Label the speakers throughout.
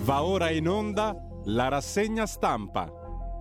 Speaker 1: Va ora in onda la rassegna stampa.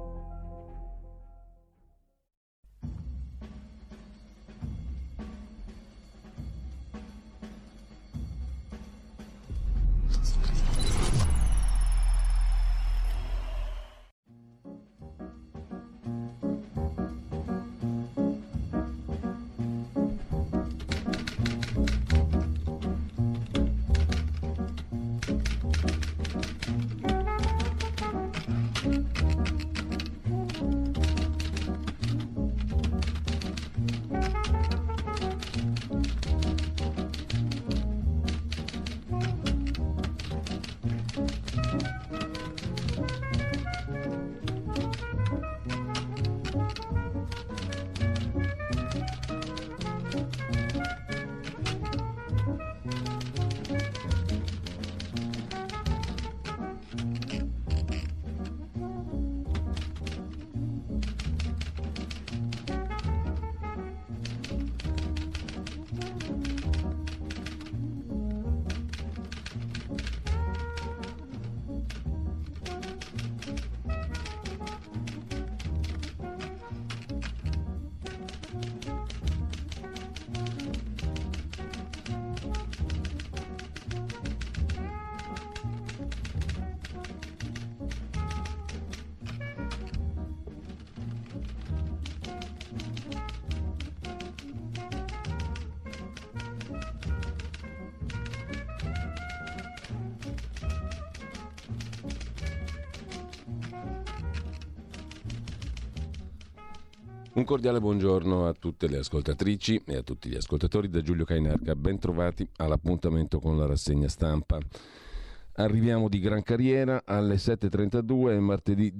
Speaker 2: Un cordiale buongiorno a tutte le ascoltatrici e a tutti gli ascoltatori da Giulio Cainarca. Ben trovati all'appuntamento con la rassegna stampa. Arriviamo di gran carriera alle 7.32, martedì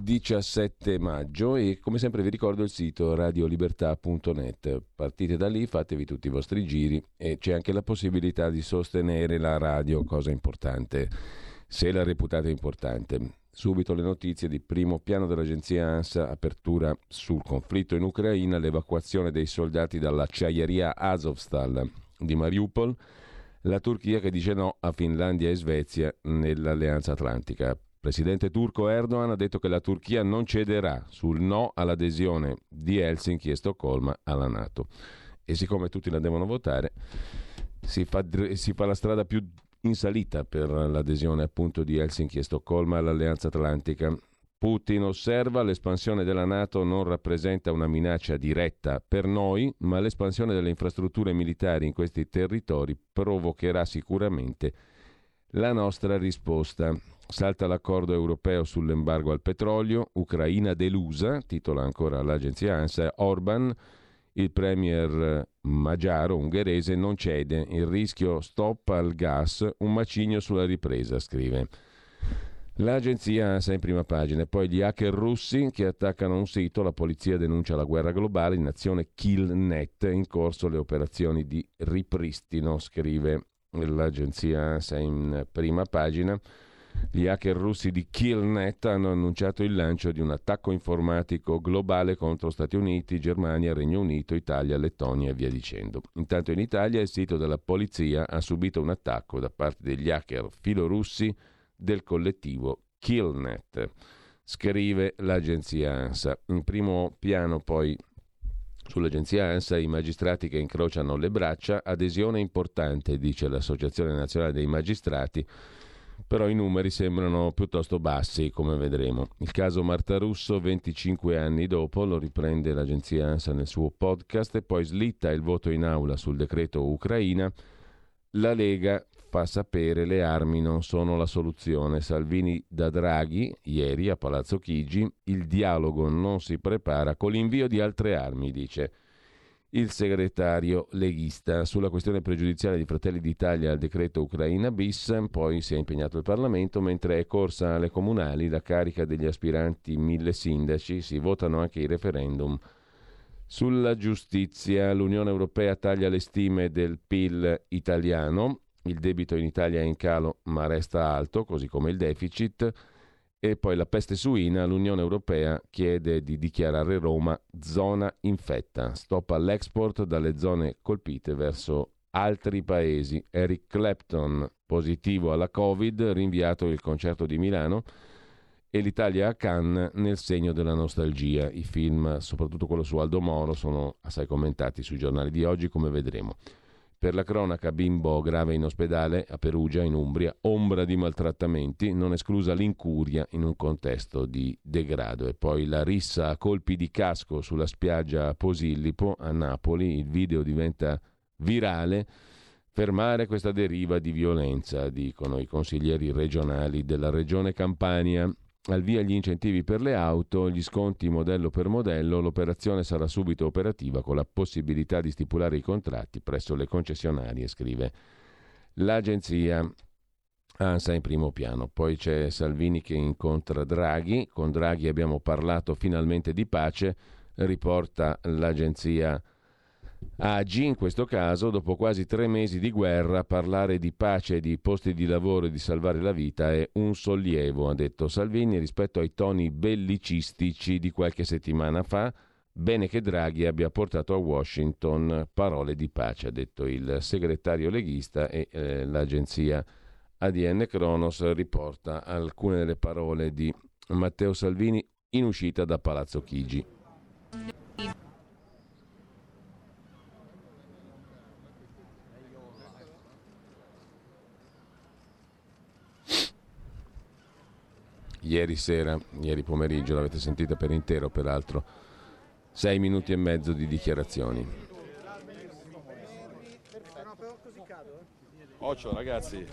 Speaker 2: 17 maggio e come sempre vi ricordo il sito radiolibertà.net. Partite da lì, fatevi tutti i vostri giri e c'è anche la possibilità di sostenere la radio, cosa importante, se la reputate importante. Subito le notizie di primo piano dell'agenzia ANSA, apertura sul conflitto in Ucraina, l'evacuazione dei soldati dall'acciaieria Azovstal di Mariupol, la Turchia che dice no a Finlandia e Svezia nell'Alleanza Atlantica. Il presidente turco Erdogan ha detto che la Turchia non cederà sul no all'adesione di Helsinki e Stoccolma alla NATO. E siccome tutti la devono votare, si fa la strada più in salita per l'adesione appunto di Helsinki e Stoccolma all'Alleanza Atlantica. Putin osserva: l'espansione della NATO non rappresenta una minaccia diretta per noi, ma l'espansione delle infrastrutture militari in questi territori provocherà sicuramente la nostra risposta. Salta l'accordo europeo sull'embargo al petrolio, Ucraina delusa, titola ancora l'agenzia ANSA. Orban, il premier magiaro ungherese, non cede, il rischio stop al gas, un macigno sulla ripresa, scrive l'agenzia ANSA in prima pagina. Poi gli hacker russi che attaccano un sito, la polizia denuncia la guerra globale, in azione Killnet, in corso le operazioni di ripristino, scrive l'agenzia ANSA in prima pagina. Gli hacker russi di Killnet hanno annunciato il lancio di un attacco informatico globale contro Stati Uniti, Germania, Regno Unito, Italia, Lettonia e via dicendo. Intanto in Italia il sito della polizia ha subito un attacco da parte degli hacker filorussi del collettivo Killnet, scrive l'agenzia ANSA. In primo piano poi sull'agenzia ANSA i magistrati che incrociano le braccia, adesione importante, dice l'Associazione Nazionale dei Magistrati, però i numeri sembrano piuttosto bassi, come vedremo. Il caso Marta Russo, 25 anni dopo, lo riprende l'agenzia ANSA nel suo podcast, e poi slitta il voto in aula sul decreto Ucraina. La Lega fa sapere: le armi non sono la soluzione. Salvini da Draghi, ieri a Palazzo Chigi, il dialogo non si prepara con l'invio di altre armi, dice il segretario leghista. Sulla questione pregiudiziale di Fratelli d'Italia al decreto Ucraina bis, poi si è impegnato il Parlamento, mentre è corsa alle comunali la carica degli aspiranti 1000 sindaci, si votano anche i referendum. Sulla giustizia, l'Unione Europea taglia le stime del PIL italiano, il debito in Italia è in calo ma resta alto, così come il deficit. E poi la peste suina, l'Unione Europea chiede di dichiarare Roma zona infetta, stop all'export dalle zone colpite verso altri paesi. Eric Clapton positivo alla Covid, rinviato il concerto di Milano, e l'Italia a Cannes nel segno della nostalgia. I film, soprattutto quello su Aldo Moro, sono assai commentati sui giornali di oggi, come vedremo. Per la cronaca, bimbo grave in ospedale a Perugia, in Umbria, ombra di maltrattamenti, non esclusa l'incuria in un contesto di degrado. E poi la rissa a colpi di casco sulla spiaggia Posillipo a Napoli, il video diventa virale. Fermare questa deriva di violenza, dicono i consiglieri regionali della regione Campania. Al via gli incentivi per le auto, gli sconti modello per modello, l'operazione sarà subito operativa con la possibilità di stipulare i contratti presso le concessionarie, scrive l'agenzia ANSA in primo piano. Poi c'è Salvini che incontra Draghi, con Draghi abbiamo parlato finalmente di pace, riporta l'agenzia AGI. In questo caso, dopo quasi 3 mesi di guerra, parlare di pace, di posti di lavoro e di salvare la vita è un sollievo, ha detto Salvini, rispetto ai toni bellicistici di qualche settimana fa. Bene che Draghi abbia portato a Washington parole di pace, ha detto il segretario leghista, e l'agenzia ADN Kronos riporta alcune delle parole di Matteo Salvini in uscita da Palazzo Chigi. Ieri pomeriggio, l'avete sentita per intero peraltro, 6 minuti e mezzo di dichiarazioni.
Speaker 3: Occhio ragazzi.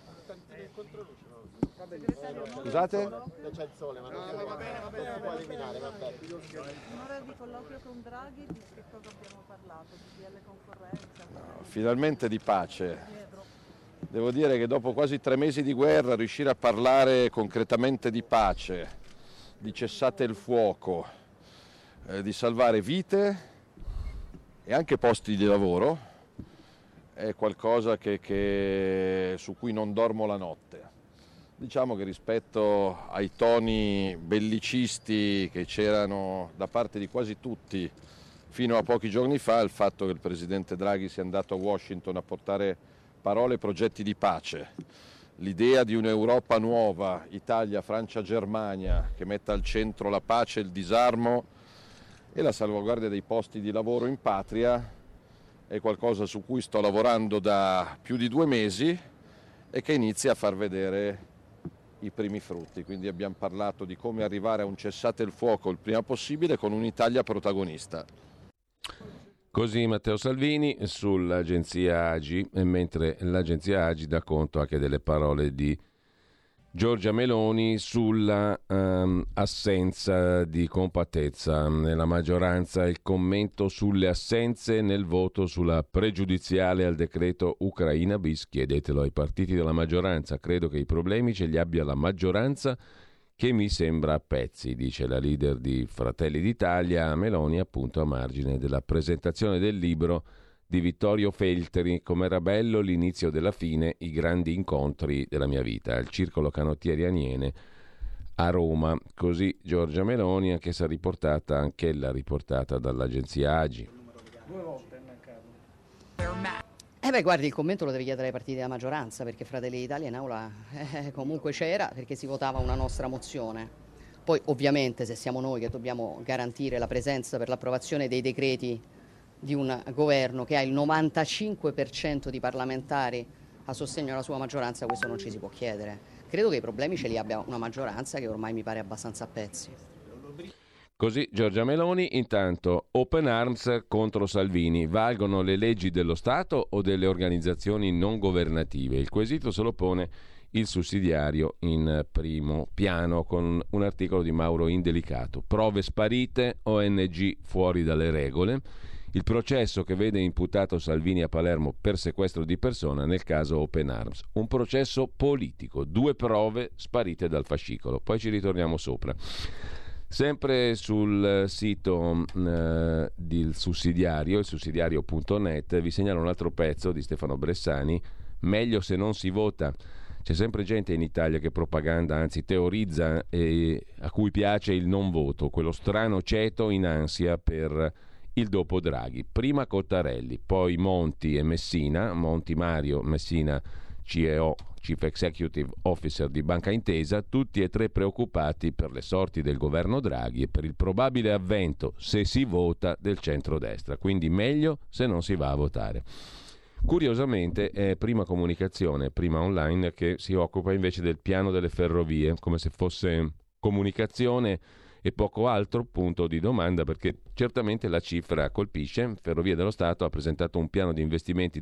Speaker 3: Scusate?
Speaker 4: C'è il sole, ma non si può eliminare, vabbè. Un'ora di colloquio con Draghi, di che cosa abbiamo parlato? Di DL concorrenza?
Speaker 3: Finalmente di pace. Devo dire che dopo quasi 3 mesi di guerra riuscire a parlare concretamente di pace, di cessate il fuoco, di salvare vite e anche posti di lavoro è qualcosa su cui non dormo la notte. Diciamo che rispetto ai toni bellicisti che c'erano da parte di quasi tutti fino a pochi giorni fa, il fatto che il presidente Draghi sia andato a Washington a portare parole e progetti di pace, l'idea di un'Europa nuova, Italia, Francia, Germania, che metta al centro la pace, il disarmo e la salvaguardia dei posti di lavoro in patria, è qualcosa su cui sto lavorando da più di 2 mesi e che inizia a far vedere i primi frutti. Quindi abbiamo parlato di come arrivare a un cessate il fuoco il prima possibile con un'Italia protagonista.
Speaker 2: Così Matteo Salvini sull'agenzia AGI, e mentre l'agenzia AGI dà conto anche delle parole di Giorgia Meloni sulla assenza di compattezza nella maggioranza, il commento sulle assenze nel voto sulla pregiudiziale al decreto Ucraina bis. Chiedetelo ai partiti della maggioranza, credo che i problemi ce li abbia la maggioranza che mi sembra a pezzi, dice la leader di Fratelli d'Italia Meloni, appunto a margine della presentazione del libro di Vittorio Feltri, Com'era bello l'inizio della fine, i grandi incontri della mia vita, al Circolo Canottieri Aniene a Roma. Così Giorgia Meloni, anch'essa riportata, anch'ella riportata dall'agenzia AGI.
Speaker 5: Guardi, il commento lo devi chiedere ai partiti della maggioranza, perché Fratelli d'Italia in aula comunque c'era, perché si votava una nostra mozione. Poi ovviamente se siamo noi che dobbiamo garantire la presenza per l'approvazione dei decreti di un governo che ha il 95% di parlamentari a sostegno della sua maggioranza, questo non ci si può chiedere. Credo che i problemi ce li abbia una maggioranza che ormai mi pare abbastanza a pezzi.
Speaker 2: Così Giorgia Meloni. Intanto Open Arms contro Salvini, valgono le leggi dello Stato o delle organizzazioni non governative? Il quesito se lo pone il sussidiario in primo piano con un articolo di Mauro Indelicato. Prove sparite, ONG fuori dalle regole. Il processo che vede imputato Salvini a Palermo per sequestro di persona nel caso Open Arms. Un processo politico, 2 prove sparite dal fascicolo. Poi ci ritorniamo sopra. Sempre sul sito del sussidiario, il sussidiario.net, vi segnalo un altro pezzo di Stefano Bressani, meglio se non si vota. C'è sempre gente in Italia che propaganda, anzi teorizza, e a cui piace il non voto, quello strano ceto in ansia per il dopo Draghi. Prima Cottarelli, poi Monti e Messina, Monti Mario, Messina CEO, Chief Executive Officer di Banca Intesa, tutti e tre preoccupati per le sorti del governo Draghi e per il probabile avvento, se si vota, del centrodestra. Quindi meglio se non si va a votare. Curiosamente è Prima Comunicazione, Prima Online, che si occupa invece del piano delle ferrovie, come se fosse comunicazione e poco altro, punto di domanda, perché certamente la cifra colpisce. Ferrovie dello Stato ha presentato un piano di investimenti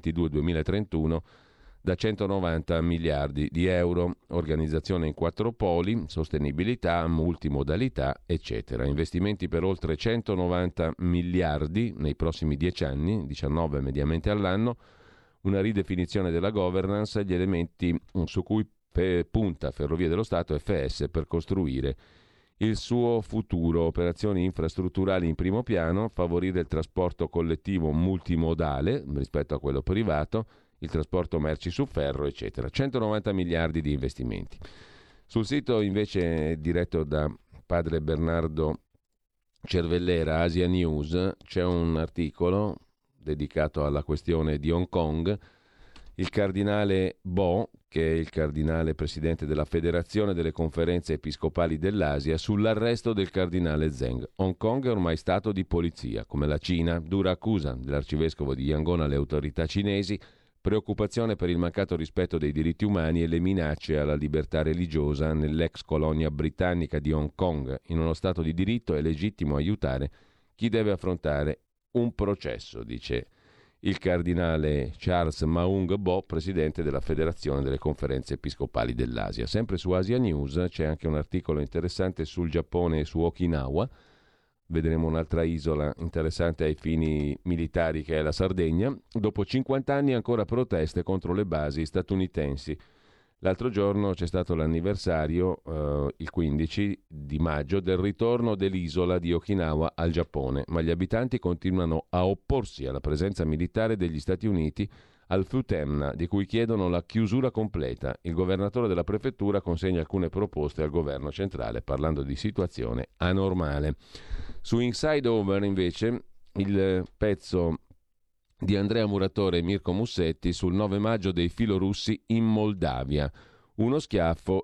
Speaker 2: 2022-2031 da 190 miliardi di euro, organizzazione in 4 poli, sostenibilità, multimodalità, eccetera. Investimenti per oltre 190 miliardi nei prossimi 10 anni, 19 mediamente all'anno, una ridefinizione della governance, gli elementi su cui punta Ferrovie dello Stato FS per costruire il suo futuro. Operazioni infrastrutturali in primo piano, favorire il trasporto collettivo multimodale rispetto a quello privato, il trasporto merci su ferro, eccetera. 190 miliardi di investimenti. Sul sito invece diretto da padre Bernardo Cervellera, Asia News, c'è un articolo dedicato alla questione di Hong Kong. Il cardinale Bo, che è il cardinale presidente della Federazione delle Conferenze Episcopali dell'Asia, sull'arresto del cardinale Zheng. Hong Kong è ormai stato di polizia, come la Cina. Dura accusa dell'arcivescovo di Yangon alle autorità cinesi, preoccupazione per il mancato rispetto dei diritti umani e le minacce alla libertà religiosa nell'ex colonia britannica di Hong Kong. In uno Stato di diritto è legittimo aiutare chi deve affrontare un processo, dice il cardinale Charles Maung Bo, presidente della Federazione delle Conferenze Episcopali dell'Asia. Sempre su Asia News c'è anche un articolo interessante sul Giappone e su Okinawa. Vedremo un'altra isola interessante ai fini militari, che è la Sardegna. Dopo 50 anni ancora proteste contro le basi statunitensi. L'altro giorno c'è stato l'anniversario, il 15 di maggio, del ritorno dell'isola di Okinawa al Giappone, ma gli abitanti continuano a opporsi alla presenza militare degli Stati Uniti al Futemna, di cui chiedono la chiusura completa. Il governatore della prefettura consegna alcune proposte al governo centrale, parlando di situazione anormale. Su Inside Over, invece, il pezzo di Andrea Muratore e Mirko Mussetti sul 9 maggio dei filorussi in Moldavia. Uno schiaffo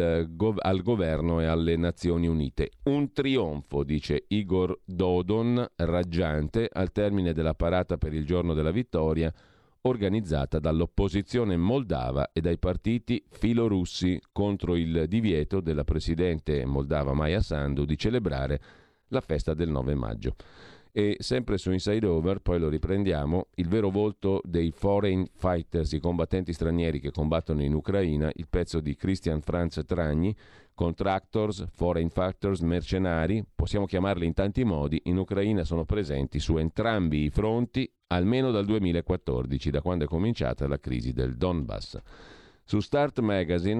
Speaker 2: al governo e alle Nazioni Unite. Un trionfo, dice Igor Dodon, raggiante, al termine della parata per il giorno della vittoria, organizzata dall'opposizione moldava e dai partiti filorussi contro il divieto della presidente moldava Maia Sandu di celebrare la festa del 9 maggio. E sempre su Inside Over, poi lo riprendiamo, il vero volto dei foreign fighters, i combattenti stranieri che combattono in Ucraina, il pezzo di Christian Franz Tragni, contractors, foreign fighters, mercenari, possiamo chiamarli in tanti modi, in Ucraina sono presenti su entrambi i fronti almeno dal 2014, da quando è cominciata la crisi del Donbass. Su Start Magazine,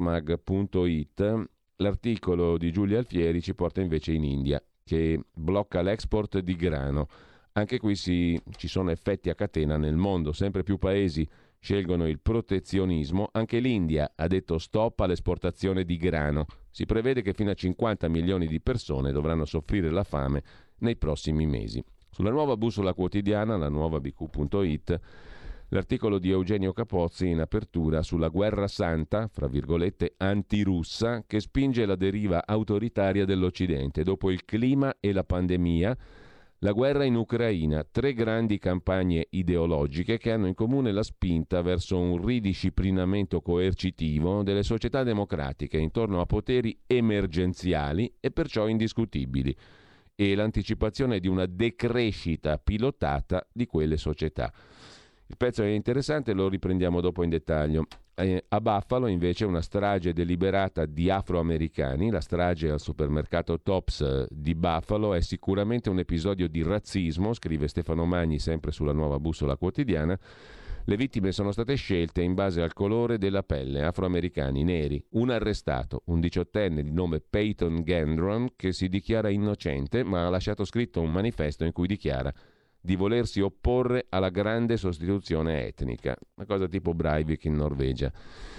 Speaker 2: startmag.it, l'articolo di Giulia Alfieri ci porta invece in India, che blocca l'export di grano. Anche qui ci sono effetti a catena nel mondo, sempre più paesi scelgono il protezionismo, anche l'India ha detto stop all'esportazione di grano. Si prevede che fino a 50 milioni di persone dovranno soffrire la fame nei prossimi mesi. Sulla nuova bussola quotidiana, la nuova bq.it, l'articolo di Eugenio Capozzi in apertura sulla guerra santa, fra virgolette, antirussa, che spinge la deriva autoritaria dell'Occidente. Dopo il clima e la pandemia, la guerra in Ucraina, 3 grandi campagne ideologiche che hanno in comune la spinta verso un ridisciplinamento coercitivo delle società democratiche intorno a poteri emergenziali e perciò indiscutibili, e l'anticipazione di una decrescita pilotata di quelle società. Il pezzo è interessante, lo riprendiamo dopo in dettaglio. A Buffalo invece una strage deliberata di afroamericani, la strage al supermercato Tops di Buffalo è sicuramente un episodio di razzismo, scrive Stefano Magni sempre sulla nuova bussola quotidiana. Le vittime sono state scelte in base al colore della pelle, afroamericani, neri. Un arrestato, un 18enne di nome Peyton Gendron, che si dichiara innocente ma ha lasciato scritto un manifesto in cui dichiara di volersi opporre alla grande sostituzione etnica, una cosa tipo Breivik in Norvegia.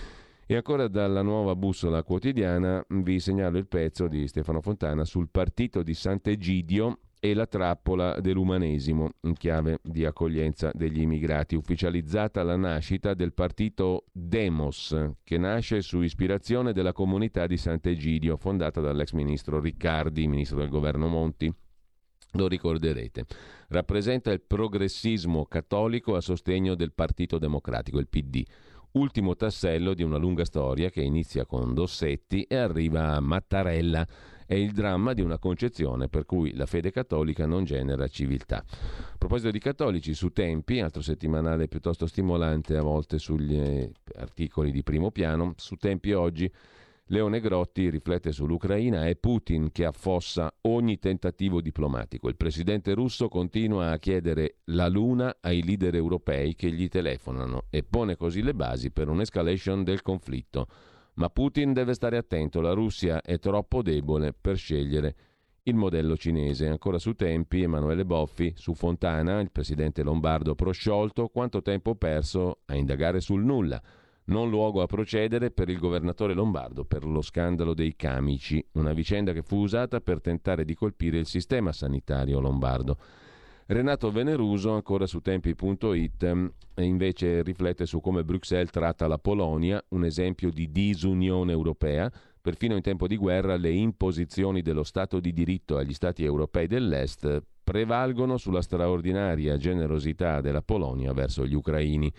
Speaker 2: E ancora dalla nuova bussola quotidiana vi segnalo il pezzo di Stefano Fontana sul partito di Sant'Egidio e la trappola dell'umanesimo in chiave di accoglienza degli immigrati. Ufficializzata la nascita del partito Demos, che nasce su ispirazione della comunità di Sant'Egidio, fondata dall'ex ministro Riccardi, ministro del governo Monti. Lo ricorderete. Rappresenta il progressismo cattolico a sostegno del Partito Democratico, il PD. Ultimo tassello di una lunga storia che inizia con Dossetti e arriva a Mattarella. È il dramma di una concezione per cui la fede cattolica non genera civiltà. A proposito di cattolici, su Tempi, altro settimanale piuttosto stimolante a volte sugli articoli di primo piano, su Tempi oggi Leone Grotti riflette sull'Ucraina. È Putin che affossa ogni tentativo diplomatico. Il presidente russo continua a chiedere la luna ai leader europei che gli telefonano e pone così le basi per un'escalation del conflitto. Ma Putin deve stare attento, la Russia è troppo debole per scegliere il modello cinese. Ancora su Tempi, Emanuele Boffi, su Fontana, il presidente lombardo prosciolto, quanto tempo perso a indagare sul nulla. Non luogo a procedere per il governatore lombardo per lo scandalo dei camici, una vicenda che fu usata per tentare di colpire il sistema sanitario lombardo. Renato Veneruso, ancora su Tempi.it, invece riflette su come Bruxelles tratta la Polonia, un esempio di disunione europea. Perfino in tempo di guerra le imposizioni dello Stato di diritto agli Stati europei dell'Est prevalgono sulla straordinaria generosità della Polonia verso gli ucraini.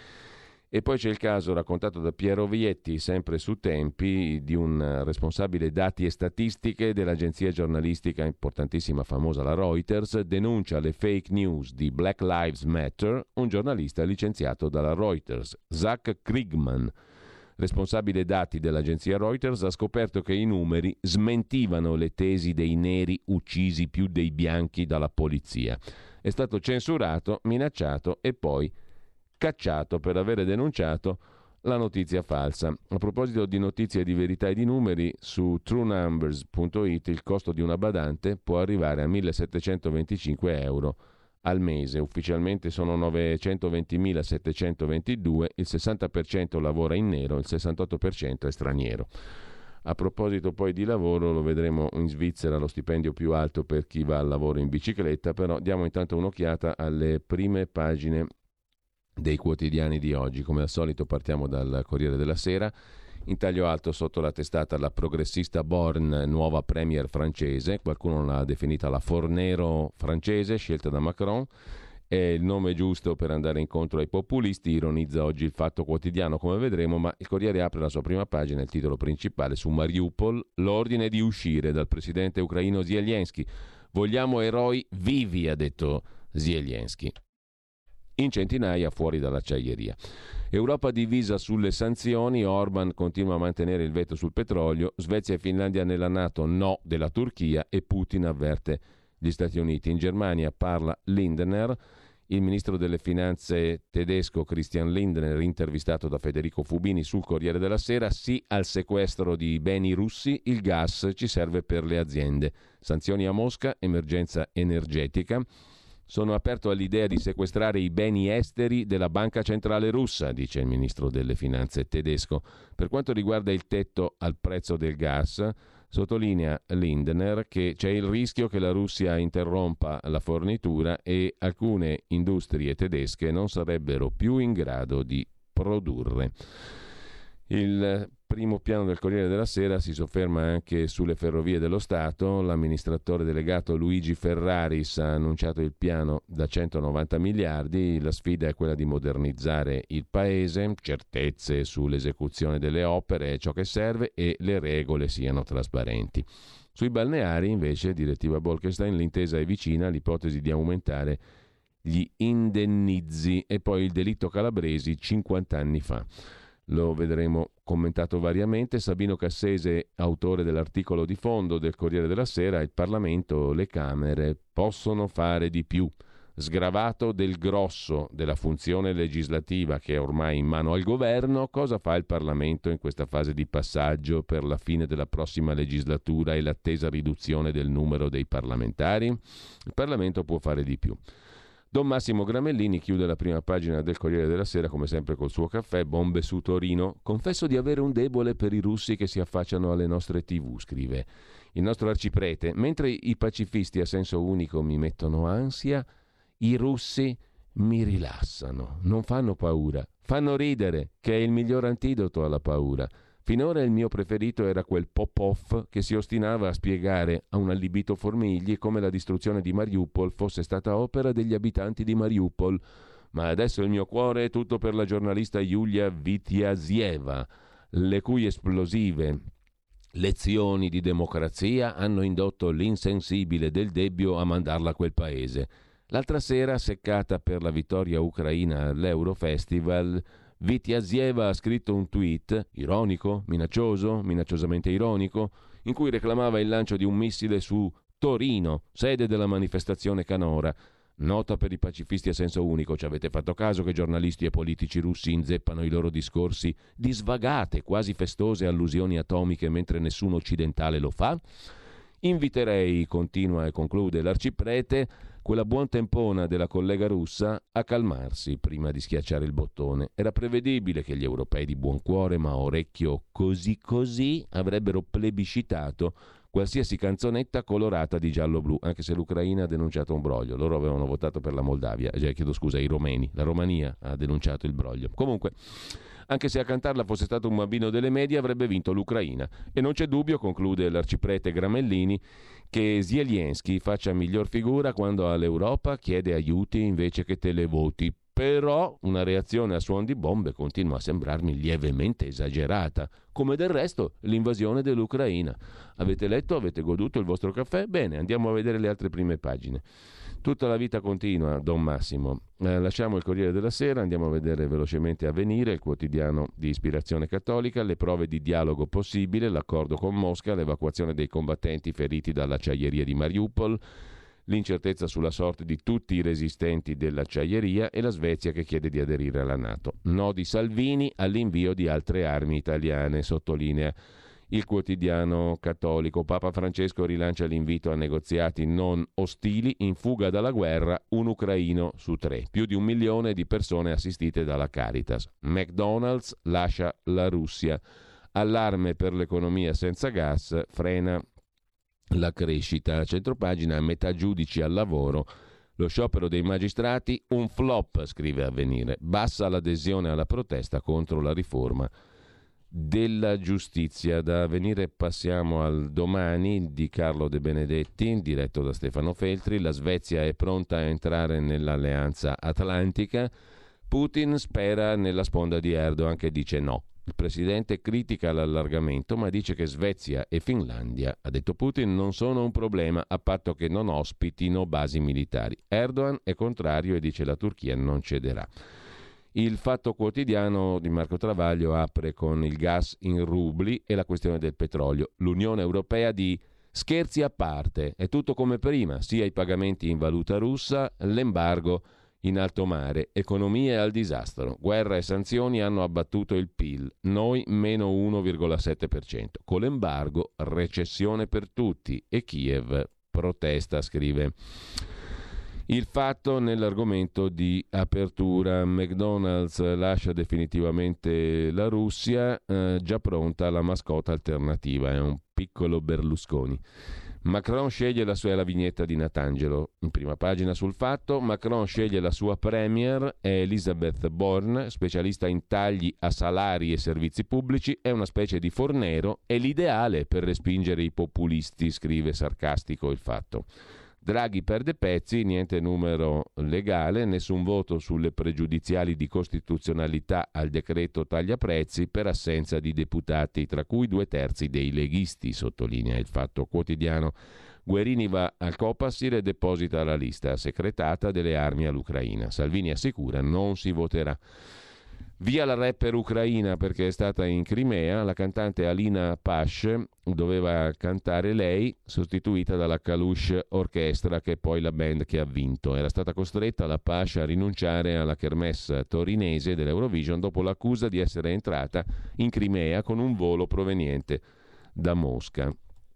Speaker 2: E poi c'è il caso raccontato da Piero Vietti, sempre su Tempi, di un responsabile dati e statistiche dell'agenzia giornalistica importantissima, famosa la Reuters, denuncia le fake news di Black Lives Matter, un giornalista licenziato dalla Reuters, Zach Krigman. Responsabile dati dell'agenzia Reuters, ha scoperto che i numeri smentivano le tesi dei neri uccisi più dei bianchi dalla polizia. È stato censurato, minacciato e poi cacciato per avere denunciato la notizia falsa. A proposito di notizie di verità e di numeri, su truenumbers.it il costo di una badante può arrivare a 1.725 euro al mese. Ufficialmente sono 920.722, il 60% lavora in nero, il 68% è straniero. A proposito poi di lavoro, lo vedremo in Svizzera, lo stipendio più alto per chi va al lavoro in bicicletta, però diamo intanto un'occhiata alle prime pagine dei quotidiani di oggi. Come al solito partiamo dal Corriere della Sera. In taglio alto sotto la testata la progressista Borne, nuova premier francese, qualcuno l'ha definita la Fornero francese, scelta da Macron, è il nome giusto per andare incontro ai populisti, ironizza oggi il Fatto Quotidiano come vedremo, ma il Corriere apre la sua prima pagina, il titolo principale su Mariupol, l'ordine di uscire dal presidente ucraino Zelensky. Vogliamo eroi vivi, ha detto Zelensky. In centinaia fuori dall'acciaieria. Europa divisa sulle sanzioni, Orban continua a mantenere il veto sul petrolio, Svezia e Finlandia nella NATO no della Turchia e Putin avverte gli Stati Uniti. In Germania parla Lindner, il ministro delle finanze tedesco Christian Lindner, intervistato da Federico Fubini sul Corriere della Sera, sì al sequestro di beni russi, il gas ci serve per le aziende. Sanzioni a Mosca, emergenza energetica. Sono aperto all'idea di sequestrare i beni esteri della Banca Centrale Russa, dice il ministro delle Finanze tedesco. Per quanto riguarda il tetto al prezzo del gas, sottolinea Lindner che c'è il rischio che la Russia interrompa la fornitura e alcune industrie tedesche non sarebbero più in grado di produrre. Il primo piano del Corriere della Sera si sofferma anche sulle ferrovie dello Stato. L'amministratore delegato Luigi Ferraris ha annunciato il piano da 190 miliardi. La sfida è quella di modernizzare il paese, certezze sull'esecuzione delle opere, ciò che serve e le regole siano trasparenti. Sui balneari, invece, direttiva Bolkestein, l'intesa è vicina all'ipotesi di aumentare gli indennizi e poi il delitto Calabresi 50 anni fa. Lo vedremo commentato variamente. Sabino Cassese, autore dell'articolo di fondo del Corriere della Sera, il Parlamento, le Camere possono fare di più. Sgravato del grosso della funzione legislativa che è ormai in mano al governo, cosa fa il Parlamento in questa fase di passaggio per la fine della prossima legislatura e l'attesa riduzione del numero dei parlamentari? Il Parlamento può fare di più. Don Massimo Gramellini chiude la prima pagina del Corriere della Sera, come sempre col suo caffè, bombe su Torino. Confesso di avere un debole per i russi che si affacciano alle nostre TV, scrive il nostro arciprete. Mentre i pacifisti a senso unico mi mettono ansia, i russi mi rilassano, non fanno paura, fanno ridere, che è il miglior antidoto alla paura. Finora il mio preferito era quel Popov che si ostinava a spiegare a un allibito Formigli come la distruzione di Mariupol fosse stata opera degli abitanti di Mariupol. Ma adesso il mio cuore è tutto per la giornalista Yulia Vitiazieva, le cui esplosive lezioni di democrazia hanno indotto l'insensibile Del Debbio a mandarla a quel paese. L'altra sera, seccata per la vittoria ucraina all'Eurofestival, Vitiazieva ha scritto un tweet ironico, minaccioso, minacciosamente ironico, in cui reclamava il lancio di un missile su Torino, sede della manifestazione canora. Nota per i pacifisti a senso unico: ci avete fatto caso che giornalisti e politici russi inzeppano i loro discorsi di svagate, quasi festose allusioni atomiche mentre nessun occidentale lo fa? Inviterei, continua e conclude l'arciprete, quella buon tempona della collega russa a calmarsi prima di schiacciare il bottone. Era prevedibile che gli europei di buon cuore ma a orecchio così così avrebbero plebiscitato qualsiasi canzonetta colorata di giallo-blu, anche se l'Ucraina ha denunciato un broglio. Loro avevano votato per la Moldavia, i romeni. La Romania ha denunciato il broglio. Comunque, anche se a cantarla fosse stato un bambino delle medie, avrebbe vinto l'Ucraina. E non c'è dubbio, conclude l'arciprete Gramellini, che Zelensky faccia miglior figura quando all'Europa chiede aiuti invece che televoti. Però una reazione a suon di bombe continua a sembrarmi lievemente esagerata, come del resto l'invasione dell'Ucraina. Avete letto? Avete goduto il vostro caffè? Bene, andiamo a vedere le altre prime pagine. Tutta la vita continua, Don Massimo. Lasciamo il Corriere della Sera, andiamo a vedere velocemente Avvenire, il quotidiano di ispirazione cattolica, le prove di dialogo possibile, l'accordo con Mosca, l'evacuazione dei combattenti feriti dall'acciaieria di Mariupol, l'incertezza sulla sorte di tutti i resistenti dell'acciaieria e la Svezia che chiede di aderire alla NATO. No di Salvini all'invio di altre armi italiane, sottolinea il quotidiano cattolico. Papa Francesco rilancia l'invito a negoziati non ostili, in fuga dalla guerra un ucraino su 3, più di 1 milione di persone assistite dalla Caritas. McDonald's lascia la Russia, allarme per l'economia senza gas, frena la crescita. Centropagina, metà giudici al lavoro, lo sciopero dei magistrati, un flop, scrive Avvenire, bassa l'adesione alla protesta contro la riforma della giustizia. Da Avvenire passiamo al Domani di Carlo De Benedetti, diretto da Stefano Feltri. La Svezia è pronta a entrare nell'alleanza atlantica, Putin spera nella sponda di Erdogan che dice no. Il presidente critica l'allargamento ma dice che Svezia e Finlandia, ha detto Putin, non sono un problema a patto che non ospitino basi militari. Erdogan è contrario e dice la Turchia non cederà. Il Fatto Quotidiano di Marco Travaglio apre con il gas in rubli e la questione del petrolio. L'Unione Europea di scherzi a parte, è tutto come prima, sia i pagamenti in valuta russa, l'embargo in alto mare, economia al disastro, guerra e sanzioni hanno abbattuto il PIL, noi meno 1,7%, con l'embargo recessione per tutti e Kiev protesta, scrive il Fatto nell'argomento di apertura. McDonald's lascia definitivamente la Russia, già pronta la mascotta alternativa, è un piccolo Berlusconi. Macron sceglie la vignetta di Natangelo. In prima pagina sul Fatto, Macron sceglie la sua premier, è Elisabeth Borne, specialista in tagli a salari e servizi pubblici, è una specie di Fornero, è l'ideale per respingere i populisti, scrive sarcastico il Fatto. Draghi perde pezzi, niente numero legale, nessun voto sulle pregiudiziali di costituzionalità al decreto taglia prezzi per assenza di deputati, tra cui 2/3 dei leghisti, sottolinea il Fatto Quotidiano. Guerini va al Copasir e deposita la lista segretata delle armi all'Ucraina. Salvini assicura non si voterà. Via la rapper ucraina perché è stata in Crimea, la cantante Alina Pash doveva cantare lei, sostituita dalla Kalush Orchestra, che è poi la band che ha vinto. Era stata costretta la Pash a rinunciare alla kermesse torinese dell'Eurovision dopo l'accusa di essere entrata in Crimea con un volo proveniente da Mosca.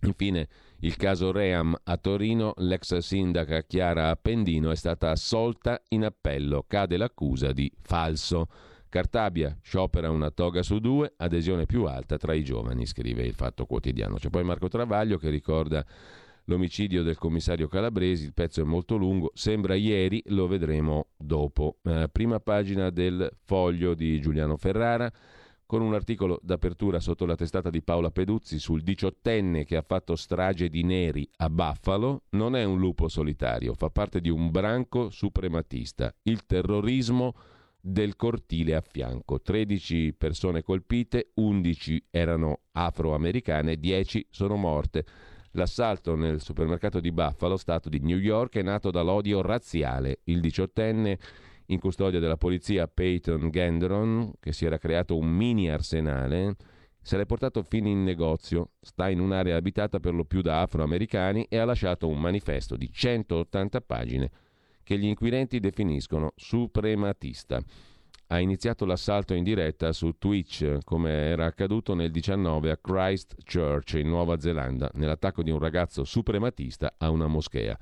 Speaker 2: Infine, il caso Ream a Torino, l'ex sindaca Chiara Appendino è stata assolta in appello, cade l'accusa di falso. Cartabia sciopera una toga su 2, adesione più alta tra i giovani, scrive il Fatto Quotidiano. C'è poi Marco Travaglio che ricorda l'omicidio del commissario Calabresi, il pezzo è molto lungo, sembra ieri, lo vedremo dopo. Prima pagina del Foglio di Giuliano Ferrara, con un articolo d'apertura sotto la testata di Paola Peduzzi sul 18enne che ha fatto strage di neri a Buffalo. Non è un lupo solitario, fa parte di un branco suprematista, il terrorismo del cortile a fianco. 13 persone colpite, 11 erano afroamericane, 10 sono morte. L'assalto nel supermercato di Buffalo, stato di New York, è nato dall'odio razziale. Il 18enne in custodia della polizia, Peyton Gendron, che si era creato un mini arsenale, se l'è portato fino in negozio, sta in un'area abitata per lo più da afroamericani e ha lasciato un manifesto di 180 pagine che gli inquirenti definiscono suprematista. Ha iniziato l'assalto in diretta su Twitch, come era accaduto nel 19 a Christchurch in Nuova Zelanda, nell'attacco di un ragazzo suprematista a una moschea.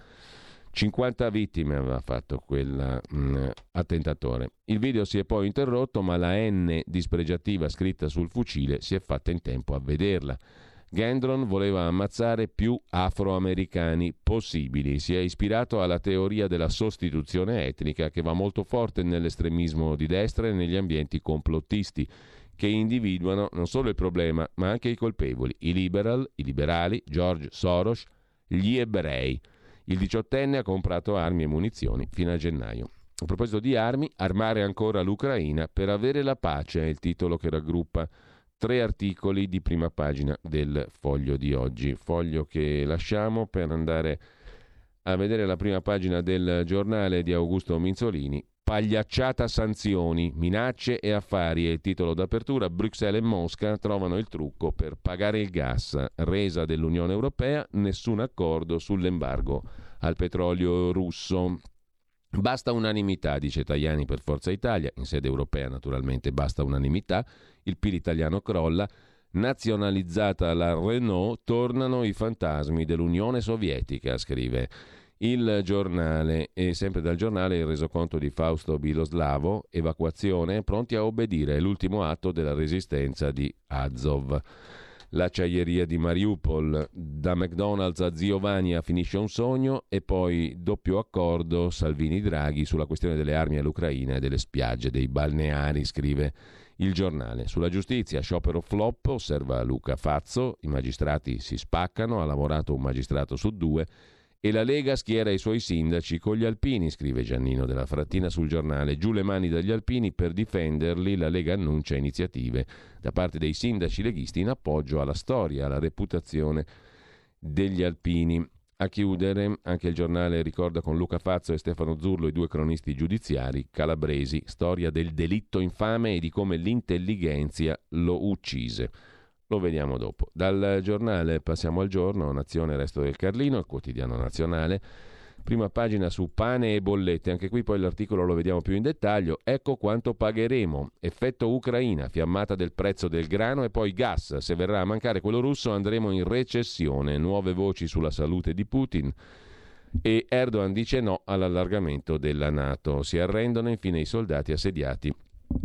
Speaker 2: 50 vittime aveva fatto quell'attentatore. Il video si è poi interrotto, ma la N dispregiativa scritta sul fucile si è fatta in tempo a vederla. Gendron voleva ammazzare più afroamericani possibili. Si è ispirato alla teoria della sostituzione etnica, che va molto forte nell'estremismo di destra e negli ambienti complottisti, che individuano non solo il problema, ma anche i colpevoli: i liberali, George Soros, gli ebrei. Il 18enne ha comprato armi e munizioni fino a gennaio. A proposito di armi, armare ancora l'Ucraina per avere la pace è il titolo che raggruppa 3 articoli di prima pagina del Foglio di oggi. Foglio che lasciamo per andare a vedere la prima pagina del Giornale di Augusto Minzolini. Pagliacciata sanzioni, minacce e affari è il titolo d'apertura. Bruxelles e Mosca trovano il trucco per pagare il gas. Resa dell'Unione Europea, nessun accordo sull'embargo al petrolio russo. Basta unanimità, dice Tajani per Forza Italia, in sede europea naturalmente basta unanimità. Il PIL italiano crolla. Nazionalizzata la Renault, tornano i fantasmi dell'Unione Sovietica, scrive il Giornale. E sempre dal Giornale il resoconto di Fausto Biloslavo, evacuazione, pronti a obbedire, è l'ultimo atto della resistenza di Azov. L'acciaieria di Mariupol, da McDonald's a Zio Vania finisce un sogno, e poi doppio accordo Salvini-Draghi sulla questione delle armi all'Ucraina e delle spiagge, dei balneari, scrive il Giornale. Sulla giustizia, sciopero flop, osserva Luca Fazzo, i magistrati si spaccano, ha lavorato un magistrato su 2, e la Lega schiera i suoi sindaci con gli alpini, scrive Giannino della Frattina sul Giornale. Giù le mani dagli alpini, per difenderli la Lega annuncia iniziative da parte dei sindaci leghisti in appoggio alla storia, alla reputazione degli alpini. A chiudere, anche il Giornale ricorda con Luca Fazzo e Stefano Zurlo, i 2 cronisti giudiziari, Calabresi, storia del delitto infame e di come l'intellighenzia lo uccise. Lo vediamo dopo. Dal Giornale passiamo al Giorno, Nazione, Resto del Carlino, il quotidiano nazionale. Prima pagina su pane e bollette, anche qui poi l'articolo lo vediamo più in dettaglio. Ecco quanto pagheremo. Effetto Ucraina, fiammata del prezzo del grano e poi gas. Se verrà a mancare quello russo andremo in recessione. Nuove voci sulla salute di Putin. E Erdogan dice no all'allargamento della NATO. Si arrendono infine i soldati assediati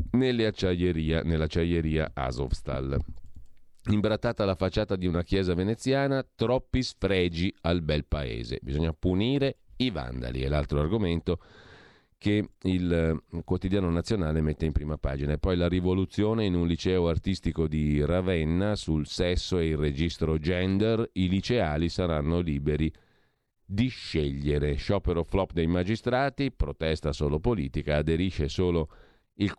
Speaker 2: nell'acciaieria Azovstal. Imbrattata la facciata di una chiesa veneziana, troppi sfregi al bel paese. Bisogna punire i vandali, è l'altro argomento che il quotidiano nazionale mette in prima pagina. E poi la rivoluzione in un liceo artistico di Ravenna sul sesso e il registro gender. I liceali saranno liberi di scegliere. Sciopero flop dei magistrati, protesta solo politica, aderisce solo il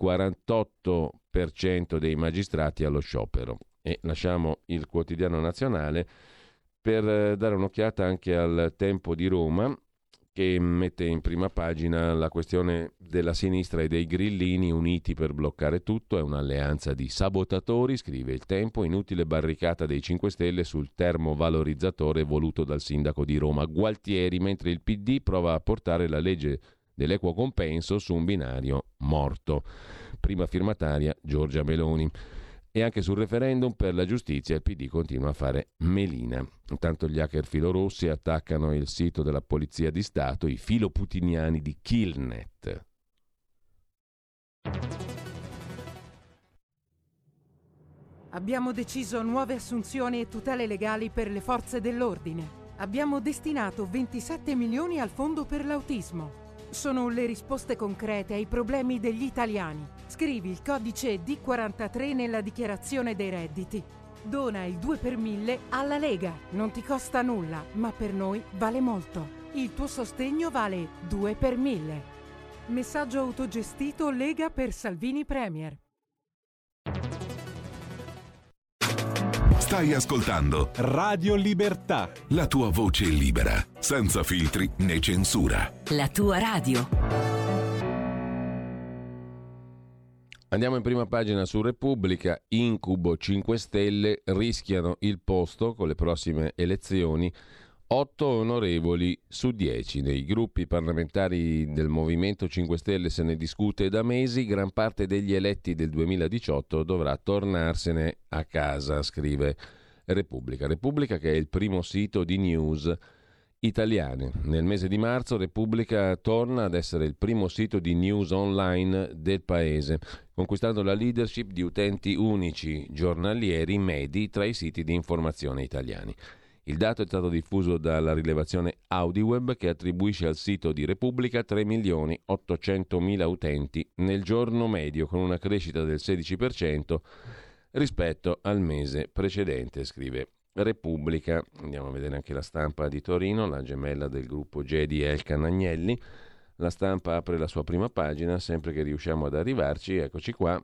Speaker 2: 48% dei magistrati allo sciopero. E lasciamo il quotidiano nazionale per dare un'occhiata anche al Tempo di Roma, che mette in prima pagina la questione della sinistra e dei grillini uniti per bloccare tutto. È un'alleanza di sabotatori, scrive il Tempo, inutile barricata dei 5 Stelle sul termovalorizzatore voluto dal sindaco di Roma Gualtieri, mentre il PD prova a portare la legge dell'equo compenso su un binario morto. Prima firmataria Giorgia Meloni. E anche sul referendum per la giustizia il PD continua a fare melina. Intanto gli hacker filorossi attaccano il sito della Polizia di Stato, i filoputiniani di Killnet.
Speaker 6: Abbiamo deciso nuove assunzioni e tutele legali per le forze dell'ordine. Abbiamo destinato 27 milioni al fondo per l'autismo. Sono le risposte concrete ai problemi degli italiani. Scrivi il codice D43 nella dichiarazione dei redditi. Dona il 2 per 1000 alla Lega. Non ti costa nulla, ma per noi vale molto. Il tuo sostegno vale 2 per 1000. Messaggio autogestito Lega per Salvini Premier.
Speaker 7: Stai ascoltando
Speaker 1: Radio Libertà.
Speaker 7: la tua voce libera, senza filtri né censura.
Speaker 8: La tua radio.
Speaker 2: Andiamo in prima pagina su Repubblica. Incubo 5 Stelle, rischiano il posto con le prossime elezioni 8 onorevoli su 10. Nei gruppi parlamentari del Movimento 5 Stelle se ne discute da mesi, gran parte degli eletti del 2018 dovrà tornarsene a casa, scrive Repubblica. Repubblica che è il primo sito di news italiane. Nel mese di marzo Repubblica torna ad essere il primo sito di news online del paese, conquistando la leadership di utenti unici giornalieri medi tra i siti di informazione italiani. Il dato è stato diffuso dalla rilevazione AudiWeb che attribuisce al sito di Repubblica 3.800.000 utenti nel giorno medio, con una crescita del 16% rispetto al mese precedente, scrive Repubblica. Andiamo a vedere anche La Stampa di Torino, la gemella del gruppo Gedi Elkann Agnelli. La Stampa apre la sua prima pagina, sempre che riusciamo ad arrivarci, eccoci qua,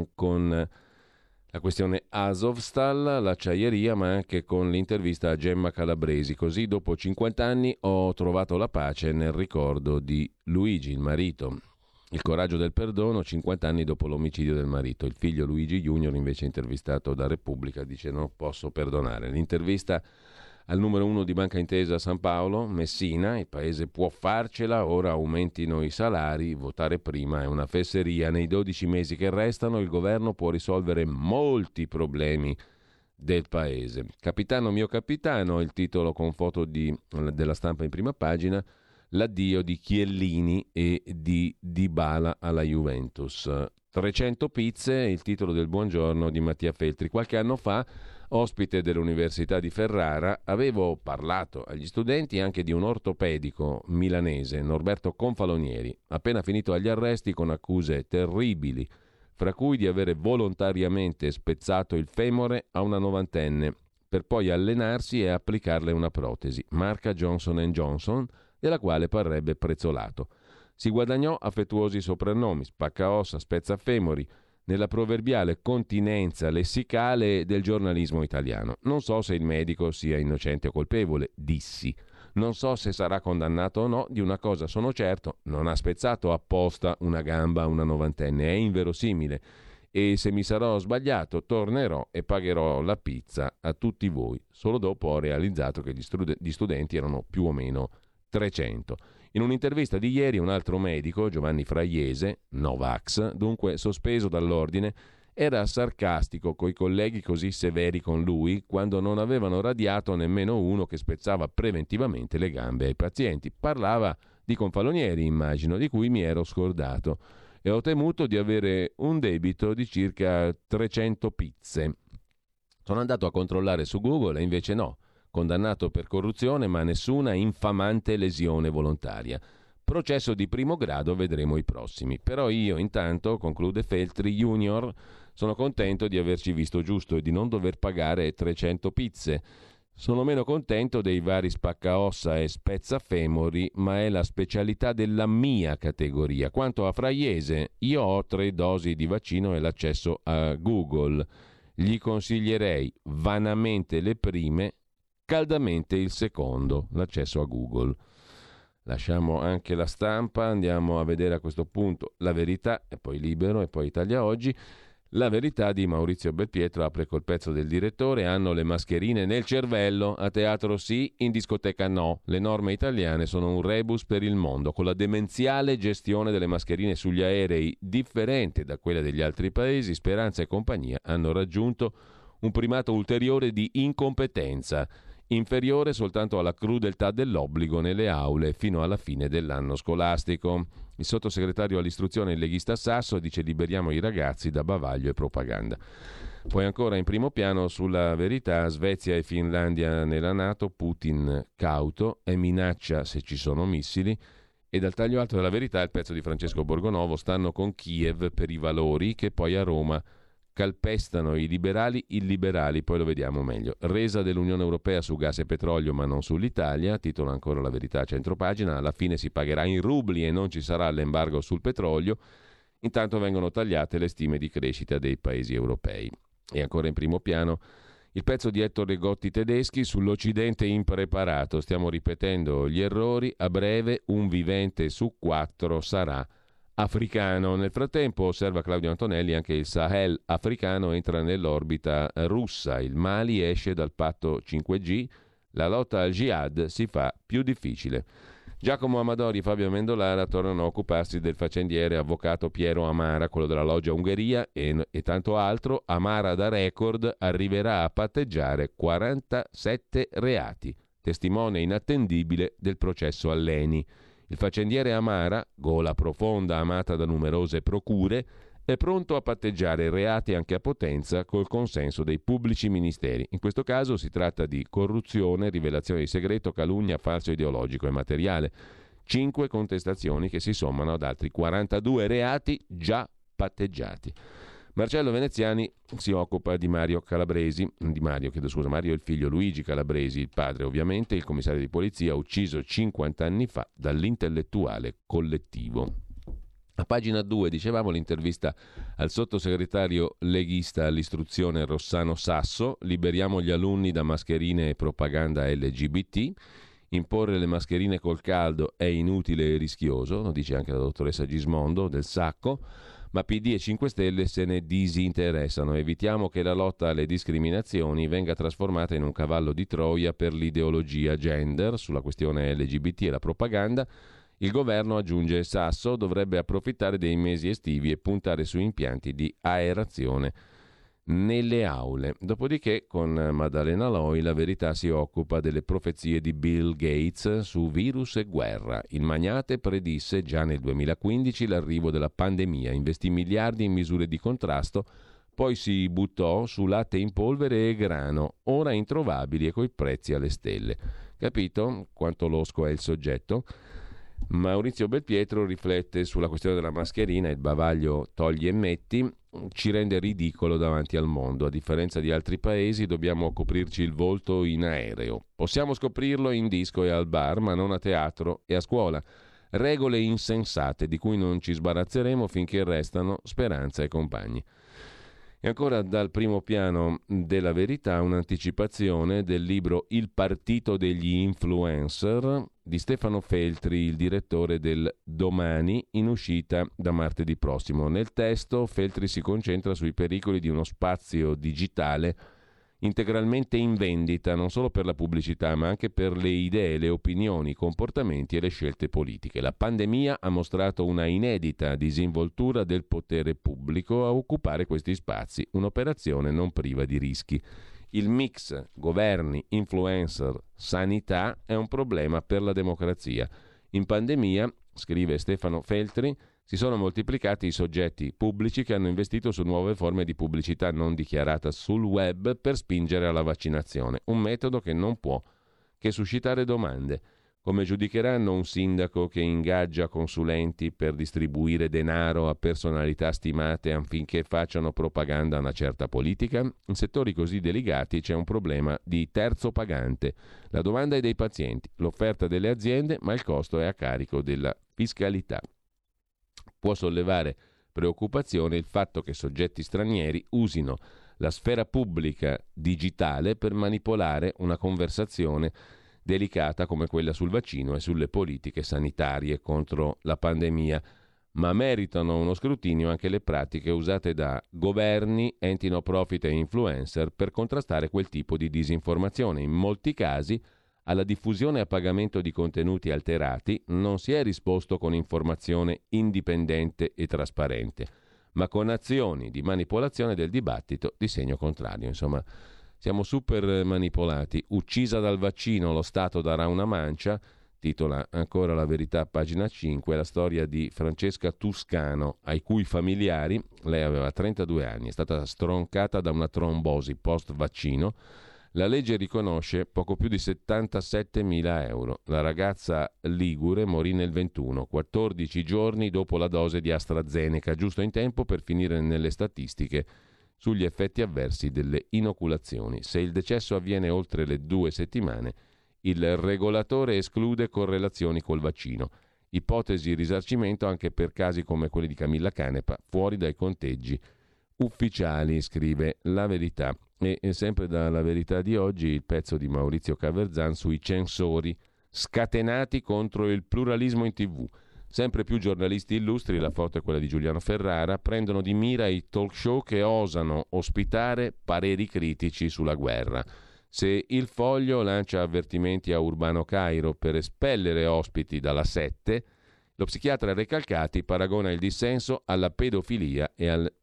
Speaker 2: con la questione Azovstal, l'acciaieria, ma anche con l'intervista a Gemma Calabresi. Così dopo 50 anni ho trovato la pace nel ricordo di Luigi, il marito. Il coraggio del perdono 50 anni dopo l'omicidio del marito. Il figlio Luigi Junior, invece intervistato da Repubblica, dice non posso perdonare. L'intervista al numero 1 di Banca Intesa San Paolo, Messina: il paese può farcela, ora aumentino i salari, votare prima è una fesseria. Nei 12 mesi che restano il governo può risolvere molti problemi del paese. Capitano mio capitano, il titolo con foto della Stampa in prima pagina, l'addio di Chiellini e di Dybala alla Juventus. 300 pizze, il titolo del buongiorno di Mattia Feltri. Qualche anno fa, ospite dell'Università di Ferrara, avevo parlato agli studenti anche di un ortopedico milanese, Norberto Confalonieri, appena finito agli arresti con accuse terribili, fra cui di avere volontariamente spezzato il femore a una 90enne, per poi allenarsi e applicarle una protesi, marca Johnson & Johnson, della quale parrebbe prezzolato. Si guadagnò affettuosi soprannomi, spaccaossa, spezzafemori, nella proverbiale continenza lessicale del giornalismo italiano. Non so se il medico sia innocente o colpevole, dissi. Non so se sarà condannato o no, di una cosa sono certo, non ha spezzato apposta una gamba a una 90enne, è inverosimile. E se mi sarò sbagliato tornerò e pagherò la pizza a tutti voi. Solo dopo ho realizzato che gli studenti erano più o meno 300. In un'intervista di ieri un altro medico, Giovanni Fraiese, Novax, dunque sospeso dall'ordine, era sarcastico coi colleghi così severi con lui quando non avevano radiato nemmeno uno che spezzava preventivamente le gambe ai pazienti. Parlava di Confalonieri, immagino, di cui mi ero scordato, e ho temuto di avere un debito di circa 300 pizze. Sono andato a controllare su Google e invece no. Condannato per corruzione ma nessuna infamante lesione volontaria. Processo di primo grado, vedremo i prossimi. Però io intanto, conclude Feltri Junior, sono contento di averci visto giusto e di non dover pagare 300 pizze. Sono meno contento dei vari spaccaossa e spezzafemori, ma è la specialità della mia categoria. Quanto a Fraiese, io ho 3 dosi di vaccino e l'accesso a Google. Gli consiglierei vanamente le prime, caldamente il secondo, l'accesso a Google. Lasciamo anche La Stampa, andiamo a vedere a questo punto La Verità e poi Libero e poi Italia Oggi. La Verità di Maurizio Belpietro apre col pezzo del direttore: hanno le mascherine nel cervello, a teatro sì, in discoteca no. Le norme italiane sono un rebus per il mondo, con la demenziale gestione delle mascherine sugli aerei differente da quella degli altri paesi. Speranza e compagnia hanno raggiunto un primato ulteriore di incompetenza, inferiore soltanto alla crudeltà dell'obbligo nelle aule fino alla fine dell'anno scolastico. Il sottosegretario all'istruzione, il leghista Sasso, dice: liberiamo i ragazzi da bavaglio e propaganda. Poi ancora in primo piano sulla Verità: Svezia e Finlandia nella NATO, Putin cauto e minaccia se ci sono missili. E dal taglio alto della Verità il pezzo di Francesco Borgonovo: stanno con Kiev per i valori che poi a Roma calpestano i liberali illiberali, poi lo vediamo meglio. Resa dell'Unione Europea su gas e petrolio ma non sull'Italia, titola ancora la Verità a centropagina. Alla fine si pagherà in rubli e non ci sarà l'embargo sul petrolio. Intanto vengono tagliate le stime di crescita dei paesi europei. E ancora in primo piano il pezzo di Ettore Gotti Tedeschi sull'Occidente impreparato. Stiamo ripetendo gli errori, a breve un vivente su 4 sarà africano. Nel frattempo, osserva Claudio Antonelli, anche il Sahel africano entra nell'orbita russa, il Mali esce dal patto 5G, la lotta al jihad si fa più difficile. Giacomo Amadori e Fabio Amendolara tornano a occuparsi del faccendiere avvocato Piero Amara, quello della loggia Ungheria e tanto altro. Amara da record arriverà a patteggiare 47 reati, testimone inattendibile del processo Alleni. Il faccendiere Amara, gola profonda amata da numerose procure, è pronto a patteggiare reati anche a potenza col consenso dei pubblici ministeri. In questo caso si tratta di corruzione, rivelazione di segreto, calunnia, falso ideologico e materiale. 5 contestazioni che si sommano ad altri 42 reati già patteggiati. Marcello Veneziani si occupa di Mario Calabresi, Mario è il figlio Luigi Calabresi, il padre ovviamente, il commissario di polizia ucciso 50 anni fa dall'intellettuale collettivo. A pagina 2, dicevamo, l'intervista al sottosegretario leghista all'istruzione Rossano Sasso: liberiamo gli alunni da mascherine e propaganda LGBT, imporre le mascherine col caldo è inutile e rischioso, lo dice anche la dottoressa Gismondo del Sacco. Ma PD e 5 Stelle se ne disinteressano. Evitiamo che la lotta alle discriminazioni venga trasformata in un cavallo di Troia per l'ideologia gender sulla questione LGBT e la propaganda. Il governo, aggiunge Sasso, dovrebbe approfittare dei mesi estivi e puntare su impianti di aerazione nelle aule. Dopodiché, con Maddalena Loi, la Verità si occupa delle profezie di Bill Gates su virus e guerra. Il magnate predisse già nel 2015 l'arrivo della pandemia, investì miliardi in misure di contrasto, poi si buttò su latte in polvere e grano, ora introvabili e coi prezzi alle stelle. Capito quanto losco è il soggetto? Maurizio Belpietro riflette sulla questione della mascherina: il bavaglio togli e metti ci rende ridicolo davanti al mondo. A differenza di altri paesi dobbiamo coprirci il volto in aereo. Possiamo scoprirlo in disco e al bar, ma non a teatro e a scuola. Regole insensate di cui non ci sbarazzeremo finché restano Speranza e compagni. E ancora dal primo piano della Verità un'anticipazione del libro Il partito degli influencer di Stefano Feltri, il direttore del Domani, in uscita da martedì prossimo. Nel testo Feltri si concentra sui pericoli di uno spazio digitale integralmente in vendita, non solo per la pubblicità, ma anche per le idee, le opinioni, i comportamenti e le scelte politiche. La pandemia ha mostrato una inedita disinvoltura del potere pubblico a occupare questi spazi, un'operazione non priva di rischi. Il mix governi, influencer, sanità è un problema per la democrazia. In pandemia, scrive Stefano Feltri, si sono moltiplicati i soggetti pubblici che hanno investito su nuove forme di pubblicità non dichiarata sul web per spingere alla vaccinazione, un metodo che non può che suscitare domande. Come giudicheranno un sindaco che ingaggia consulenti per distribuire denaro a personalità stimate affinché facciano propaganda a una certa politica? In settori così delicati c'è un problema di terzo pagante. La domanda è dei pazienti, l'offerta delle aziende, ma il costo è a carico della fiscalità. Può sollevare preoccupazione il fatto che soggetti stranieri usino la sfera pubblica digitale per manipolare una conversazione delicata come quella sul vaccino e sulle politiche sanitarie contro la pandemia. ma meritano uno scrutinio anche le pratiche usate da governi, enti no profit e influencer per contrastare quel tipo di disinformazione. In molti casi alla diffusione a pagamento di contenuti alterati non si è risposto con informazione indipendente e trasparente, ma con azioni di manipolazione del dibattito di segno contrario. Insomma, siamo super manipolati. Uccisa dal vaccino, lo Stato darà una mancia, titola ancora La Verità, pagina 5, la storia di Francesca Tuscano, ai cui familiari, lei aveva 32 anni, è stata stroncata da una trombosi post-vaccino. La legge riconosce poco più di 77.000 euro. La ragazza ligure morì nel 21, 14 giorni dopo la dose di AstraZeneca, giusto in tempo per finire nelle statistiche sugli effetti avversi delle inoculazioni. Se il decesso avviene oltre le 2 settimane, il regolatore esclude correlazioni col vaccino. Ipotesi risarcimento anche per casi come quelli di Camilla Canepa, fuori dai conteggi ufficiali, scrive La Verità. E sempre dalla Verità di oggi il pezzo di Maurizio Caverzan sui censori scatenati contro il pluralismo in TV. Sempre più giornalisti illustri, la foto è quella di Giuliano Ferrara, prendono di mira i talk show che osano ospitare pareri critici sulla guerra. Se Il Foglio lancia avvertimenti a Urbano Cairo per espellere ospiti dalla 7, lo psichiatra Recalcati paragona il dissenso alla pedofilia e al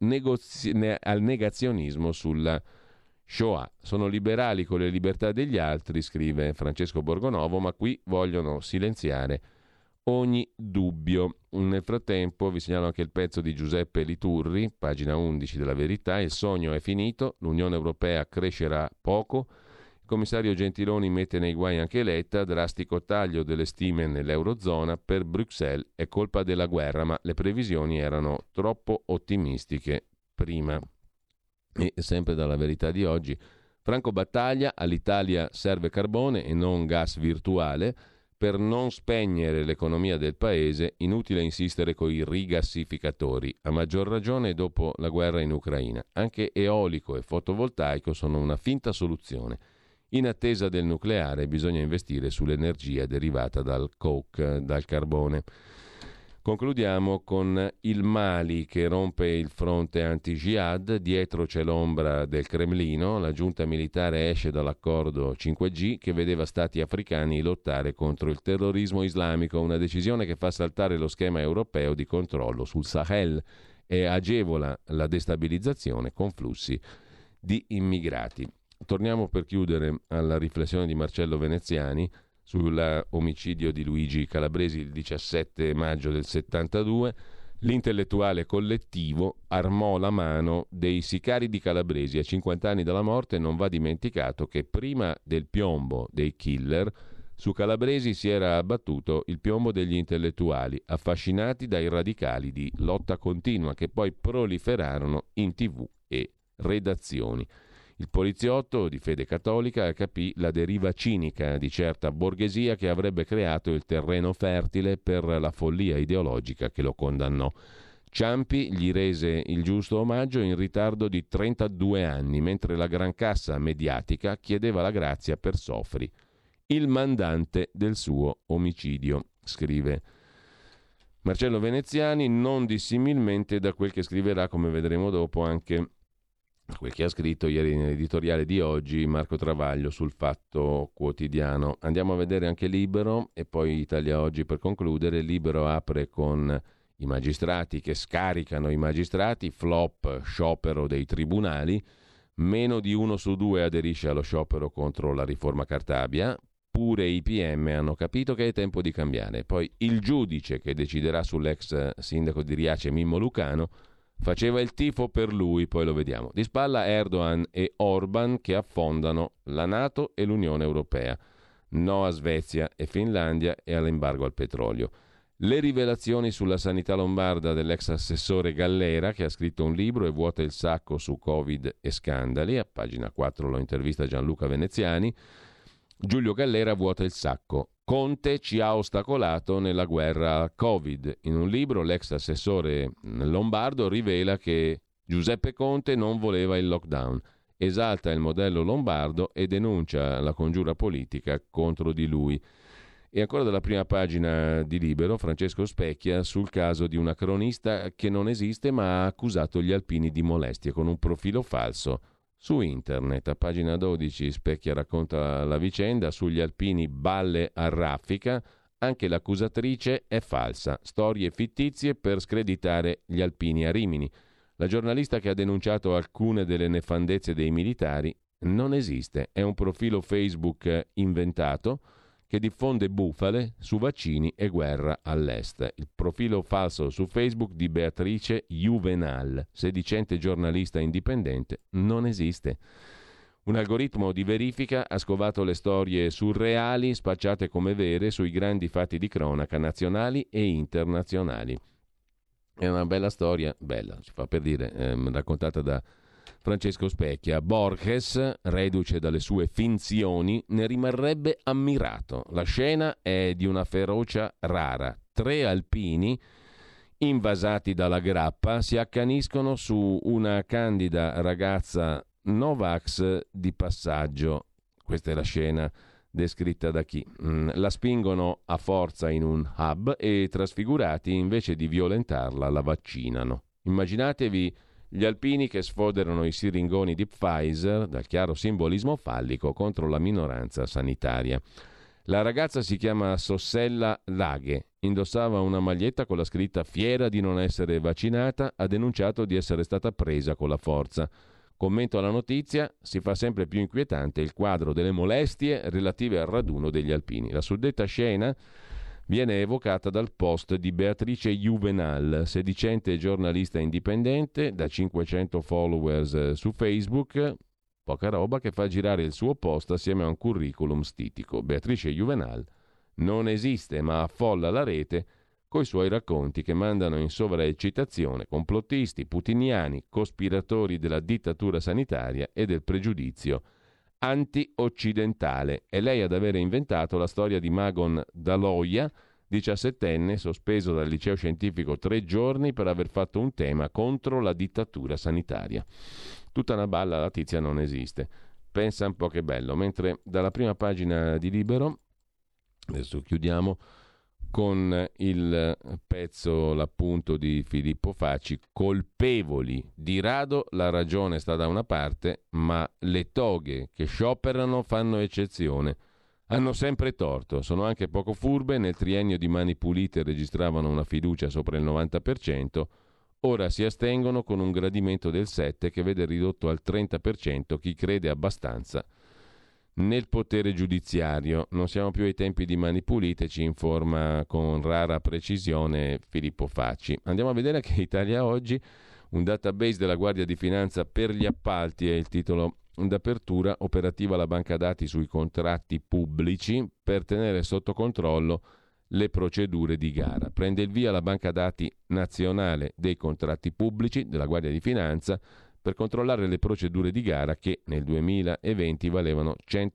Speaker 2: negazionismo sulla Shoah. Sono liberali con le libertà degli altri, scrive Francesco Borgonovo, ma qui vogliono silenziare ogni dubbio. Nel frattempo vi segnalo anche il pezzo di Giuseppe Liturri, pagina 11 della Verità. Il sogno è finito, l'Unione Europea crescerà poco, il commissario Gentiloni mette nei guai anche Letta, drastico taglio delle stime nell'Eurozona, per Bruxelles è colpa della guerra, ma le previsioni erano troppo ottimistiche prima. E sempre dalla Verità di oggi, Franco Battaglia, all'Italia serve carbone e non gas virtuale per non spegnere l'economia del paese, inutile insistere con i rigassificatori, a maggior ragione dopo la guerra in Ucraina. Anche eolico e fotovoltaico sono una finta soluzione. In attesa del nucleare bisogna investire sull'energia derivata dal coke, dal carbone. Concludiamo con il Mali che rompe il fronte anti-jihad, dietro c'è l'ombra del Cremlino, la giunta militare esce dall'accordo 5G che vedeva stati africani lottare contro il terrorismo islamico, una decisione che fa saltare lo schema europeo di controllo sul Sahel e agevola la destabilizzazione con flussi di immigrati. Torniamo per chiudere alla riflessione di Marcello Veneziani sull'omicidio di Luigi Calabresi il 17 maggio del 72. L'intellettuale collettivo armò la mano dei sicari di Calabresi. A 50 anni dalla morte non va dimenticato che prima del piombo dei killer su Calabresi si era abbattuto il piombo degli intellettuali affascinati dai radicali di lotta continua che poi proliferarono in TV e redazioni. Il poliziotto di fede cattolica capì la deriva cinica di certa borghesia che avrebbe creato il terreno fertile per la follia ideologica che lo condannò. Ciampi gli rese il giusto omaggio in ritardo di 32 anni, mentre la grancassa mediatica chiedeva la grazia per Sofri, il mandante del suo omicidio, scrive Marcello Veneziani, non dissimilmente da quel che scriverà, come vedremo dopo, anche quel che ha scritto ieri nell'editoriale di oggi Marco Travaglio sul Fatto Quotidiano. Andiamo a vedere anche Libero e poi Italia Oggi per concludere. Libero apre con i magistrati che scaricano i magistrati, flop sciopero dei tribunali, meno di 1 su 2 aderisce allo sciopero contro la riforma Cartabia, pure i PM hanno capito che è tempo di cambiare. Poi il giudice che deciderà sull'ex sindaco di Riace Mimmo Lucano faceva il tifo per lui, poi lo vediamo. Di spalla Erdogan e Orban che affondano la NATO e l'Unione Europea. No a Svezia e Finlandia e all'embargo al petrolio. Le rivelazioni sulla sanità lombarda dell'ex assessore Gallera, che ha scritto un libro e vuota il sacco su Covid e scandali. A pagina 4 lo intervista Gianluca Veneziani. Giulio Gallera vuota il sacco. Conte ci ha ostacolato nella guerra al Covid. In un libro l'ex assessore lombardo rivela che Giuseppe Conte non voleva il lockdown, esalta il modello lombardo e denuncia la congiura politica contro di lui. E ancora dalla prima pagina di Libero, Francesco Specchia sul caso di una cronista che non esiste ma ha accusato gli alpini di molestie con un profilo falso su internet. A pagina 12 Specchia racconta la vicenda, sugli alpini balle a raffica, anche l'accusatrice è falsa, storie fittizie per screditare gli alpini a Rimini. La giornalista che ha denunciato alcune delle nefandezze dei militari non esiste, è un profilo Facebook inventato che diffonde bufale su vaccini e guerra all'est. Il profilo falso su Facebook di Beatrice Juvenal, sedicente giornalista indipendente, non esiste. Un algoritmo di verifica ha scovato le storie surreali spacciate come vere sui grandi fatti di cronaca nazionali e internazionali. È una bella storia, bella, si fa per dire, raccontata da Francesco Specchia. Borges, reduce dalle sue finzioni, ne rimarrebbe ammirato. La scena è di una ferocia rara. 3 alpini, invasati dalla grappa, si accaniscono su una candida ragazza Novax di passaggio. Questa è la scena descritta da chi? La spingono a forza in un hub e, trasfigurati, invece di violentarla, la vaccinano. Immaginatevi gli alpini che sfoderano i siringoni di Pfizer dal chiaro simbolismo fallico contro la minoranza sanitaria. La ragazza si chiama Sossella Laghe, indossava una maglietta con la scritta «Fiera di non essere vaccinata», ha denunciato di essere stata presa con la forza. Commento alla notizia, si fa sempre più inquietante il quadro delle molestie relative al raduno degli alpini. La suddetta scena viene evocata dal post di Beatrice Juvenal, sedicente giornalista indipendente, da 500 followers su Facebook, poca roba, che fa girare il suo post assieme a un curriculum stitico. Beatrice Juvenal non esiste, ma affolla la rete coi suoi racconti che mandano in sovraeccitazione complottisti, putiniani, cospiratori della dittatura sanitaria e del pregiudizio anti-occidentale. È lei ad avere inventato la storia di Magon Daloia, 17enne, sospeso dal liceo scientifico 3 giorni per aver fatto un tema contro la dittatura sanitaria. Tutta una balla, la tizia non esiste. Pensa un po' che bello. Mentre dalla prima pagina di Libero, adesso chiudiamo con il pezzo, l'appunto di Filippo Facci, colpevoli di rado, la ragione sta da una parte, ma le toghe che scioperano fanno eccezione. Hanno sempre torto, sono anche poco furbe, nel triennio di Mani Pulite registravano una fiducia sopra il 90%, ora si astengono con un gradimento del 7% che vede ridotto al 30% chi crede abbastanza nel potere giudiziario. Non siamo più ai tempi di Mani Pulite, ci informa con rara precisione Filippo Facci. Andiamo a vedere che Italia Oggi, un database della Guardia di Finanza per gli appalti, è il titolo d'apertura, operativa la banca dati sui contratti pubblici per tenere sotto controllo le procedure di gara. Prende il via la banca dati nazionale dei contratti pubblici della Guardia di Finanza per controllare le procedure di gara che nel 2020 valevano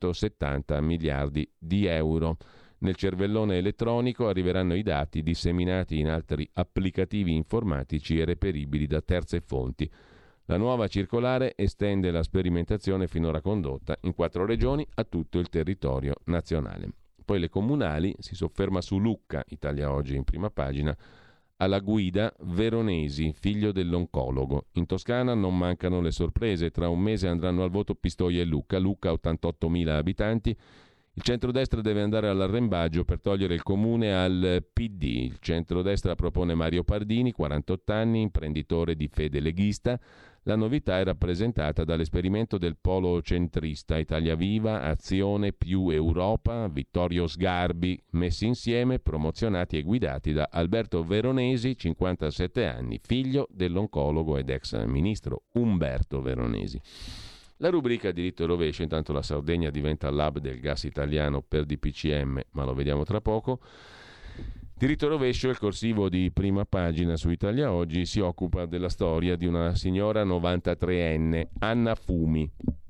Speaker 2: 170 miliardi di euro. Nel cervellone elettronico arriveranno i dati disseminati in altri applicativi informatici e reperibili da terze fonti. La nuova circolare estende la sperimentazione finora condotta in 4 regioni a tutto il territorio nazionale. Poi le comunali, si sofferma su Lucca, Italia Oggi in prima pagina, alla guida Veronesi, figlio dell'oncologo. In Toscana non mancano le sorprese, tra un mese andranno al voto Pistoia e Lucca, 88.000 abitanti. Il centrodestra deve andare all'arrembaggio per togliere il comune al PD. Il centrodestra propone Mario Pardini, 48 anni, imprenditore di fede leghista. La novità è rappresentata dall'esperimento del polo centrista Italia Viva, Azione più Europa, Vittorio Sgarbi, messi insieme, promozionati e guidati da Alberto Veronesi, 57 anni, figlio dell'oncologo ed ex ministro Umberto Veronesi. La rubrica diritto e rovescio, intanto la Sardegna diventa l'hub del gas italiano per DPCM, ma lo vediamo tra poco. Diritto e rovescio, il corsivo di prima pagina su Italia Oggi, si occupa della storia di una signora 93enne, Anna Fumi.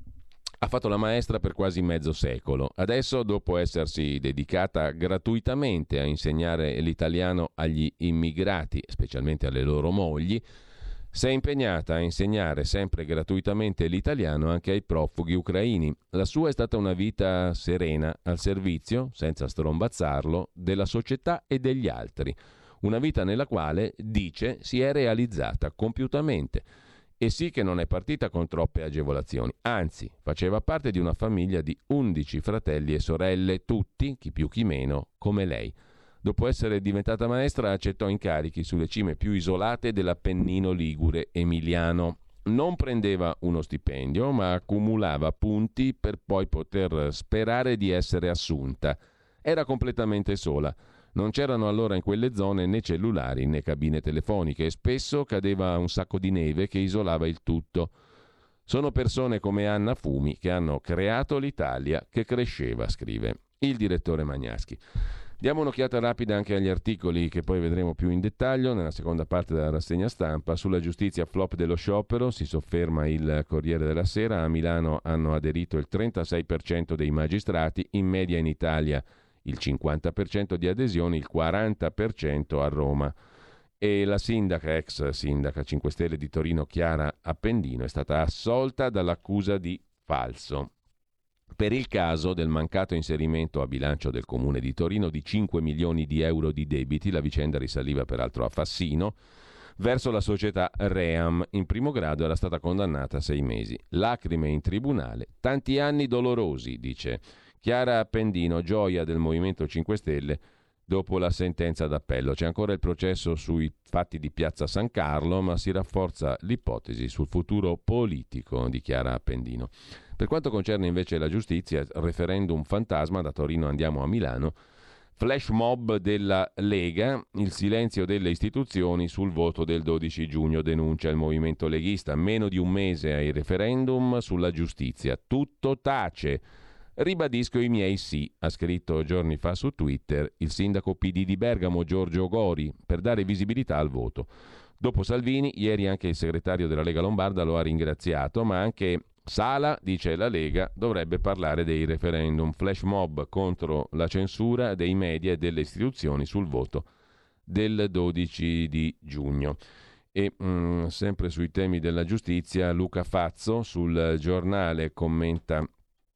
Speaker 2: Ha fatto la maestra per quasi mezzo secolo. Adesso, dopo essersi dedicata gratuitamente a insegnare l'italiano agli immigrati, specialmente alle loro mogli, Si è impegnata a insegnare sempre gratuitamente l'italiano anche ai profughi ucraini. La sua è stata una vita serena, al servizio, senza strombazzarlo, della società e degli altri. Una vita nella quale, dice, si è realizzata compiutamente. E sì che non è partita con troppe agevolazioni, anzi, faceva parte di una famiglia di 11 fratelli e sorelle, tutti, chi più chi meno, come lei. Dopo essere diventata maestra, accettò incarichi sulle cime più isolate dell'Appennino ligure emiliano. Non prendeva uno stipendio, ma accumulava punti per poi poter sperare di essere assunta. Era completamente sola. Non c'erano allora in quelle zone né cellulari né cabine telefoniche e spesso cadeva un sacco di neve che isolava il tutto. Sono persone come Anna Fumi che hanno creato l'Italia che cresceva, scrive il direttore Magnaschi. Diamo un'occhiata rapida anche agli articoli che poi vedremo più in dettaglio nella seconda parte della rassegna stampa. Sulla giustizia, flop dello sciopero, si sofferma il Corriere della Sera. A Milano hanno aderito il 36% dei magistrati, in media in Italia il 50% di adesioni, il 40% a Roma. E la sindaca, ex sindaca 5 Stelle di Torino, Chiara Appendino, è stata assolta dall'accusa di falso per il caso del mancato inserimento a bilancio del Comune di Torino di 5 milioni di euro di debiti. La vicenda risaliva peraltro a Fassino, verso la società Ream. In primo grado era stata condannata a 6 mesi. Lacrime in tribunale, tanti anni dolorosi, dice Chiara Appendino, gioia del Movimento 5 Stelle dopo la sentenza d'appello. C'è ancora il processo sui fatti di Piazza San Carlo, ma si rafforza l'ipotesi sul futuro politico di Chiara Appendino. Per quanto concerne invece la giustizia, referendum fantasma, da Torino andiamo a Milano, flash mob della Lega, il silenzio delle istituzioni sul voto del 12 giugno, denuncia il movimento leghista. Meno di un mese ai referendum sulla giustizia, tutto tace. Ribadisco i miei sì, ha scritto giorni fa su Twitter il sindaco PD di Bergamo Giorgio Gori, per dare visibilità al voto. Dopo Salvini, ieri anche il segretario della Lega Lombarda lo ha ringraziato, ma anche Sala, dice la Lega, dovrebbe parlare dei referendum. Flash mob contro la censura dei media e delle istituzioni sul voto del 12 di giugno. E sempre sui temi della giustizia, Luca Fazzo sul Giornale commenta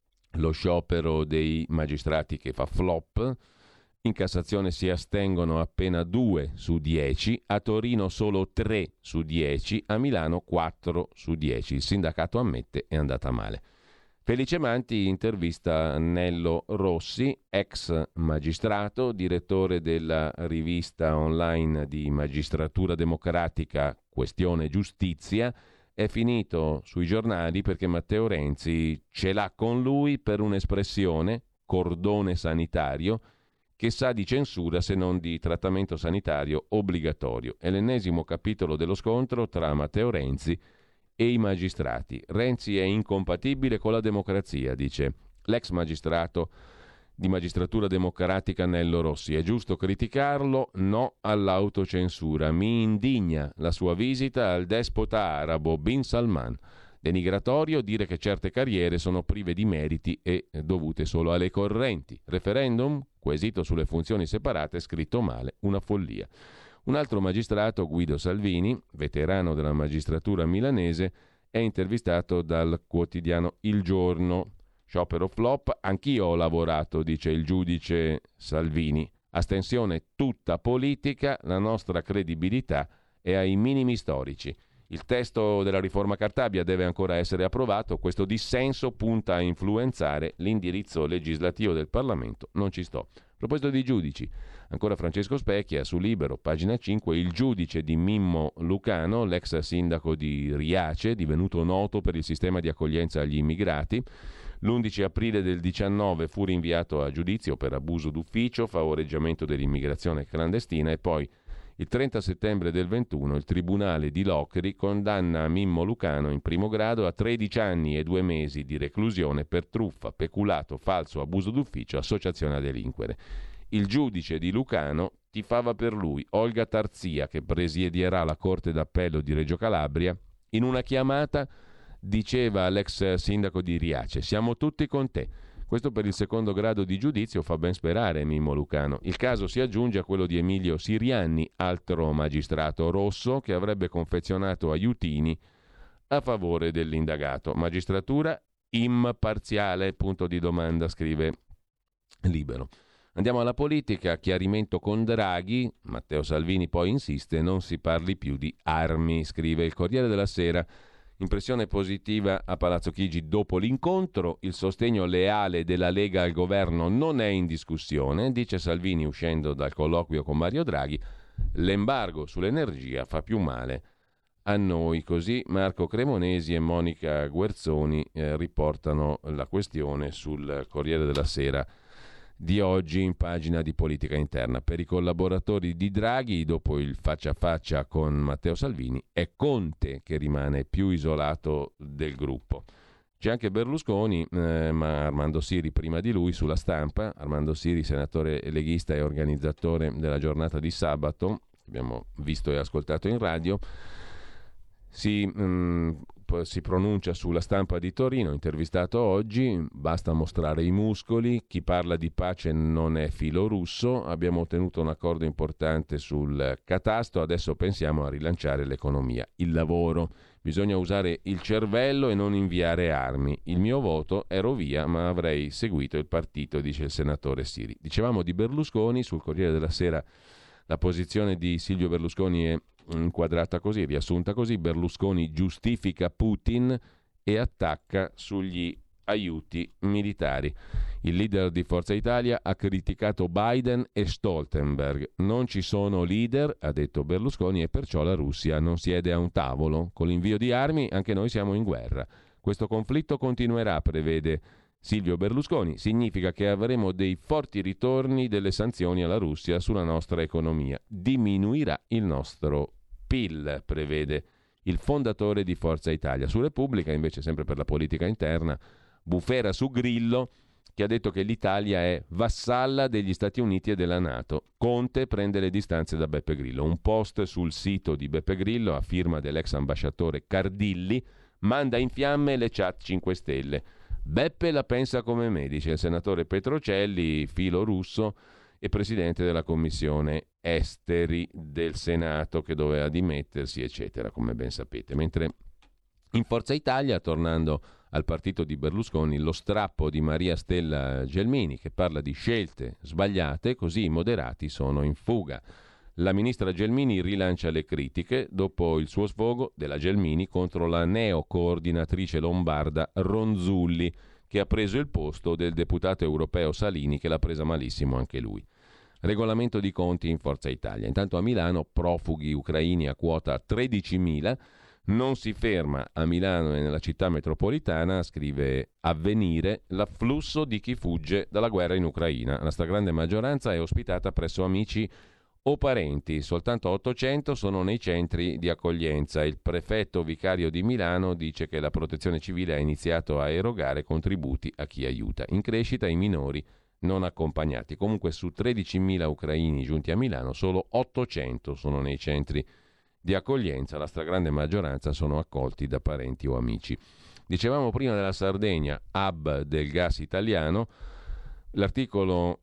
Speaker 2: lo sciopero dei magistrati che fa flop. In Cassazione si astengono appena 2 su 10, a Torino solo 3 su 10, a Milano 4 su 10. Il sindacato ammette è andata male. Felice Manti intervista Nello Rossi, ex magistrato, direttore della rivista online di Magistratura Democratica Questione Giustizia. È finito sui giornali perché Matteo Renzi ce l'ha con lui per un'espressione, cordone sanitario, che sa di censura se non di trattamento sanitario obbligatorio. È l'ennesimo capitolo dello scontro tra Matteo Renzi e i magistrati. Renzi è incompatibile con la democrazia, dice l'ex magistrato di Magistratura Democratica Nello Rossi. È giusto criticarlo, no all'autocensura. Mi indigna la sua visita al despota arabo Bin Salman. Denigratorio dire che certe carriere sono prive di meriti e dovute solo alle correnti. Referendum? Quesito sulle funzioni separate, scritto male, una follia. Un altro magistrato, Guido Salvini, veterano della magistratura milanese, è intervistato dal quotidiano Il Giorno. Sciopero flop, anch'io ho lavorato, dice il giudice Salvini. Astensione tutta politica, la nostra credibilità è ai minimi storici. Il testo della riforma Cartabia deve ancora essere approvato, questo dissenso punta a influenzare l'indirizzo legislativo del Parlamento, non ci sto. A proposito di giudici, ancora Francesco Specchia su Libero, pagina 5, il giudice di Mimmo Lucano, l'ex sindaco di Riace, divenuto noto per il sistema di accoglienza agli immigrati. L'11 aprile del 19 fu rinviato a giudizio per abuso d'ufficio, favoreggiamento dell'immigrazione clandestina e poi il 30 settembre del 21 il Tribunale di Locri condanna Mimmo Lucano in primo grado a 13 anni e 2 mesi di reclusione per truffa, peculato, falso, abuso d'ufficio, associazione a delinquere. Il giudice di Lucano tifava per lui. Olga Tarzia, che presiederà la Corte d'Appello di Reggio Calabria, in una chiamata diceva all'ex sindaco di Riace: siamo tutti con te. Questo per il secondo grado di giudizio fa ben sperare Mimmo Lucano. Il caso si aggiunge a quello di Emilio Sirianni, altro magistrato rosso che avrebbe confezionato aiutini a favore dell'indagato. Magistratura imparziale, punto di domanda, scrive Libero. Andiamo alla politica, chiarimento con Draghi, Matteo Salvini poi insiste, non si parli più di armi, scrive il Corriere della Sera. Impressione positiva a Palazzo Chigi dopo l'incontro, il sostegno leale della Lega al governo non è in discussione, dice Salvini uscendo dal colloquio con Mario Draghi, l'embargo sull'energia fa più male a noi, così Marco Cremonesi e Monica Guerzoni riportano la questione sul Corriere della Sera di oggi in pagina di politica interna. Per i collaboratori di Draghi, dopo il faccia a faccia con Matteo Salvini, è Conte che rimane più isolato del gruppo. C'è anche Berlusconi, ma Armando Siri prima di lui sulla Stampa. Armando Siri, senatore leghista e organizzatore della giornata di sabato, abbiamo visto e ascoltato in radio, si pronuncia sulla Stampa di Torino, intervistato oggi, basta mostrare i muscoli, chi parla di pace non è filorusso, abbiamo ottenuto un accordo importante sul catasto, adesso pensiamo a rilanciare l'economia, il lavoro, bisogna usare il cervello e non inviare armi, il mio voto ero via ma avrei seguito il partito, dice il senatore Siri. Dicevamo di Berlusconi, sul Corriere della Sera la posizione di Silvio Berlusconi è inquadrata così, riassunta così: Berlusconi giustifica Putin e attacca sugli aiuti militari. Il leader di Forza Italia ha criticato Biden e Stoltenberg. Non ci sono leader, ha detto Berlusconi, e perciò la Russia non siede a un tavolo. Con l'invio di armi anche noi siamo in guerra. Questo conflitto continuerà, prevede Silvio Berlusconi. Significa che avremo dei forti ritorni delle sanzioni alla Russia sulla nostra economia. Diminuirà il nostro PIL, prevede il fondatore di Forza Italia. Su Repubblica, invece, sempre per la politica interna, bufera su Grillo, che ha detto che l'Italia è vassalla degli Stati Uniti e della NATO. Conte prende le distanze da Beppe Grillo. Un post sul sito di Beppe Grillo, a firma dell'ex ambasciatore Cardilli, manda in fiamme le chat 5 Stelle. Beppe la pensa come me, dice il senatore Petrocelli, filo russo e presidente della commissione esteri del Senato, che doveva dimettersi, eccetera, come ben sapete. Mentre in Forza Italia, tornando al partito di Berlusconi, lo strappo di Maria Stella Gelmini, che parla di scelte sbagliate, così i moderati sono in fuga. La ministra Gelmini rilancia le critiche dopo il suo sfogo della Gelmini contro la neocoordinatrice lombarda Ronzulli, che ha preso il posto del deputato europeo Salini, che l'ha presa malissimo anche lui. Regolamento di conti in Forza Italia. Intanto a Milano profughi ucraini a quota 13.000. Non si ferma a Milano e nella città metropolitana, scrive Avvenire, l'afflusso di chi fugge dalla guerra in Ucraina. La stragrande maggioranza è ospitata presso amici o parenti, soltanto 800 sono nei centri di accoglienza. Il prefetto vicario di Milano dice che la Protezione Civile ha iniziato a erogare contributi a chi aiuta. In crescita i minori non accompagnati. Comunque su 13.000 ucraini giunti a Milano solo 800 sono nei centri di accoglienza, la stragrande maggioranza sono accolti da parenti o amici. Dicevamo prima della Sardegna, hub del gas italiano. L'articolo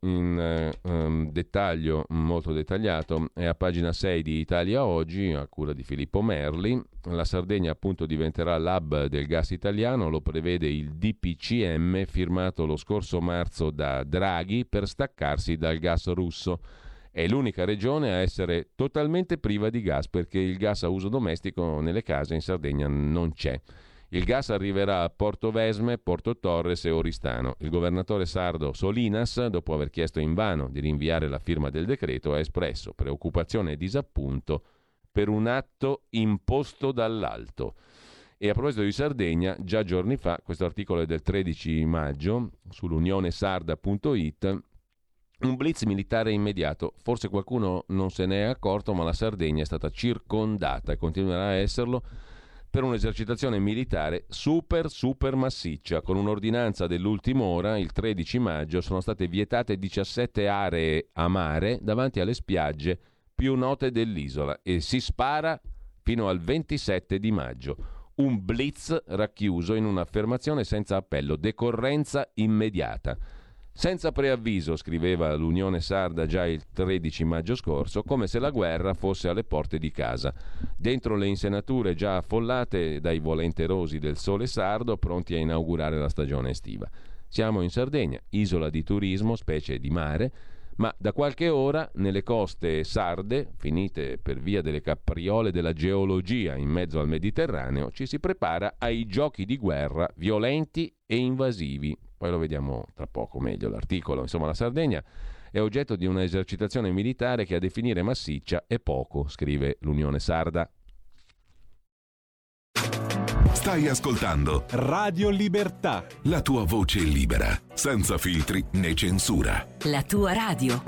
Speaker 2: in dettaglio, molto dettagliato, è a pagina 6 di Italia Oggi, a cura di Filippo Merli. La Sardegna appunto diventerà l'hub del gas italiano, lo prevede il DPCM firmato lo scorso marzo da Draghi per staccarsi dal gas russo. È l'unica regione a essere totalmente priva di gas, perché il gas a uso domestico nelle case in Sardegna non c'è. Il gas arriverà a Portovesme, Porto Torres e Oristano. Il governatore sardo Solinas, dopo aver chiesto invano di rinviare la firma del decreto, ha espresso preoccupazione e disappunto per un atto imposto dall'alto. E a proposito di Sardegna, già giorni fa, questo articolo è del 13 maggio, sull'unionesarda.it, un blitz militare immediato. Forse qualcuno non se ne è accorto, ma la Sardegna è stata circondata e continuerà a esserlo per un'esercitazione militare super massiccia. Con un'ordinanza dell'ultima ora, il 13 maggio, sono state vietate 17 aree a mare davanti alle spiagge più note dell'isola e si spara fino al 27 di maggio. Un blitz racchiuso in un'affermazione senza appello, decorrenza immediata. Senza preavviso, scriveva l'Unione Sarda già il 13 maggio scorso, come se la guerra fosse alle porte di casa. Dentro le insenature già affollate dai volenterosi del sole sardo, pronti a inaugurare la stagione estiva. Siamo in Sardegna, isola di turismo, specie di mare, ma da qualche ora nelle coste sarde, finite per via delle capriole della geologia in mezzo al Mediterraneo, ci si prepara ai giochi di guerra violenti e invasivi. Poi lo vediamo tra poco meglio l'articolo. Insomma, la Sardegna è oggetto di una esercitazione militare che a definire massiccia è poco, scrive l'Unione Sarda.
Speaker 7: Stai ascoltando
Speaker 1: Radio Libertà.
Speaker 7: la tua voce libera, senza filtri né censura.
Speaker 8: La tua radio.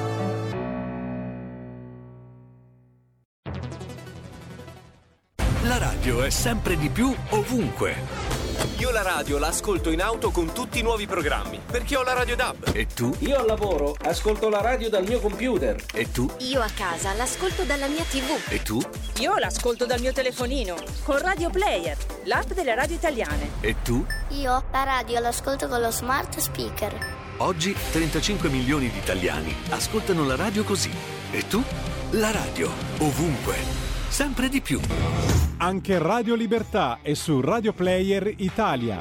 Speaker 9: La radio è sempre di più ovunque.
Speaker 10: Io la radio la ascolto in auto con tutti i nuovi programmi, perché ho la radio DAB.
Speaker 9: E tu?
Speaker 11: Io al lavoro ascolto la radio dal mio computer.
Speaker 9: E tu?
Speaker 12: Io a casa l'ascolto dalla mia TV.
Speaker 9: E tu?
Speaker 13: Io l'ascolto dal mio telefonino, con Radio Player, l'app delle radio italiane.
Speaker 9: E tu?
Speaker 12: Io la radio l'ascolto con lo smart speaker.
Speaker 9: Oggi 35 milioni di italiani ascoltano la radio così. E tu? La radio, ovunque, sempre di più.
Speaker 1: Anche Radio Libertà è su Radio Player Italia.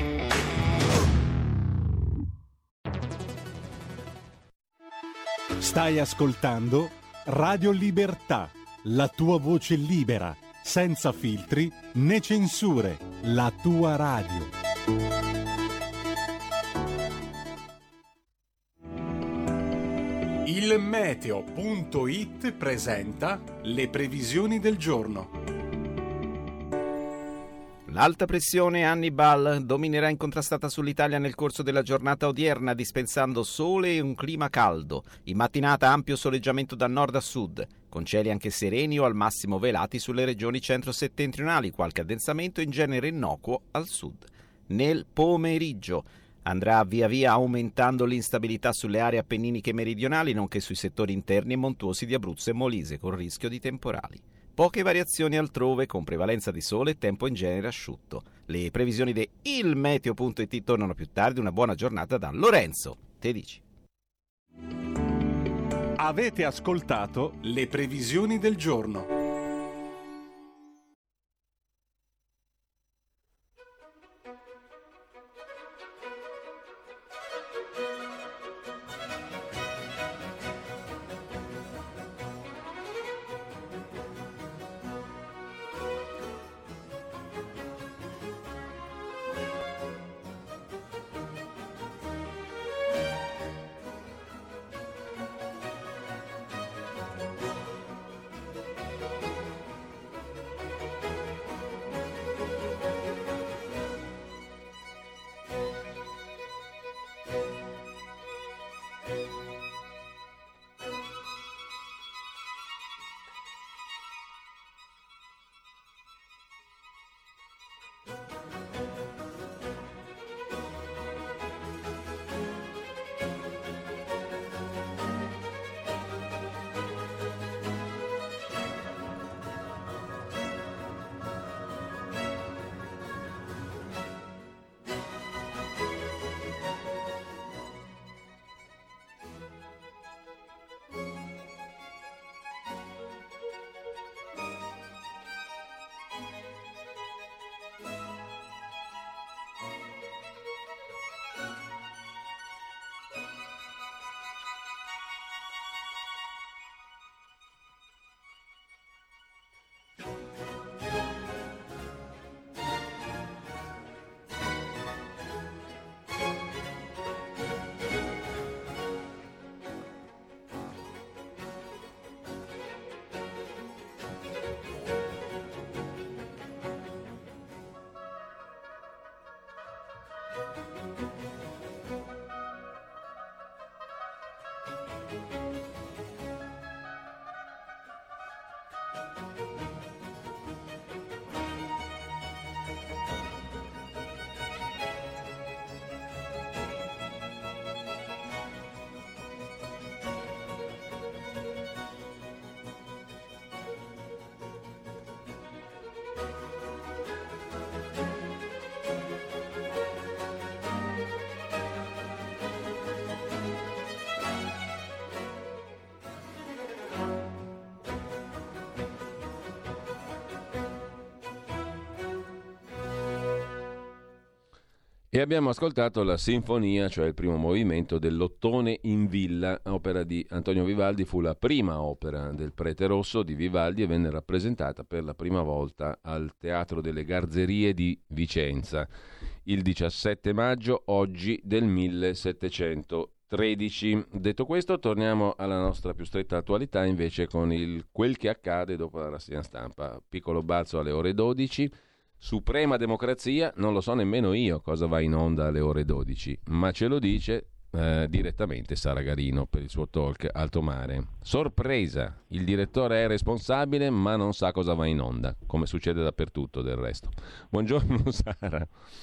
Speaker 1: Stai ascoltando Radio Libertà, la tua voce libera, senza filtri né censure, la tua radio. Il meteo.it presenta le previsioni del giorno.
Speaker 14: L'alta pressione Hannibal dominerà incontrastata sull'Italia nel corso della giornata odierna, dispensando sole e un clima caldo. In mattinata ampio soleggiamento da nord a sud, con cieli anche sereni o al massimo velati sulle regioni centro-settentrionali, qualche addensamento in genere innocuo al sud. Nel pomeriggio andrà via via aumentando l'instabilità sulle aree appenniniche meridionali, nonché sui settori interni e montuosi di Abruzzo e Molise, con rischio di temporali. Poche variazioni altrove, con prevalenza di sole e tempo in genere asciutto. Le previsioni di ilmeteo.it tornano più tardi. Una buona giornata da Lorenzo Tedici.
Speaker 1: Avete ascoltato le previsioni del giorno.
Speaker 2: E abbiamo ascoltato la sinfonia, cioè il primo movimento dell'Ottone in Villa, opera di Antonio Vivaldi. Fu la prima opera del Prete Rosso di Vivaldi e venne rappresentata per la prima volta al Teatro delle Garzerie di Vicenza il 17 maggio, oggi del 1713. Detto questo, torniamo alla nostra più stretta attualità invece con quel che accade dopo la rassegna stampa. Piccolo balzo alle ore 12. Suprema democrazia, non lo so nemmeno io cosa va in onda alle ore 12, ma ce lo dice direttamente Sara Garino per il suo talk Alto Mare. Sorpresa, il direttore è responsabile ma non sa cosa va in onda, come succede dappertutto del resto. Buongiorno Sara.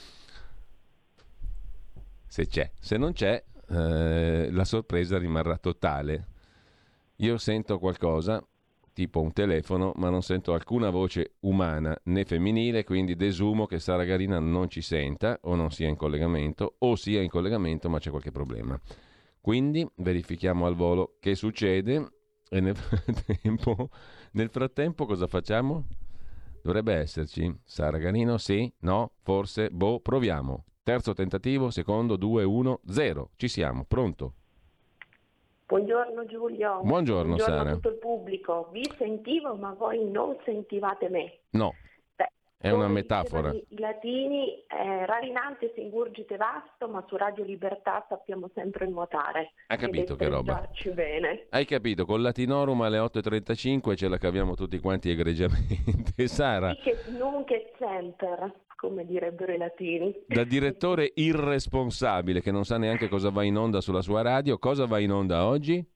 Speaker 2: Se c'è, se non c'è, la sorpresa rimarrà totale. Io sento qualcosa, tipo un telefono, ma non sento alcuna voce umana né femminile, quindi desumo che Sara Garina non ci senta o non sia in collegamento, o sia in collegamento ma c'è qualche problema. Quindi verifichiamo al volo che succede e nel frattempo cosa facciamo? Dovrebbe esserci Sara Garino, sì, no, forse, proviamo. Terzo tentativo, secondo, 2, 1, 0. Ci siamo, pronto?
Speaker 8: Buongiorno Giulio.
Speaker 2: Buongiorno Sara.
Speaker 8: A tutto il pubblico. Vi sentivo ma voi non sentivate me.
Speaker 2: No, è una metafora.
Speaker 8: I latini, rarinante se ingurgite vasto, ma su Radio Libertà sappiamo sempre nuotare.
Speaker 2: Hai capito che roba?
Speaker 8: Bene.
Speaker 2: Hai capito, con Latinorum alle 8.35 ce la caviamo tutti quanti egregiamente. Sara.
Speaker 8: Nunc et semper, come direbbero i latini.
Speaker 2: Da direttore irresponsabile che non sa neanche cosa va in onda sulla sua radio, cosa va in onda oggi?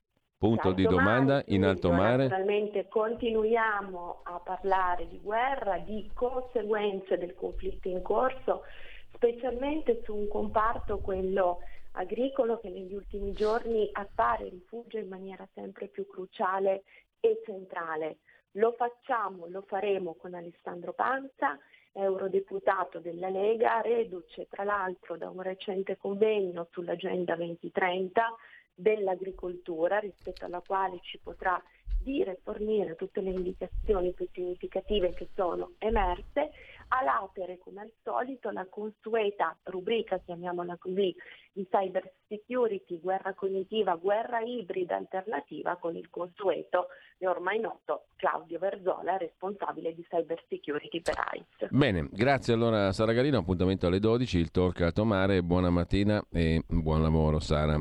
Speaker 2: Punto di domanda, in alto mare.
Speaker 8: Naturalmente continuiamo a parlare di guerra, di conseguenze del conflitto in corso, specialmente su un comparto, quello agricolo, che negli ultimi giorni appare rifugio in maniera sempre più cruciale e centrale. Lo facciamo, lo faremo con Alessandro Panza, eurodeputato della Lega, reduce tra l'altro da un recente convegno sull'Agenda 2030 dell'agricoltura, rispetto alla quale ci potrà fornire tutte le indicazioni più significative che sono emerse. A latere, come al solito, la consueta rubrica, chiamiamola così, di cyber security, guerra cognitiva, guerra ibrida alternativa, con il consueto e ormai noto Claudio Verzola, responsabile di cyber security per AIS.
Speaker 2: Bene, grazie allora Sara Garino, appuntamento alle 12, il talk Alto Mare, buona mattina e buon lavoro Sara.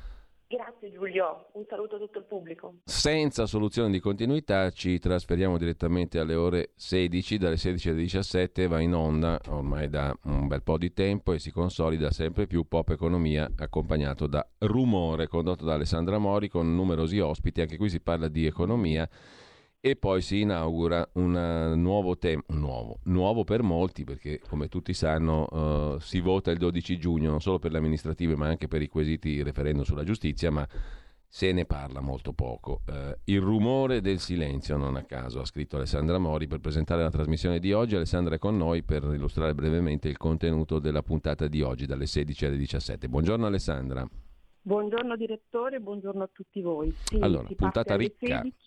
Speaker 8: Grazie Giulio, un saluto a tutto il pubblico.
Speaker 2: Senza soluzione di continuità ci trasferiamo direttamente alle ore 16, dalle 16 alle 17 va in onda ormai da un bel po' di tempo e si consolida sempre più Pop Economia, accompagnato da Rumore, condotto da Alessandra Mori con numerosi ospiti. Anche qui si parla di economia e poi si inaugura un nuovo tema, nuovo per molti, perché come tutti sanno si vota il 12 giugno non solo per le amministrative ma anche per i quesiti referendum sulla giustizia, ma se ne parla molto poco. Il rumore del silenzio, non a caso, ha scritto Alessandra Mori per presentare la trasmissione di oggi. Alessandra è con noi per illustrare brevemente il contenuto della puntata di oggi dalle 16 alle 17. Buongiorno Alessandra.
Speaker 15: Buongiorno direttore, buongiorno a tutti voi. Sì,
Speaker 2: allora, puntata ricca.
Speaker 15: 16.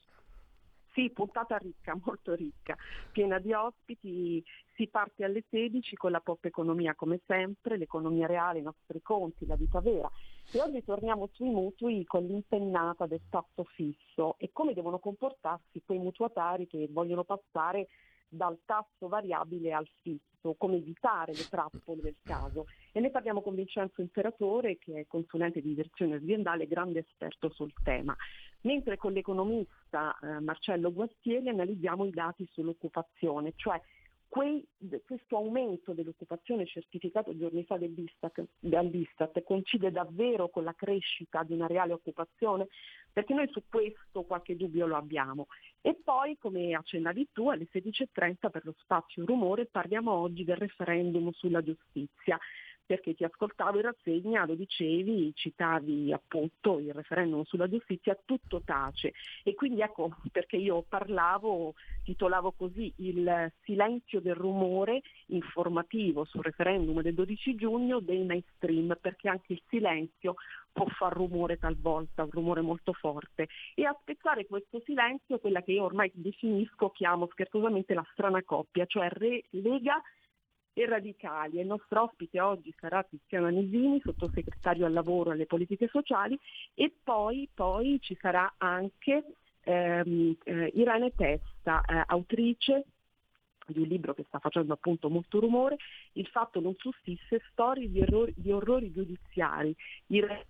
Speaker 15: Sì, puntata ricca, molto ricca, piena di ospiti. Si parte alle 16 con la Pop Economia come sempre, l'economia reale, i nostri conti, la vita vera. E oggi torniamo sui mutui con l'impennata del tasso fisso e come devono comportarsi quei mutuatari che vogliono passare dal tasso variabile al fisso, come evitare le trappole del caso. E ne parliamo con Vincenzo Imperatore, che è consulente di direzione aziendale e grande esperto sul tema. Mentre con l'economista Marcello Guastieri analizziamo i dati sull'occupazione, cioè questo aumento dell'occupazione certificato giorni fa dall'Istat coincide davvero con la crescita di una reale occupazione? Perché noi su questo qualche dubbio lo abbiamo. E poi, come accennavi tu, alle 16.30 per lo spazio Rumore parliamo oggi del referendum sulla giustizia. Perché ti ascoltavo in rassegna, lo dicevi, citavi appunto il referendum sulla giustizia, tutto tace. E quindi ecco perché io titolavo così il silenzio del rumore informativo sul referendum del 12 giugno dei mainstream, perché anche il silenzio può far rumore talvolta, un rumore molto forte. E a spezzare questo silenzio quella che io ormai chiamo scherzosamente la strana coppia, cioè Lega e radicali. E il nostro ospite oggi sarà Tiziana Nisini, sottosegretario al lavoro e alle politiche sociali, e poi ci sarà anche Irene Testa, autrice di un libro che sta facendo appunto molto rumore, Il fatto non sussiste, storie di orrori giudiziari. Irene,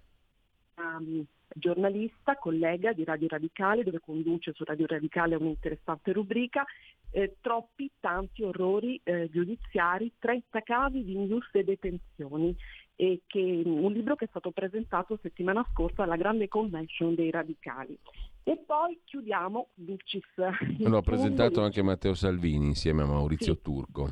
Speaker 15: giornalista, collega di Radio Radicale, dove conduce su Radio Radicale un'interessante rubrica, Troppi, tanti orrori giudiziari, 30 casi di ingiuste detenzioni, e un libro che è stato presentato settimana scorsa alla grande convention dei radicali. E poi chiudiamo Dulcis.
Speaker 2: L'ho presentato anche Matteo Salvini insieme a Maurizio Turco.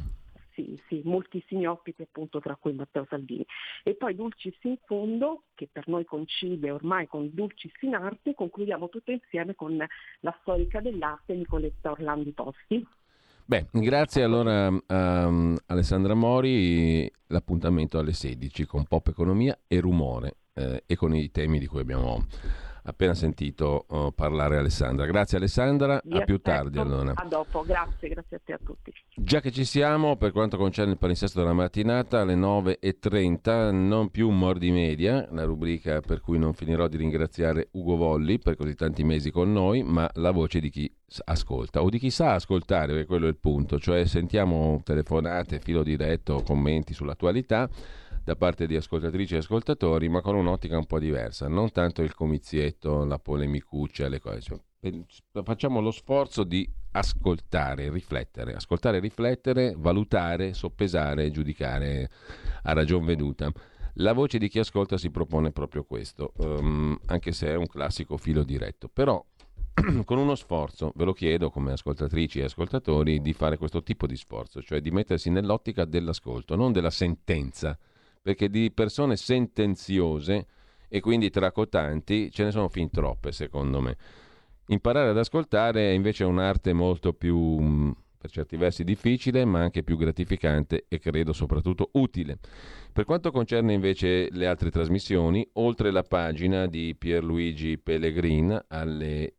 Speaker 15: Sì, moltissimi ospiti, appunto, tra cui Matteo Salvini. E poi Dulcis in fondo, che per noi coincide ormai con Dulcis in arte, concludiamo tutto insieme con la storica dell'arte Nicoletta Orlandi Posti.
Speaker 2: Beh, grazie allora a Alessandra Mori, l'appuntamento alle 16 con Pop Economia e Rumore e con i temi di cui abbiamo appena sentito parlare Alessandra. Grazie Alessandra, a più tardi allora.
Speaker 15: A dopo, grazie a te, a tutti.
Speaker 2: Già che ci siamo, per quanto concerne il palinsesto della mattinata, alle 9:30, non più Mordi Media, la rubrica per cui non finirò di ringraziare Ugo Volli per così tanti mesi con noi, ma la voce di chi ascolta o di chi sa ascoltare, perché quello è il punto, cioè sentiamo telefonate, filo diretto, commenti sull'attualità da parte di ascoltatrici e ascoltatori, ma con un'ottica un po' diversa, non tanto il comizietto, la polemicuccia, le cose. Cioè, facciamo lo sforzo di ascoltare, riflettere, valutare, soppesare, giudicare a ragion veduta. La voce di chi ascolta si propone proprio questo, anche se è un classico filo diretto, però con uno sforzo, ve lo chiedo come ascoltatrici e ascoltatori, di fare questo tipo di sforzo, cioè di mettersi nell'ottica dell'ascolto, non della sentenza, perché di persone sentenziose e quindi tracotanti ce ne sono fin troppe, secondo me. Imparare ad ascoltare è invece un'arte molto più, per certi versi difficile, ma anche più gratificante e credo soprattutto utile. Per quanto concerne invece le altre trasmissioni, oltre la pagina di Pierluigi Pellegrin alle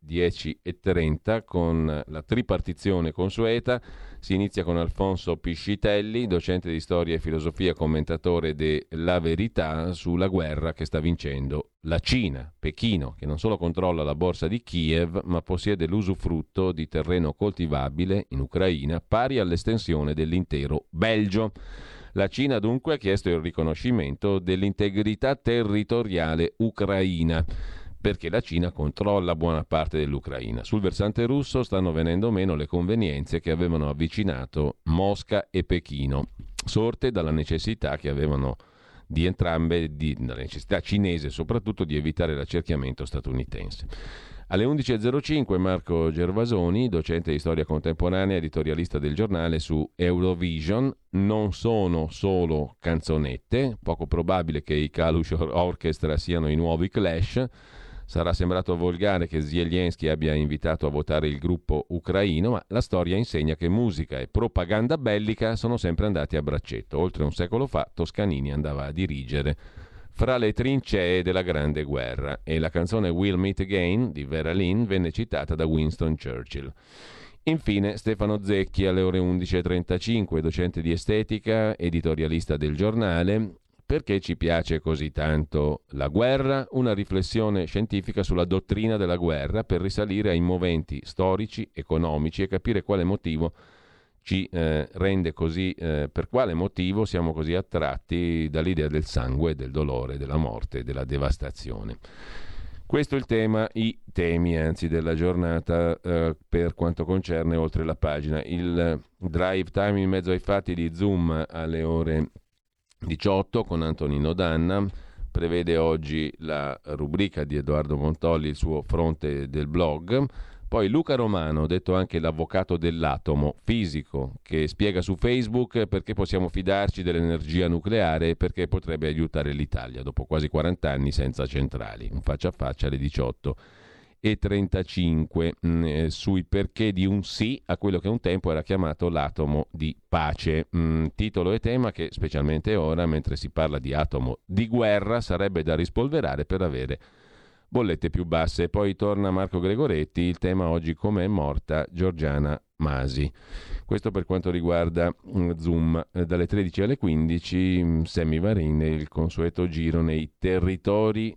Speaker 2: 10:30 con la tripartizione consueta, si inizia con Alfonso Piscitelli, docente di storia e filosofia, commentatore de La Verità sulla guerra che sta vincendo la Cina, Pechino, che non solo controlla la borsa di Kiev, ma possiede l'usufrutto di terreno coltivabile in Ucraina pari all'estensione dell'intero Belgio. La Cina dunque ha chiesto il riconoscimento dell'integrità territoriale ucraina, perché la Cina controlla buona parte dell'Ucraina. Sul versante russo stanno venendo meno le convenienze che avevano avvicinato Mosca e Pechino, sorte dalla necessità che avevano di entrambe, la necessità cinese soprattutto, di evitare l'accerchiamento statunitense. Alle 11:05 Marco Gervasoni, docente di storia contemporanea, editorialista del giornale, su Eurovision. Non sono solo canzonette, poco probabile che i Kalush Orchestra siano i nuovi Clash. Sarà sembrato volgare che Zelensky abbia invitato a votare il gruppo ucraino, ma la storia insegna che musica e propaganda bellica sono sempre andati a braccetto. Oltre un secolo fa Toscanini andava a dirigere Fra le trincee della Grande Guerra e la canzone We'll Meet Again di Vera Lynn venne citata da Winston Churchill. Infine Stefano Zecchi alle ore 11:35, docente di estetica, editorialista del giornale. Perché ci piace così tanto la guerra? Una riflessione scientifica sulla dottrina della guerra per risalire ai moventi storici, economici e capire quale motivo ci rende così, per quale motivo siamo così attratti dall'idea del sangue, del dolore, della morte, della devastazione. Questo è il tema, i temi anzi della giornata per quanto concerne oltre la pagina. Il drive time in mezzo ai fatti di Zoom alle ore 18 con Antonino Danna prevede oggi la rubrica di Edoardo Montolli, il suo fronte del blog. Poi Luca Romano, detto anche l'avvocato dell'atomo fisico, che spiega su Facebook perché possiamo fidarci dell'energia nucleare e perché potrebbe aiutare l'Italia dopo quasi 40 anni senza centrali. Un faccia a faccia alle 18:35 sui perché di un sì a quello che un tempo era chiamato l'atomo di pace. Titolo e tema che, specialmente ora, mentre si parla di atomo di guerra, sarebbe da rispolverare per avere bollette più basse. Poi torna Marco Gregoretti, il tema oggi: come è morta Giorgiana Masi. Questo per quanto riguarda Zoom. Dalle 13 alle 15 Sammy Varin e il consueto giro nei territori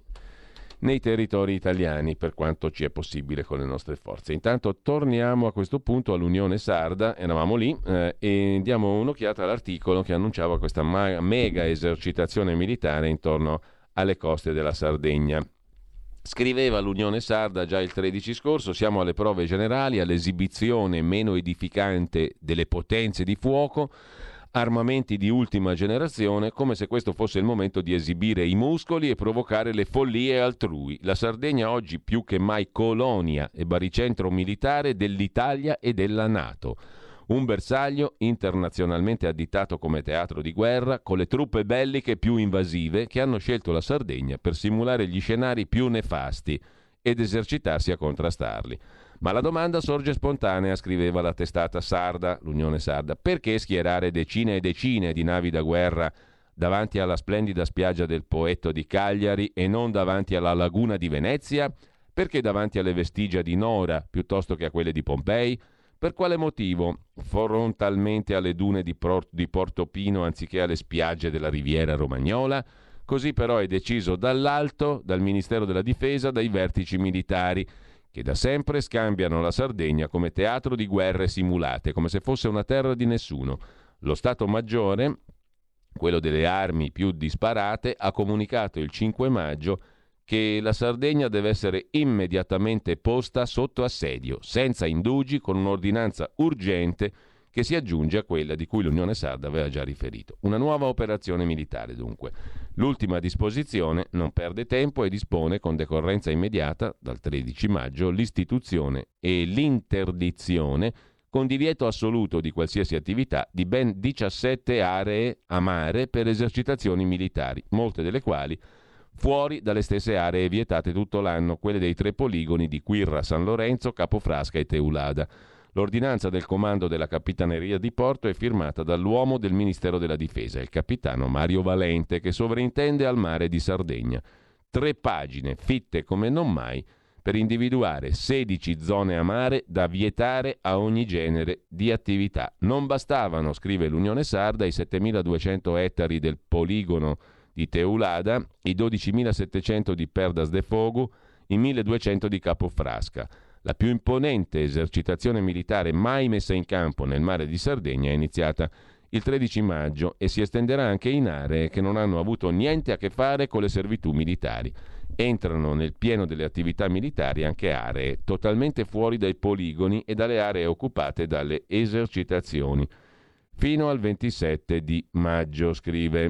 Speaker 2: italiani, per quanto ci è possibile con le nostre forze. Intanto torniamo a questo punto all'Unione Sarda, eravamo lì, e diamo un'occhiata all'articolo che annunciava questa mega esercitazione militare intorno alle coste della Sardegna. Scriveva l'Unione Sarda già il 13 scorso: siamo alle prove generali, all'esibizione meno edificante delle potenze di fuoco, armamenti di ultima generazione, come se questo fosse il momento di esibire i muscoli e provocare le follie altrui. La Sardegna oggi più che mai colonia e baricentro militare dell'Italia e della NATO. Un bersaglio internazionalmente additato come teatro di guerra, con le truppe belliche più invasive che hanno scelto la Sardegna per simulare gli scenari più nefasti ed esercitarsi a contrastarli. Ma la domanda sorge spontanea, scriveva la testata sarda, l'Unione Sarda: perché schierare decine e decine di navi da guerra davanti alla splendida spiaggia del Poetto di Cagliari e non davanti alla laguna di Venezia? Perché davanti alle vestigia di Nora piuttosto che a quelle di Pompei? Per quale motivo frontalmente alle dune di Portofino anziché alle spiagge della Riviera Romagnola? Così però è deciso dall'alto, dal Ministero della Difesa, dai vertici militari, che da sempre scambiano la Sardegna come teatro di guerre simulate, come se fosse una terra di nessuno. Lo Stato Maggiore, quello delle armi più disparate, ha comunicato il 5 maggio che la Sardegna deve essere immediatamente posta sotto assedio, senza indugi, con un'ordinanza urgente che si aggiunge a quella di cui l'Unione Sarda aveva già riferito. Una nuova operazione militare, dunque. L'ultima disposizione non perde tempo e dispone con decorrenza immediata, dal 13 maggio, l'istituzione e l'interdizione con divieto assoluto di qualsiasi attività di ben 17 aree a mare per esercitazioni militari, molte delle quali fuori dalle stesse aree vietate tutto l'anno, quelle dei 3 poligoni di Quirra, San Lorenzo, Capofrasca e Teulada. L'ordinanza del comando della Capitaneria di Porto è firmata dall'uomo del Ministero della Difesa, il capitano Mario Valente, che sovrintende al mare di Sardegna. 3 pagine fitte come non mai per individuare 16 zone a mare da vietare a ogni genere di attività. Non bastavano, scrive l'Unione Sarda, i 7.200 ettari del poligono di Teulada, i 12.700 di Perdas de Fogu, i 1.200 di Capofrasca. La più imponente esercitazione militare mai messa in campo nel mare di Sardegna è iniziata il 13 maggio e si estenderà anche in aree che non hanno avuto niente a che fare con le servitù militari. Entrano nel pieno delle attività militari anche aree totalmente fuori dai poligoni e dalle aree occupate dalle esercitazioni. Fino al 27 di maggio, scrive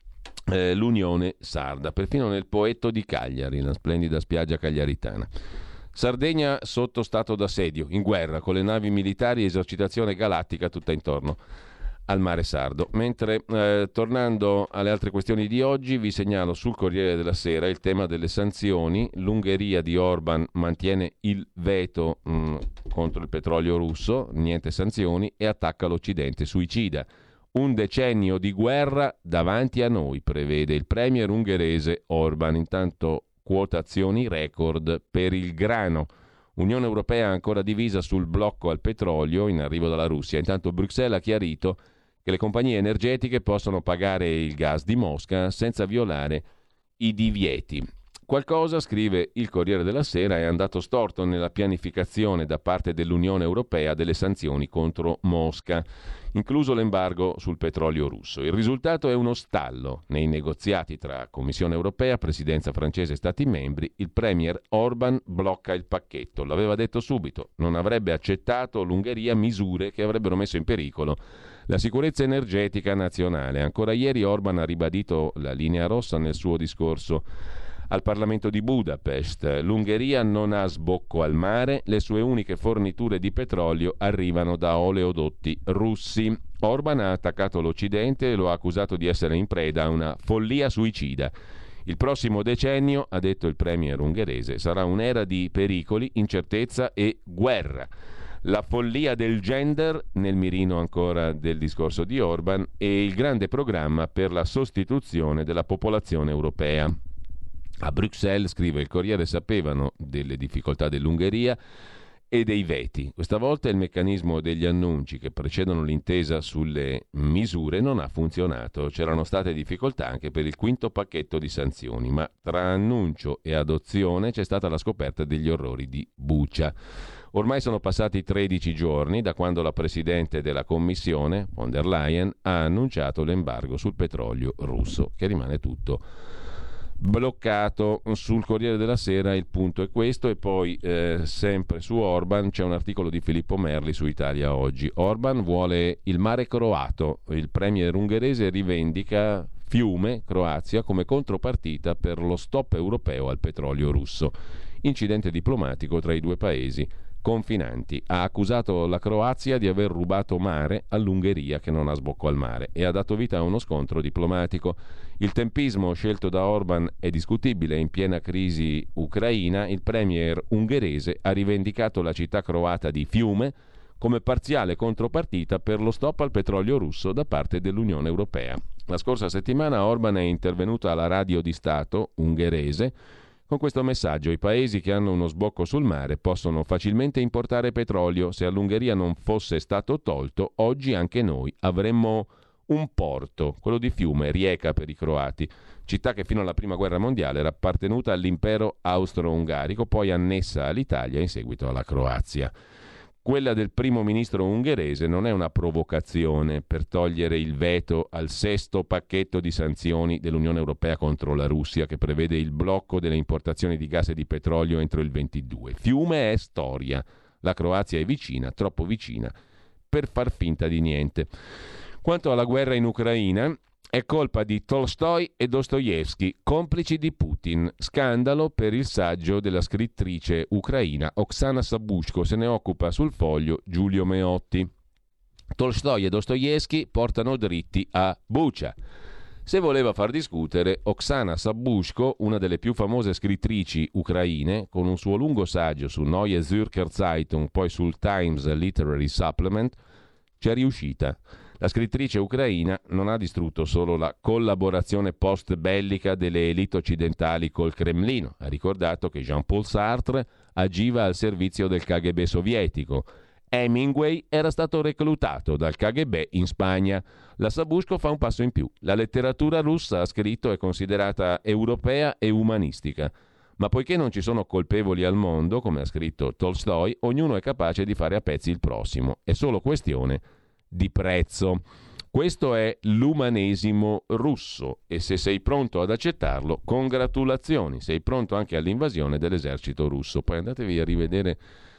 Speaker 2: l'Unione Sarda, perfino nel Poetto di Cagliari, la splendida spiaggia cagliaritana. Sardegna sotto stato d'assedio, in guerra, con le navi militari e esercitazione galattica tutta intorno al mare sardo. Mentre, tornando alle altre questioni di oggi, vi segnalo sul Corriere della Sera il tema delle sanzioni. L'Ungheria di Orban mantiene il veto contro il petrolio russo, niente sanzioni, e attacca l'Occidente suicida. Un decennio di guerra davanti a noi, prevede il premier ungherese Orban. Intanto quotazioni record per il grano. Unione Europea ancora divisa sul blocco al petrolio in arrivo dalla Russia. Intanto Bruxelles ha chiarito che le compagnie energetiche possono pagare il gas di Mosca senza violare i divieti. Qualcosa, scrive il Corriere della Sera, è andato storto nella pianificazione da parte dell'Unione Europea delle sanzioni contro Mosca, incluso l'embargo sul petrolio russo. Il risultato è uno stallo nei negoziati tra Commissione Europea, Presidenza francese e Stati membri. Il premier Orban blocca il pacchetto. L'aveva detto subito, non avrebbe accettato l'Ungheria misure che avrebbero messo in pericolo la sicurezza energetica nazionale. Ancora ieri Orban ha ribadito la linea rossa nel suo discorso al Parlamento di Budapest. L'Ungheria non ha sbocco al mare, le sue uniche forniture di petrolio arrivano da oleodotti russi. Orban ha attaccato l'Occidente e lo ha accusato di essere in preda a una follia suicida. Il prossimo decennio, ha detto il premier ungherese, sarà un'era di pericoli, incertezza e guerra. La follia del gender, nel mirino ancora del discorso di Orban, e il grande programma per la sostituzione della popolazione europea. A Bruxelles, scrive il Corriere, sapevano delle difficoltà dell'Ungheria e dei veti. Questa volta il meccanismo degli annunci che precedono l'intesa sulle misure non ha funzionato. C'erano state difficoltà anche per il quinto pacchetto di sanzioni, ma tra annuncio e adozione c'è stata la scoperta degli orrori di Bucha. Ormai sono passati 13 giorni da quando la Presidente della Commissione, von der Leyen, ha annunciato l'embargo sul petrolio russo, che rimane tutto bloccato. Sul Corriere della Sera il punto è questo, e poi sempre su Orban c'è un articolo di Filippo Merli su Italia Oggi. Orban vuole il mare croato, il premier ungherese rivendica Fiume, Croazia, come contropartita per lo stop europeo al petrolio russo. Incidente diplomatico tra i due paesi confinanti. Ha accusato la Croazia di aver rubato mare all'Ungheria, che non ha sbocco al mare, e ha dato vita a uno scontro diplomatico. Il tempismo scelto da Orban è discutibile. In piena crisi ucraina, il premier ungherese ha rivendicato la città croata di Fiume come parziale contropartita per lo stop al petrolio russo da parte dell'Unione Europea. La scorsa settimana Orban è intervenuto alla radio di Stato ungherese con questo messaggio: i paesi che hanno uno sbocco sul mare possono facilmente importare petrolio. Se all'Ungheria non fosse stato tolto, oggi anche noi avremmo un porto, quello di Fiume, Rijeka per i croati, città che fino alla Prima Guerra Mondiale era appartenuta all'impero austro-ungarico, poi annessa all'Italia in seguito alla Croazia. Quella del primo ministro ungherese non è una provocazione per togliere il veto al sesto pacchetto di sanzioni dell'Unione Europea contro la Russia, che prevede il blocco delle importazioni di gas e di petrolio entro il 22. Fiume è storia. La Croazia è vicina, troppo vicina, per far finta di niente. Quanto alla guerra in Ucraina, è colpa di Tolstoj e Dostoevskij, complici di Putin. Scandalo per il saggio della scrittrice ucraina Oksana Sabushko. Se ne occupa sul Foglio Giulio Meotti. Tolstoj e Dostoevskij portano dritti a Bucha. Se voleva far discutere, Oksana Sabushko, una delle più famose scrittrici ucraine, con un suo lungo saggio su Neue Zürcher Zeitung, poi sul Times Literary Supplement, ci è riuscita. La scrittrice ucraina non ha distrutto solo la collaborazione post-bellica delle elite occidentali col Cremlino. Ha ricordato che Jean-Paul Sartre agiva al servizio del KGB sovietico. Hemingway era stato reclutato dal KGB in Spagna. La Sabushko fa un passo in più. La letteratura russa, ha scritto, è considerata europea e umanistica. Ma poiché non ci sono colpevoli al mondo, come ha scritto Tolstoj, ognuno è capace di fare a pezzi il prossimo. È solo questione di prezzo. Questo è l'umanesimo russo, e se sei pronto ad accettarlo, congratulazioni, sei pronto anche all'invasione dell'esercito russo. Poi andatevi a rivedere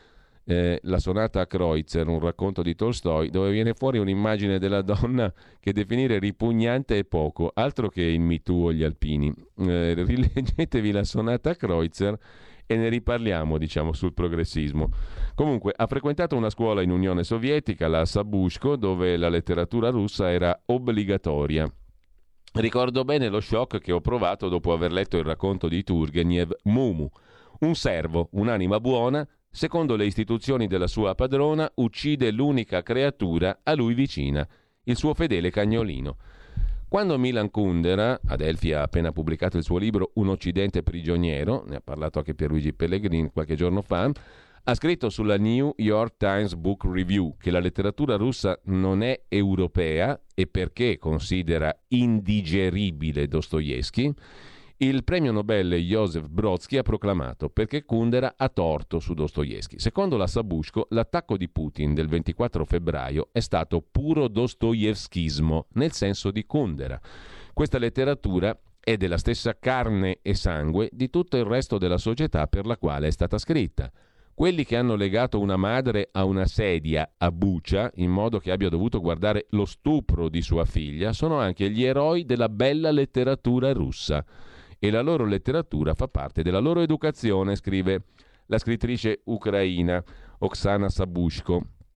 Speaker 2: la sonata a Kreutzer, un racconto di Tolstoj, dove viene fuori un'immagine della donna che definire ripugnante è poco, altro che il Me Too o gli alpini. Rileggetevi la sonata a Kreutzer e ne riparliamo, diciamo, sul progressismo. Comunque, ha frequentato una scuola in Unione Sovietica, la Sabushko, dove la letteratura russa era obbligatoria. Ricordo bene lo shock che ho provato dopo aver letto il racconto di Turgenev, Mumu. Un servo, un'anima buona, secondo le istituzioni della sua padrona, uccide l'unica creatura a lui vicina, il suo fedele cagnolino. Quando Milan Kundera, Adelphi ha appena pubblicato il suo libro Un Occidente prigioniero, ne ha parlato anche Pierluigi Pellegrini qualche giorno fa, ha scritto sulla New York Times Book Review che la letteratura russa non è europea e perché considera indigeribile Dostoevskij, il premio Nobel Joseph Brodsky ha proclamato perché Kundera ha torto su Dostoevskij. Secondo la Sabushko, l'attacco di Putin del 24 febbraio è stato puro dostoevskismo, nel senso di Kundera. Questa letteratura è della stessa carne e sangue di tutto il resto della società per la quale è stata scritta. Quelli che hanno legato una madre a una sedia a Bucha, in modo che abbia dovuto guardare lo stupro di sua figlia, sono anche gli eroi della bella letteratura russa. E la loro letteratura fa parte della loro educazione, scrive la scrittrice ucraina Oksana Sabushko.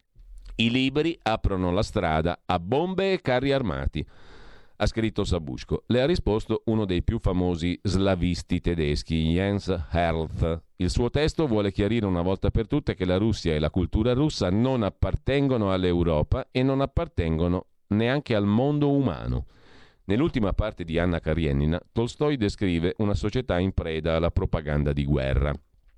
Speaker 2: I libri aprono la strada a bombe e carri armati, ha scritto Sabushko. Le ha risposto uno dei più famosi slavisti tedeschi, Jens Herlth. Il suo testo vuole chiarire una volta per tutte che la Russia e la cultura russa non appartengono all'Europa e non appartengono neanche al mondo umano. Nell'ultima parte di Anna Karenina, Tolstoj descrive una società in preda alla propaganda di guerra.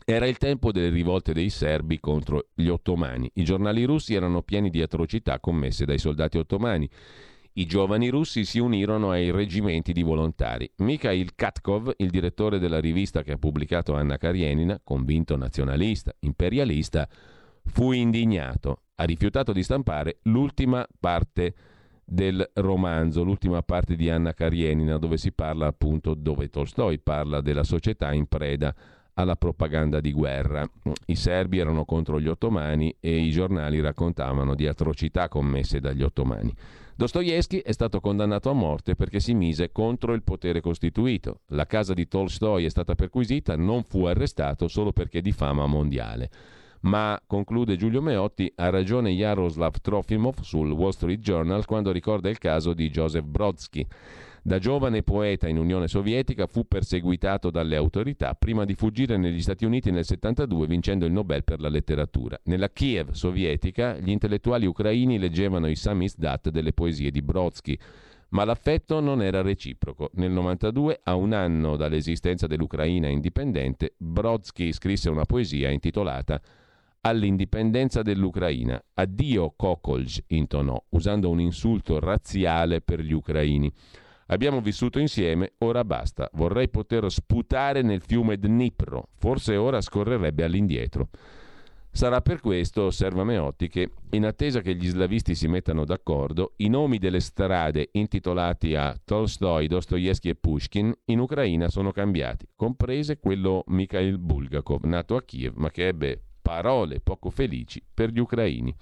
Speaker 2: Era il tempo delle rivolte dei serbi contro gli ottomani. I giornali russi erano pieni di atrocità commesse dai soldati ottomani. I giovani russi si unirono ai reggimenti di volontari. Mikhail Katkov, il direttore della rivista che ha pubblicato Anna Karenina, convinto nazionalista, imperialista, fu indignato. Ha rifiutato di stampare l'ultima parte del romanzo, l'ultima parte di Anna Karenina, dove si parla appunto, dove Tolstoi parla della società in preda alla propaganda di guerra. I serbi erano contro gli ottomani e i giornali raccontavano di atrocità commesse dagli ottomani. Dostoevskij è stato condannato a morte perché si mise contro il potere costituito. La casa di Tolstoi è stata perquisita, non fu arrestato solo perché di fama mondiale. Ma, conclude Giulio Meotti, ha ragione Jaroslav Trofimov sul Wall Street Journal quando ricorda il caso di Joseph Brodsky. Da giovane poeta in Unione Sovietica fu perseguitato dalle autorità prima di fuggire negli Stati Uniti nel 1972 vincendo il Nobel per la letteratura. Nella Kiev sovietica gli intellettuali ucraini leggevano i samizdat delle poesie di Brodsky, ma l'affetto non era reciproco. Nel 1992, a un anno dall'esistenza dell'Ucraina indipendente, Brodsky scrisse una poesia intitolata All'indipendenza dell'Ucraina. Addio Kokolj, intonò, usando un insulto razziale per gli ucraini. Abbiamo vissuto insieme, ora basta. Vorrei poter sputare nel fiume Dnipro. Forse ora scorrerebbe all'indietro. Sarà per questo, osserva Meotti, che in attesa che gli slavisti si mettano d'accordo, i nomi delle strade intitolati a Tolstoi, Dostoevskij e Pushkin in Ucraina sono cambiati, comprese quello Mikhail Bulgakov, nato a Kiev, ma che ebbe parole poco felici per gli ucraini.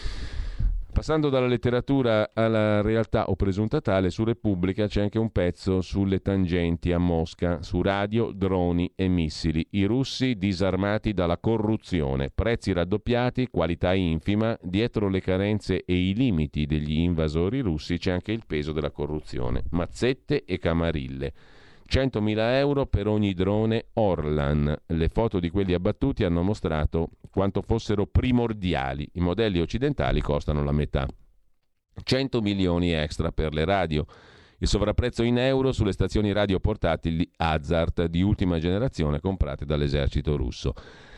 Speaker 2: Passando dalla letteratura alla realtà o presunta tale, su Repubblica c'è anche un pezzo sulle tangenti a Mosca, su radio, droni e missili. I russi disarmati dalla corruzione, prezzi raddoppiati, qualità infima, dietro le carenze e i limiti degli invasori russi c'è anche il peso della corruzione. Mazzette e camarille. 100.000 euro per ogni drone Orlan. Le foto di quelli abbattuti hanno mostrato quanto fossero primordiali. I modelli occidentali costano la metà. 100 milioni extra per le radio. Il sovrapprezzo in euro sulle stazioni radio portatili Hazard di ultima generazione comprate dall'esercito russo.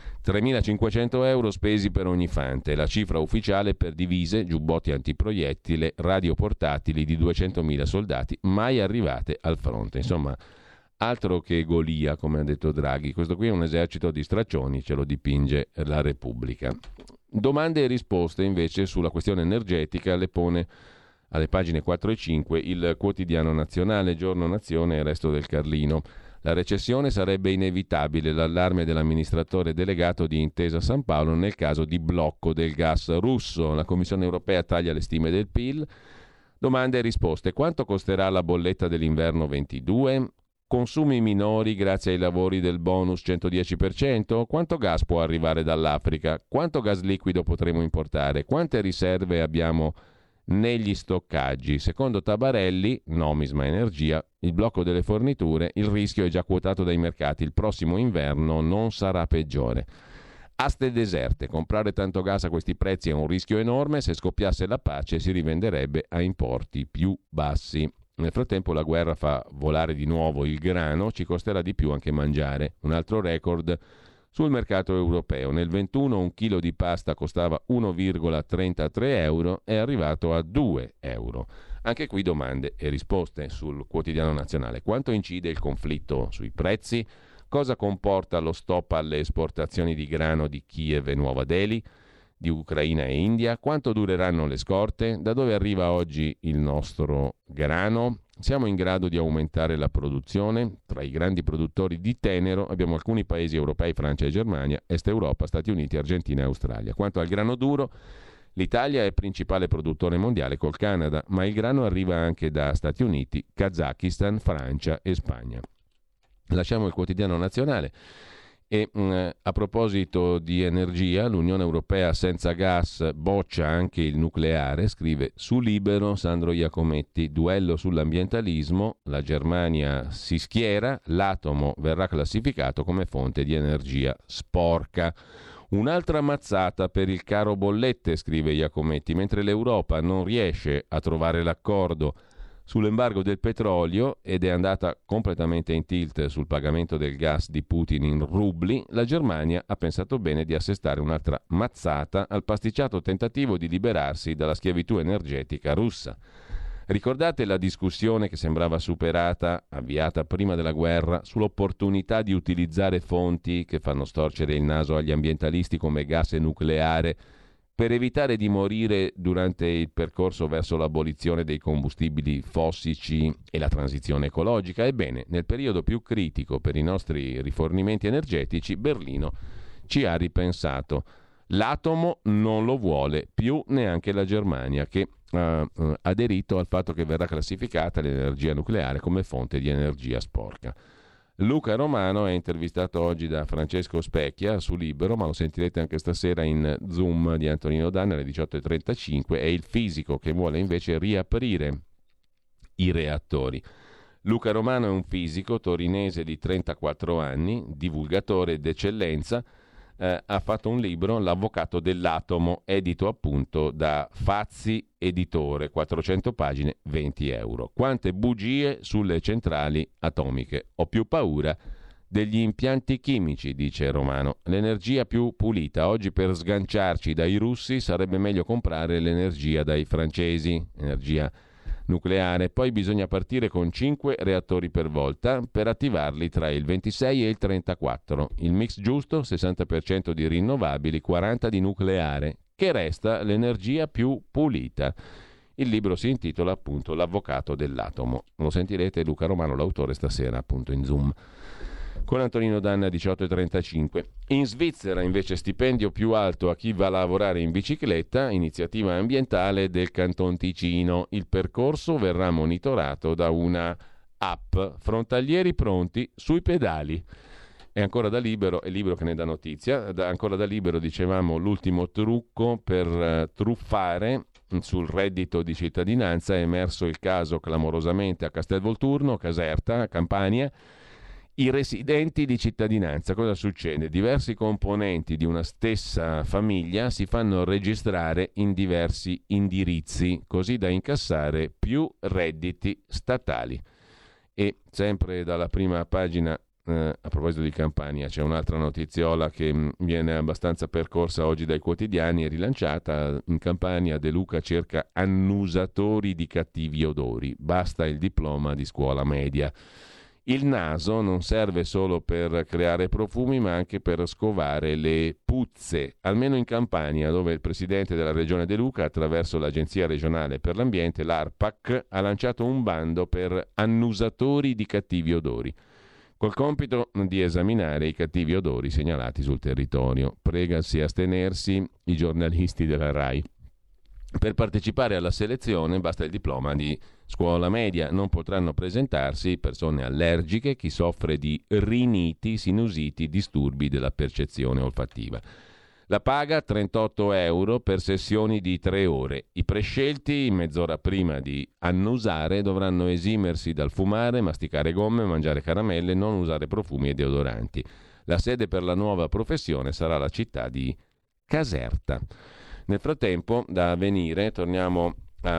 Speaker 2: 3.500 euro spesi per ogni fante, la cifra ufficiale per divise, giubbotti antiproiettile, radio portatili di 200.000 soldati mai arrivate al fronte. Insomma, altro che Golia, come ha detto Draghi. Questo qui è un esercito di straccioni, ce lo dipinge la Repubblica. Domande e risposte invece sulla questione energetica le pone alle pagine 4 e 5 il Quotidiano Nazionale, Giorno Nazione e Resto del Carlino. La recessione sarebbe inevitabile, l'allarme dell'amministratore delegato di Intesa San Paolo nel caso di blocco del gas russo. La Commissione europea taglia le stime del PIL. Domande e risposte. Quanto costerà la bolletta dell'inverno 22? Consumi minori grazie ai lavori del bonus 110%? Quanto gas può arrivare dall'Africa? Quanto gas liquido potremo importare? Quante riserve abbiamo negli stoccaggi? Secondo Tabarelli, Nomisma Energia, il blocco delle forniture, il rischio è già quotato dai mercati, il prossimo inverno non sarà peggiore. Aste deserte, comprare tanto gas a questi prezzi è un rischio enorme, se scoppiasse la pace si rivenderebbe a importi più bassi. Nel frattempo la guerra fa volare di nuovo il grano, ci costerà di più anche mangiare, un altro record sul mercato europeo. Nel 21 un chilo di pasta costava 1,33 euro, è arrivato a 2 euro. Anche qui domande e risposte sul Quotidiano Nazionale. Quanto incide il conflitto sui prezzi? Cosa comporta lo stop alle esportazioni di grano di Kiev e Nuova Delhi, di Ucraina e India? Quanto dureranno le scorte? Da dove arriva oggi il nostro grano? Siamo in grado di aumentare la produzione? Tra i grandi produttori di tenero abbiamo alcuni paesi europei, Francia e Germania, Est Europa, Stati Uniti, Argentina e Australia. Quanto al grano duro, l'Italia è principale produttore mondiale col Canada, ma il grano arriva anche da Stati Uniti, Kazakistan, Francia e Spagna. Lasciamo il Quotidiano Nazionale. E a proposito di energia, l'Unione Europea senza gas boccia anche il nucleare, scrive su Libero Sandro Iacometti. Duello sull'ambientalismo, la Germania si schiera, l'atomo verrà classificato come fonte di energia sporca. Un'altra mazzata per il caro bollette, scrive Iacometti, mentre l'Europa non riesce a trovare l'accordo sull'embargo del petrolio ed è andata completamente in tilt sul pagamento del gas di Putin in rubli, la Germania ha pensato bene di assestare un'altra mazzata al pasticciato tentativo di liberarsi dalla schiavitù energetica russa. Ricordate la discussione che sembrava superata, avviata prima della guerra, sull'opportunità di utilizzare fonti che fanno storcere il naso agli ambientalisti come gas e nucleare per evitare di morire durante il percorso verso l'abolizione dei combustibili fossici e la transizione ecologica? Ebbene, nel periodo più critico per i nostri rifornimenti energetici, Berlino ci ha ripensato. L'atomo non lo vuole più neanche la Germania, che ha aderito al fatto che verrà classificata l'energia nucleare come fonte di energia sporca. Luca Romano è intervistato oggi da Francesco Specchia su Libero, ma lo sentirete anche stasera in Zoom di Antonino Danna alle 18.35. È il fisico che vuole invece riaprire i reattori. Luca Romano è un fisico torinese di 34 anni, divulgatore d'eccellenza. Ha fatto un libro, L'avvocato dell'atomo, edito appunto da Fazzi Editore, 400 pagine, 20 euro. Quante bugie sulle centrali atomiche. Ho più paura degli impianti chimici, dice Romano. L'energia più pulita. Oggi per sganciarci dai russi sarebbe meglio comprare l'energia dai francesi, energia nucleare. Poi bisogna partire con 5 reattori per volta per attivarli tra il 26 e il 34. Il mix giusto, 60% di rinnovabili, 40% di nucleare, che resta l'energia più pulita. Il libro si intitola appunto L'avvocato dell'atomo. Lo sentirete Luca Romano, l'autore, stasera appunto in Zoom con Antonino Danna 18.35. In Svizzera invece stipendio più alto a chi va a lavorare in bicicletta, iniziativa ambientale del Canton Ticino. Il percorso verrà monitorato da una app, frontalieri pronti sui pedali. È ancora da Libero, è Libero che ne dà notizia, ancora da Libero dicevamo l'ultimo trucco per truffare sul reddito di cittadinanza. È emerso il caso clamorosamente a Castelvolturno, Caserta, Campania. I residenti di cittadinanza, cosa succede? Diversi componenti di una stessa famiglia si fanno registrare in diversi indirizzi, così da incassare più redditi statali. E sempre dalla prima pagina, a proposito di Campania, c'è un'altra notiziola che viene abbastanza percorsa oggi dai quotidiani e rilanciata. In Campania De Luca cerca annusatori di cattivi odori, basta il diploma di scuola media. Il naso non serve solo per creare profumi, ma anche per scovare le puzze, almeno in Campania, dove il presidente della regione De Luca, attraverso l'Agenzia regionale per l'ambiente, l'ARPAC, ha lanciato un bando per annusatori di cattivi odori, col compito di esaminare i cattivi odori segnalati sul territorio. Pregasi astenersi i giornalisti della RAI. Per partecipare alla selezione basta il diploma di scuola media. Non potranno presentarsi persone allergiche, chi soffre di riniti, sinusiti, disturbi della percezione olfattiva. La paga 38 euro per sessioni di 3 ore. I prescelti, mezz'ora prima di annusare, dovranno esimersi dal fumare, masticare gomme, mangiare caramelle, non usare profumi e deodoranti. La sede per la nuova professione sarà la città di Caserta. Nel frattempo, da Avvenire, torniamo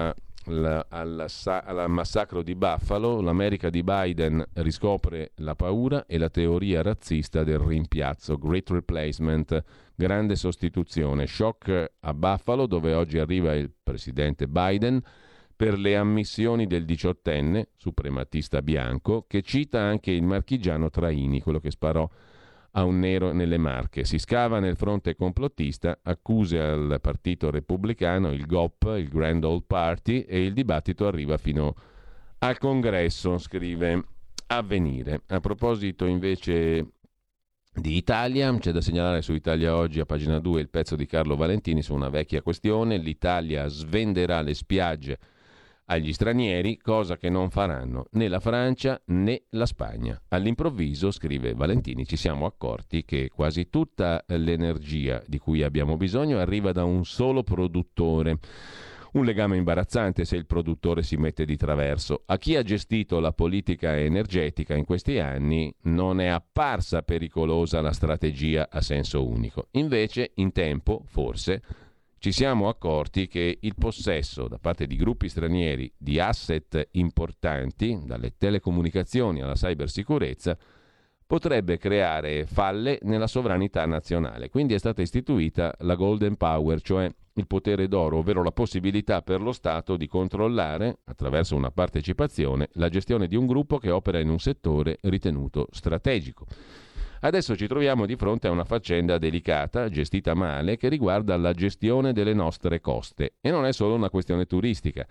Speaker 2: al massacro di Buffalo. L'America di Biden riscopre la paura e la teoria razzista del rimpiazzo, Great Replacement, grande sostituzione. Shock a Buffalo, dove oggi arriva il presidente Biden per le ammissioni del 18enne, suprematista bianco, che cita anche il marchigiano Traini, quello che sparò a un nero nelle Marche. Si scava nel fronte complottista, accuse al partito repubblicano, il GOP, il Grand Old Party, e il dibattito arriva fino al Congresso, scrive Avvenire. A proposito invece di Italia, c'è da segnalare su Italia Oggi a pagina 2 il pezzo di Carlo Valentini su una vecchia questione: l'Italia svenderà le spiagge agli stranieri, cosa che non faranno né la Francia né la Spagna. All'improvviso, scrive Valentini, ci siamo accorti che quasi tutta l'energia di cui abbiamo bisogno arriva da un solo produttore. Un legame imbarazzante se il produttore si mette di traverso. A chi ha gestito la politica energetica in questi anni non è apparsa pericolosa la strategia a senso unico. Invece, in tempo, forse, ci siamo accorti che il possesso da parte di gruppi stranieri di asset importanti, dalle telecomunicazioni alla cybersicurezza, potrebbe creare falle nella sovranità nazionale. Quindi è stata istituita la Golden Power, cioè il potere d'oro, ovvero la possibilità per lo Stato di controllare, attraverso una partecipazione, la gestione di un gruppo che opera in un settore ritenuto strategico. Adesso ci troviamo di fronte a una faccenda delicata, gestita male, che riguarda la gestione delle nostre coste. E non è solo una questione turistica.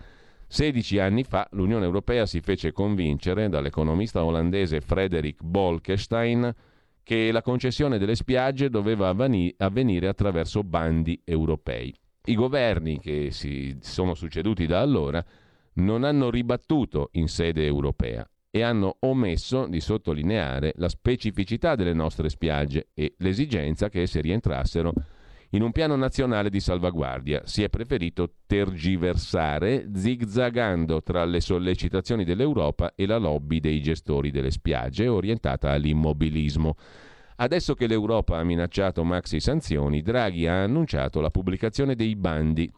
Speaker 2: 16 anni fa l'Unione Europea si fece convincere dall'economista olandese Frederik Bolkestein che la concessione delle spiagge doveva avvenire attraverso bandi europei. I governi che si sono succeduti da allora non hanno ribattuto in sede europea e hanno omesso di sottolineare la specificità delle nostre spiagge e l'esigenza che esse rientrassero in un piano nazionale di salvaguardia. Si è preferito tergiversare, zigzagando tra le sollecitazioni dell'Europa e la lobby dei gestori delle spiagge orientata all'immobilismo. Adesso che l'Europa ha minacciato maxi sanzioni, Draghi ha annunciato la pubblicazione dei bandi.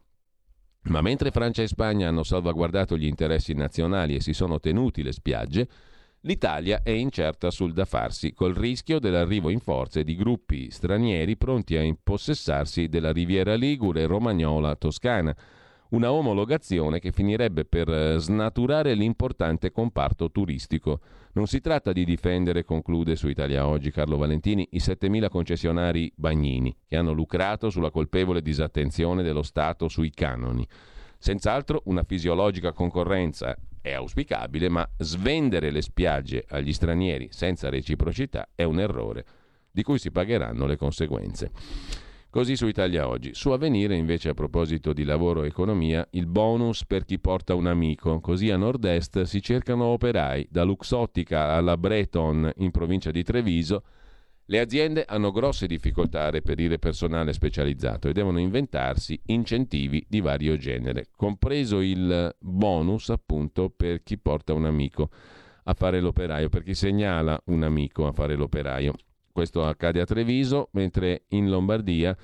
Speaker 2: Ma mentre Francia e Spagna hanno salvaguardato gli interessi nazionali e si sono tenuti le spiagge, l'Italia è incerta sul da farsi, col rischio dell'arrivo in forze di gruppi stranieri pronti a impossessarsi della Riviera Ligure, Romagnola, Toscana. Una omologazione che finirebbe per snaturare l'importante comparto turistico. Non si tratta di difendere, conclude su Italia Oggi Carlo Valentini, i 7.000 concessionari bagnini che hanno lucrato sulla colpevole disattenzione dello Stato sui canoni. Senz'altro una fisiologica concorrenza è auspicabile, ma svendere le spiagge agli stranieri senza reciprocità è un errore di cui si pagheranno le conseguenze. Così su Italia Oggi. Su Avvenire, invece, a proposito di lavoro e economia, il bonus per chi porta un amico. Così a Nord-Est si cercano operai. Da Luxottica alla Breton, in provincia di Treviso, le aziende hanno grosse difficoltà a reperire personale specializzato e devono inventarsi incentivi di vario genere, compreso il bonus, appunto, per chi porta un amico a fare l'operaio, per chi segnala un amico a fare l'operaio. Questo accade a Treviso, mentre in Lombardia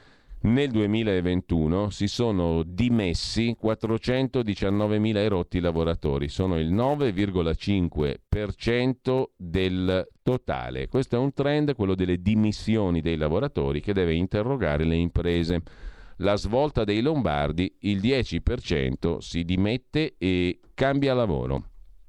Speaker 2: nel 2021 si sono dimessi 419.000 erotti lavoratori, sono il 9,5% del totale. Questo è un trend, quello delle dimissioni dei lavoratori, che deve interrogare le imprese. La svolta dei lombardi, il 10% si dimette e cambia lavoro.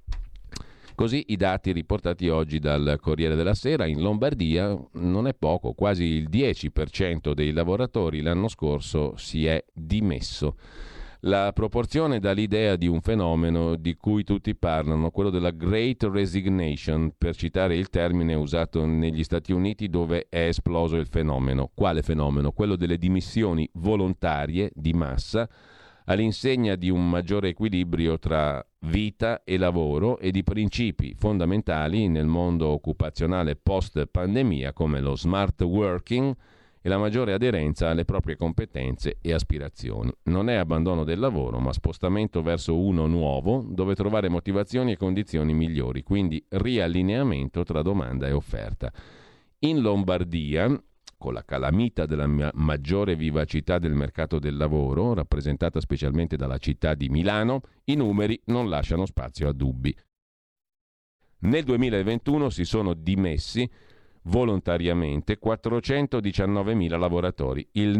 Speaker 2: Così i dati riportati oggi dal Corriere della Sera: in Lombardia non è poco, quasi il 10% dei lavoratori l'anno scorso si è dimesso. La proporzione dà l'idea di un fenomeno di cui tutti parlano, quello della Great Resignation, per citare il termine usato negli Stati Uniti dove è esploso il fenomeno. Quale fenomeno? Quello delle dimissioni volontarie di massa, all'insegna di un maggiore equilibrio tra vita e lavoro e di principi fondamentali nel mondo occupazionale post-pandemia come lo smart working e la maggiore aderenza alle proprie competenze e aspirazioni. Non è abbandono del lavoro, ma spostamento verso uno nuovo dove trovare motivazioni e condizioni migliori, quindi riallineamento tra domanda e offerta. In Lombardia, con la calamita della maggiore vivacità del mercato del lavoro, rappresentata specialmente dalla città di Milano, i numeri non lasciano spazio a dubbi. Nel 2021 si sono dimessi volontariamente 419.000 lavoratori, il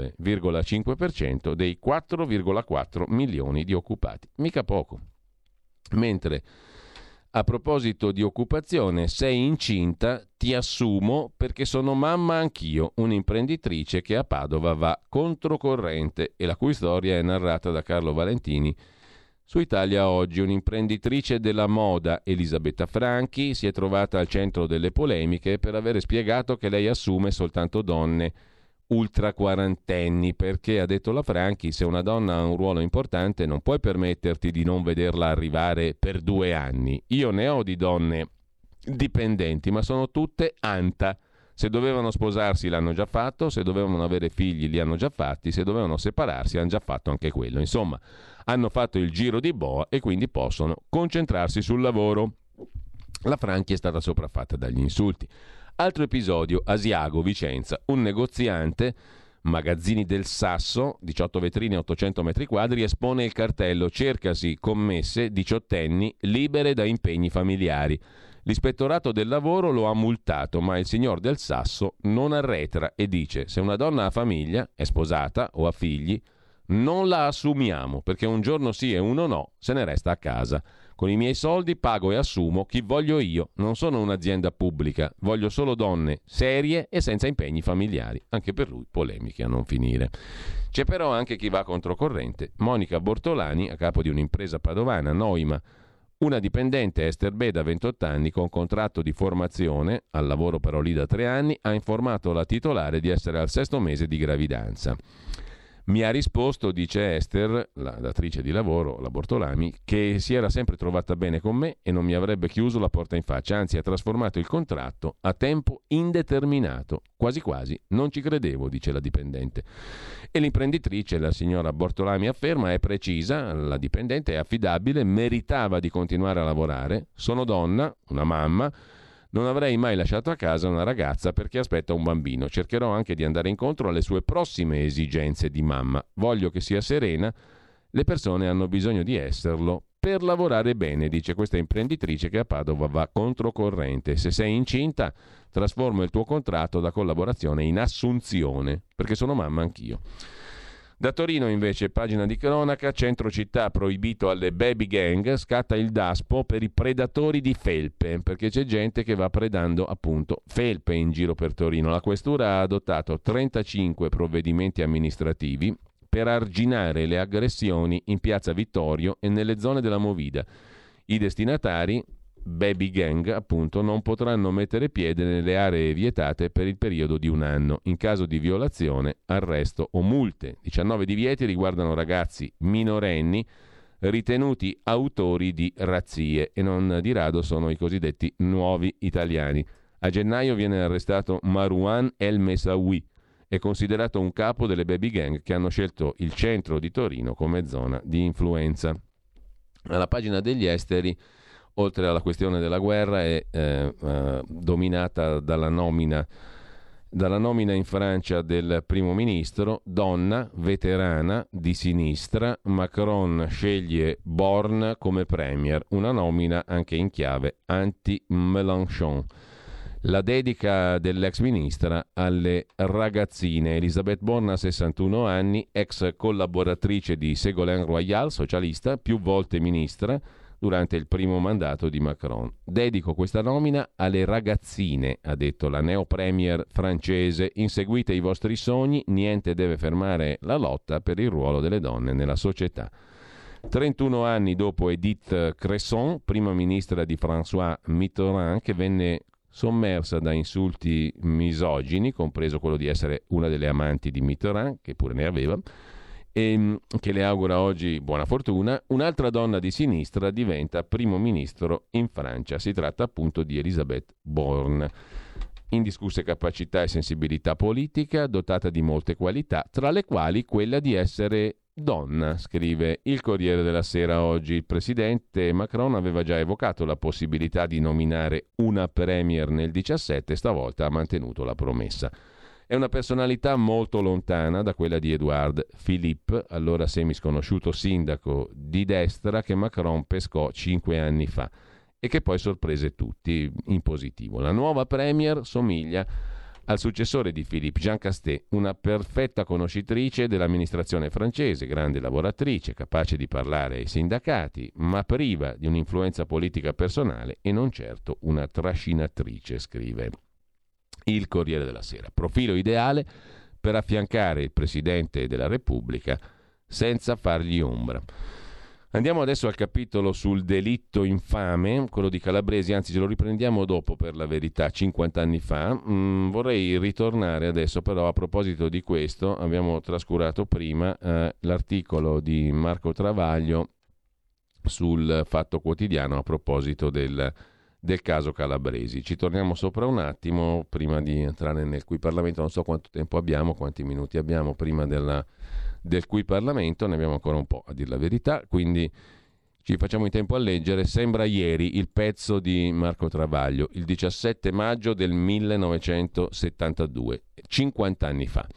Speaker 2: 9,5% dei 4,4 milioni di occupati. Mica poco. Mentre a proposito di occupazione, sei incinta, ti assumo perché sono mamma anch'io, un'imprenditrice che a Padova va controcorrente e la cui storia è narrata da Carlo Valentini su Italia Oggi. Un'imprenditrice della moda, Elisabetta Franchi, si è trovata al centro delle polemiche per avere spiegato che lei assume soltanto donne ultra quarantenni, perché, ha detto la Franchi, se una donna ha un ruolo importante non puoi permetterti di non vederla arrivare per 2 anni. Io ne ho di donne dipendenti, ma sono tutte anta. Se dovevano sposarsi l'hanno già fatto, se dovevano avere figli li hanno già fatti, se dovevano separarsi hanno già fatto anche quello. Insomma, hanno fatto il giro di boa e quindi possono concentrarsi sul lavoro. La Franchi è stata sopraffatta dagli insulti. Altro episodio, Asiago, Vicenza. Un negoziante Magazzini del Sasso, 18 vetrine, 800 metri quadri, espone il cartello "Cercasi commesse diciottenni libere da impegni familiari". L'ispettorato del lavoro lo ha multato, ma il signor del Sasso non arretra e dice: se una donna ha famiglia, è sposata o ha figli, non la assumiamo, perché un giorno sì e uno no, se ne resta a casa. Con i miei soldi pago e assumo chi voglio io. Non sono un'azienda pubblica, voglio solo donne serie e senza impegni familiari. Anche per lui polemiche a non finire. C'è però anche chi va controcorrente. Monica Bortolani, a capo di un'impresa padovana, Noima. Una dipendente, Ester Beda, 28 anni, con contratto di formazione, al lavoro però lì da 3 anni, ha informato la titolare di essere al 6° mese di gravidanza. Mi ha risposto, dice Ester, la datrice di lavoro, la Bortolami, che si era sempre trovata bene con me e non mi avrebbe chiuso la porta in faccia, anzi ha trasformato il contratto a tempo indeterminato. Quasi quasi non ci credevo, dice la dipendente. E l'imprenditrice, la signora Bortolami, afferma: è precisa, la dipendente è affidabile, meritava di continuare a lavorare, sono donna, una mamma, non avrei mai lasciato a casa una ragazza perché aspetta un bambino. Cercherò anche di andare incontro alle sue prossime esigenze di mamma. Voglio che sia serena. Le persone hanno bisogno di esserlo per lavorare bene, dice questa imprenditrice che a Padova va controcorrente. Se sei incinta, trasformo il tuo contratto da collaborazione in assunzione, perché sono mamma anch'io. Da Torino invece, pagina di cronaca, centro città proibito alle baby gang, scatta il DASPO per i predatori di felpe, perché c'è gente che va predando appunto felpe in giro per Torino. La questura ha adottato 35 provvedimenti amministrativi per arginare le aggressioni in piazza Vittorio e nelle zone della Movida. I destinatari, baby gang appunto, non potranno mettere piede nelle aree vietate per il periodo di 1 anno. In caso di violazione, arresto o multe. 19 divieti riguardano ragazzi minorenni ritenuti autori di razzie e non di rado sono i cosiddetti nuovi italiani. A gennaio viene arrestato Marouane El Messaoui, è considerato un capo delle baby gang che hanno scelto il centro di Torino come zona di influenza. Alla pagina degli esteri, oltre alla questione della guerra, è dominata dalla nomina in Francia del primo ministro, donna, veterana, di sinistra. Macron sceglie Borne come premier, una nomina anche in chiave anti-Mélenchon. La dedica dell'ex ministra alle ragazzine. Elisabeth Borne ha 61 anni, ex collaboratrice di Ségolène Royal, socialista, più volte ministra durante il primo mandato di Macron. Dedico questa nomina alle ragazzine, ha detto la neo-premier francese. Inseguite i vostri sogni, niente deve fermare la lotta per il ruolo delle donne nella società. 31 anni dopo Edith Cresson, prima ministra di François Mitterrand, che venne sommersa da insulti misogini, compreso quello di essere una delle amanti di Mitterrand, che pure ne aveva, e che le augura oggi buona fortuna, un'altra donna di sinistra diventa primo ministro in Francia. Si tratta appunto di Elisabeth Borne. Indiscusse capacità e sensibilità politica, dotata di molte qualità, tra le quali quella di essere donna, scrive il Corriere della Sera oggi. Il presidente Macron aveva già evocato la possibilità di nominare una premier nel 2017, stavolta ha mantenuto la promessa. È una personalità molto lontana da quella di Édouard Philippe, allora semisconosciuto sindaco di destra che Macron pescò 5 anni fa e che poi sorprese tutti in positivo. La nuova premier somiglia al successore di Philippe, Jean Castex, una perfetta conoscitrice dell'amministrazione francese, grande lavoratrice, capace di parlare ai sindacati, ma priva di un'influenza politica personale e non certo una trascinatrice, scrive il Corriere della Sera. Profilo ideale per affiancare il Presidente della Repubblica senza fargli ombra. Andiamo adesso al capitolo sul delitto infame, quello di Calabresi, anzi ce lo riprendiamo dopo per la verità, 50 anni fa. Vorrei ritornare adesso però a proposito di questo, abbiamo trascurato prima l'articolo di Marco Travaglio sul Fatto Quotidiano a proposito del caso Calabresi. Ci torniamo sopra un attimo prima di entrare nel Qui Parlamento, non so quanto tempo abbiamo, quanti minuti abbiamo prima del Qui Parlamento, ne abbiamo ancora un po' a dir la verità, quindi ci facciamo in tempo a leggere. Sembra ieri il pezzo di Marco Travaglio, il 17 maggio del 1972, 50 anni fa.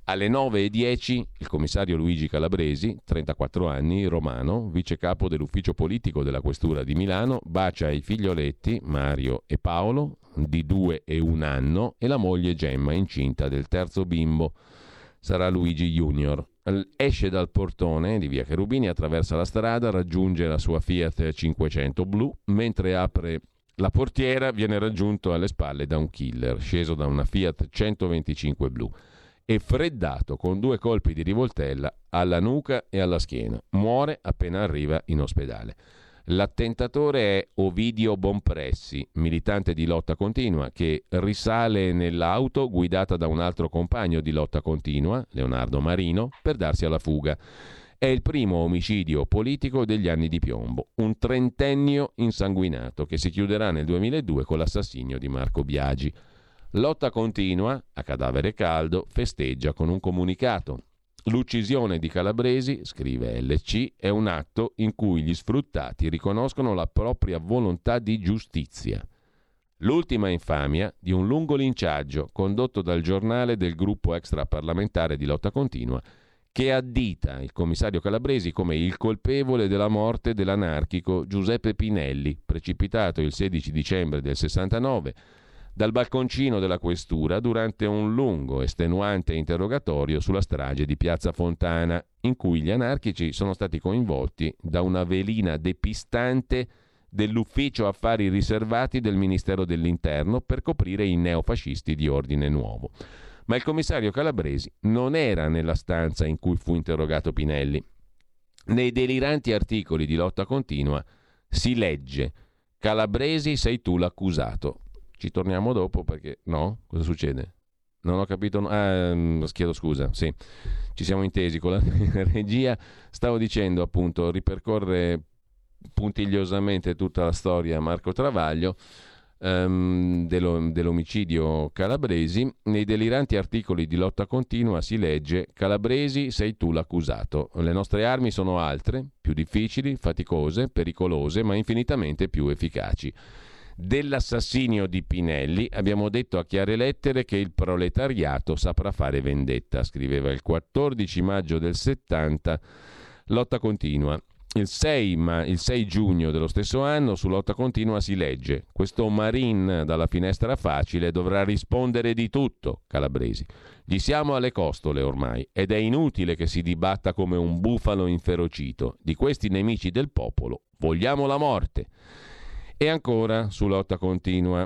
Speaker 2: Alle 9:10 il commissario Luigi Calabresi, 34 anni, romano, vice capo dell'ufficio politico della Questura di Milano, bacia i figlioletti Mario e Paolo, di 2 e 1 anno, e la moglie Gemma, incinta del terzo bimbo. Sarà Luigi Junior. Esce dal portone di via Cherubini, attraversa la strada, raggiunge la sua Fiat 500 blu, mentre apre la portiera viene raggiunto alle spalle da un killer, sceso da una Fiat 125 blu e freddato con 2 colpi di rivoltella alla nuca e alla schiena. Muore appena arriva in ospedale. L'attentatore è Ovidio Bonpressi, militante di Lotta Continua, che risale nell'auto guidata da un altro compagno di Lotta Continua, Leonardo Marino, per darsi alla fuga. È il primo omicidio politico degli anni di piombo, un trentennio insanguinato che si chiuderà nel 2002 con l'assassinio di Marco Biagi. Lotta Continua, a cadavere caldo, festeggia con un comunicato. L'uccisione di Calabresi, scrive LC, è un atto in cui gli sfruttati riconoscono la propria volontà di giustizia. L'ultima infamia di un lungo linciaggio condotto dal giornale del gruppo extraparlamentare di Lotta Continua, che addita il commissario Calabresi come il colpevole della morte dell'anarchico Giuseppe Pinelli, precipitato il 16 dicembre del 69 dal balconcino della questura durante un lungo, estenuante interrogatorio sulla strage di Piazza Fontana, in cui gli anarchici sono stati coinvolti da una velina depistante dell'ufficio affari riservati del Ministero dell'Interno per coprire i neofascisti di Ordine Nuovo. Ma il commissario Calabresi non era nella stanza in cui fu interrogato Pinelli. Nei deliranti articoli di Lotta Continua si legge: Calabresi, sei tu l'accusato. Ci torniamo dopo perché... No? Cosa succede? Non ho capito... chiedo scusa, sì. Ci siamo intesi con la regia. Stavo dicendo, appunto, ripercorre puntigliosamente tutta la storia Marco Travaglio dell'omicidio Calabresi. Nei deliranti articoli di Lotta Continua si legge: Calabresi, sei tu l'accusato. Le nostre armi sono altre, più difficili, faticose, pericolose, ma infinitamente più efficaci. Dell'assassinio di Pinelli abbiamo detto a chiare lettere che il proletariato saprà fare vendetta, scriveva il 14 maggio del 70 Lotta Continua. Il 6 giugno dello stesso anno su Lotta Continua si legge: questo Marin dalla finestra facile dovrà rispondere di tutto, Calabresi. Gli siamo alle costole ormai ed è inutile che si dibatta come un bufalo inferocito. Di questi nemici del popolo vogliamo la morte. E ancora su Lotta Continua,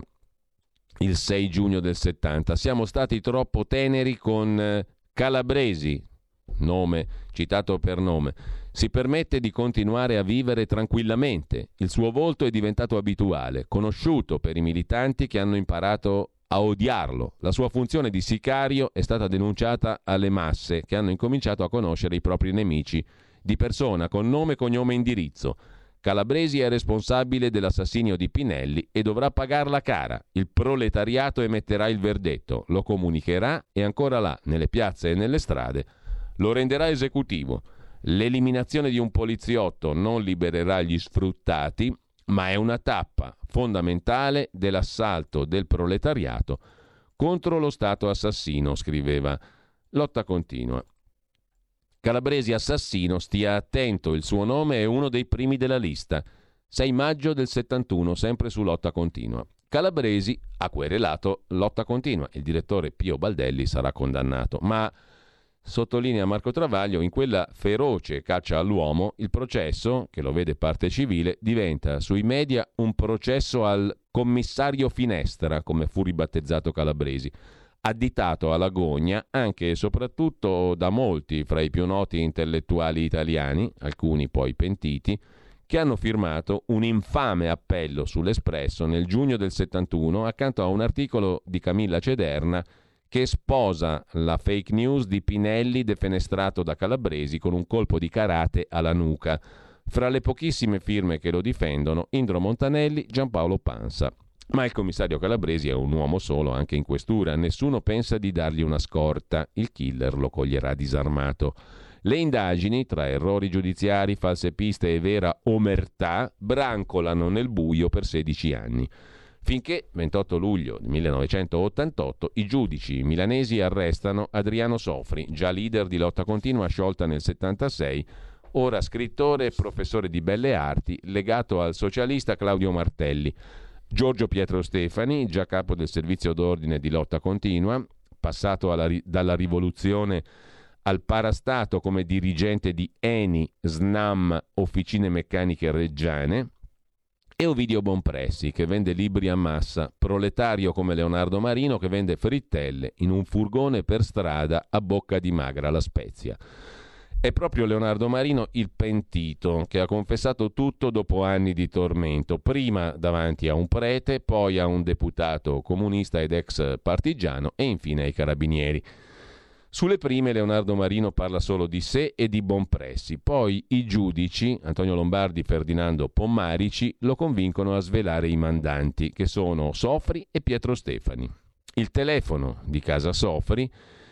Speaker 2: il 6 giugno del 70, siamo stati troppo teneri con Calabresi, nome citato per nome. Si permette di continuare a vivere tranquillamente. Il suo volto è diventato abituale, conosciuto per i militanti che hanno imparato a odiarlo. La sua funzione di sicario è stata denunciata alle masse che hanno incominciato a conoscere i propri nemici di persona, con nome, cognome e indirizzo. Calabresi è responsabile dell'assassinio di Pinelli e dovrà pagarla cara. Il proletariato emetterà il verdetto, lo comunicherà e ancora là, nelle piazze e nelle strade, lo renderà esecutivo. L'eliminazione di un poliziotto non libererà gli sfruttati, ma è una tappa fondamentale dell'assalto del proletariato contro lo Stato assassino, scriveva Lotta Continua. Calabresi assassino, stia attento, il suo nome è uno dei primi della lista. 6 maggio del 71, sempre su Lotta Continua. Calabresi ha querelato Lotta Continua. Il direttore Pio Baldelli sarà condannato, ma, sottolinea Marco Travaglio, in quella feroce caccia all'uomo, il processo, che lo vede parte civile, diventa sui media un processo al commissario Finestra, come fu ribattezzato Calabresi, additato alla gogna anche e soprattutto da molti fra i più noti intellettuali italiani, alcuni poi pentiti, che hanno firmato un infame appello sull'Espresso nel giugno del 71 accanto a un articolo di Camilla Cederna che sposa la fake news di Pinelli defenestrato da Calabresi con un colpo di karate alla nuca. Fra le pochissime firme che lo difendono, Indro Montanelli, Giampaolo Pansa. Ma il commissario Calabresi è un uomo solo anche in questura, nessuno pensa di dargli una scorta, il killer lo coglierà disarmato. Le indagini, tra errori giudiziari, false piste e vera omertà, brancolano nel buio per 16 anni. Finché, 28 luglio 1988, i giudici milanesi arrestano Adriano Sofri, già leader di Lotta Continua, sciolta nel 76, ora scrittore e professore di belle arti, legato al socialista Claudio Martelli. Giorgio Pietro Stefani, già capo del servizio d'ordine di Lotta Continua, passato dalla rivoluzione al parastato come dirigente di ENI, SNAM, Officine Meccaniche Reggiane, e Ovidio Bonpressi, che vende libri a massa, proletario come Leonardo Marino, che vende frittelle in un furgone per strada a Bocca di Magra, La Spezia. È proprio Leonardo Marino il pentito, che ha confessato tutto dopo anni di tormento, prima davanti a un prete, poi a un deputato comunista ed ex partigiano e infine ai carabinieri. Sulle prime Leonardo Marino parla solo di sé e di Bonpressi, poi i giudici, Antonio Lombardi, Ferdinando Pommarici, lo convincono a svelare i mandanti, che sono Sofri e Pietro Stefani. Il telefono di casa Sofri,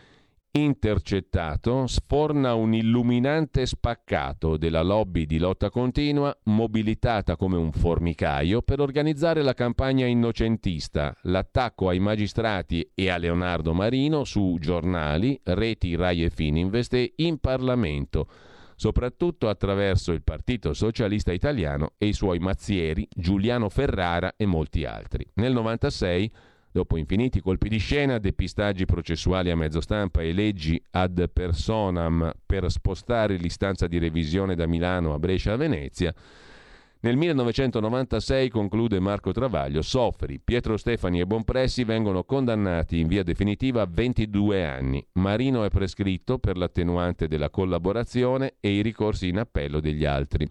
Speaker 2: intercettato, sforna un illuminante spaccato della lobby di Lotta Continua, mobilitata come un formicaio per organizzare la campagna innocentista, l'attacco ai magistrati e a Leonardo Marino su giornali, reti Rai e Fininvest e in Parlamento, soprattutto attraverso il Partito Socialista Italiano e i suoi mazzieri Giuliano Ferrara e molti altri. Nel 96, dopo infiniti colpi di scena, depistaggi processuali a mezzo stampa e leggi ad personam per spostare l'istanza di revisione da Milano a Brescia a Venezia, nel 1996, conclude Marco Travaglio, Sofri, Pietro Stefani e Bonpressi vengono condannati in via definitiva a 22 anni. Marino è prescritto per l'attenuante della collaborazione e i ricorsi in appello degli altri.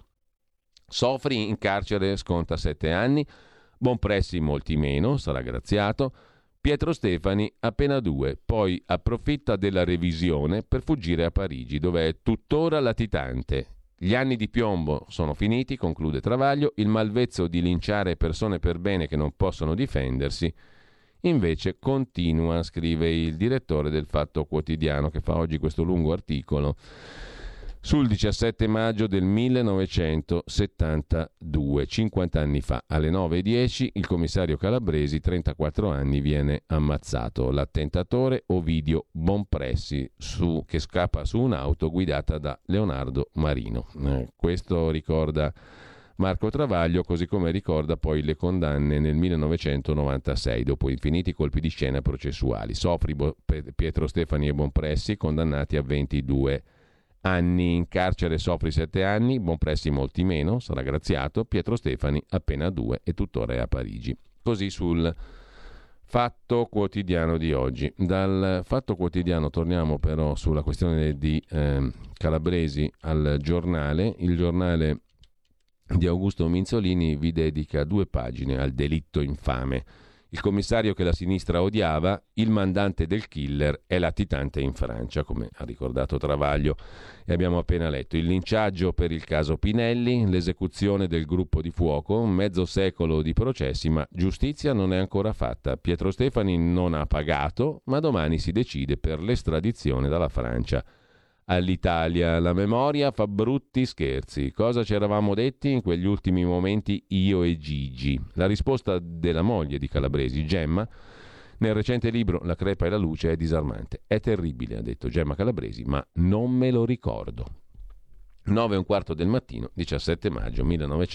Speaker 2: Sofri in carcere sconta 7 anni, Bonpressi molti meno, sarà graziato, Pietro Stefani appena 2, poi approfitta della revisione per fuggire a Parigi, dove è tuttora latitante. Gli anni di piombo sono finiti, conclude Travaglio, il malvezzo di linciare persone per bene che non possono difendersi invece continua, scrive il direttore del Fatto Quotidiano, che fa oggi questo lungo articolo. Sul 17 maggio del 1972, 50 anni fa, alle 9:10, il commissario Calabresi, 34 anni, viene ammazzato. L'attentatore Ovidio Bonpressi, che scappa su un'auto guidata da Leonardo Marino. Questo ricorda Marco Travaglio, così come ricorda poi le condanne nel 1996, dopo infiniti colpi di scena processuali. Sofri, Pietro Stefani e Bonpressi condannati a 22 anni in carcere, Sofri 7 anni, Bonpressi molti meno, sarà graziato, Pietro Stefani appena 2 e tuttora è a Parigi. Così sul Fatto Quotidiano di oggi. Dal Fatto Quotidiano torniamo però sulla questione di Calabresi al Giornale. Il Giornale di Augusto Minzolini vi dedica 2 pagine al delitto infame. Il commissario che la sinistra odiava, il mandante del killer è latitante in Francia, come ha ricordato Travaglio. E abbiamo appena letto il linciaggio per il caso Pinelli, l'esecuzione del gruppo di fuoco, mezzo secolo di processi, ma giustizia non è ancora fatta. Pietro Stefani non ha pagato, ma domani si decide per l'estradizione dalla Francia all'Italia. La memoria fa brutti scherzi. Cosa ci eravamo detti in quegli ultimi momenti io e Gigi? La risposta della moglie di Calabresi, Gemma, nel recente libro La crepa e la luce è disarmante. È terribile, ha detto Gemma Calabresi, ma non me lo ricordo. 9:15 del mattino, 17 maggio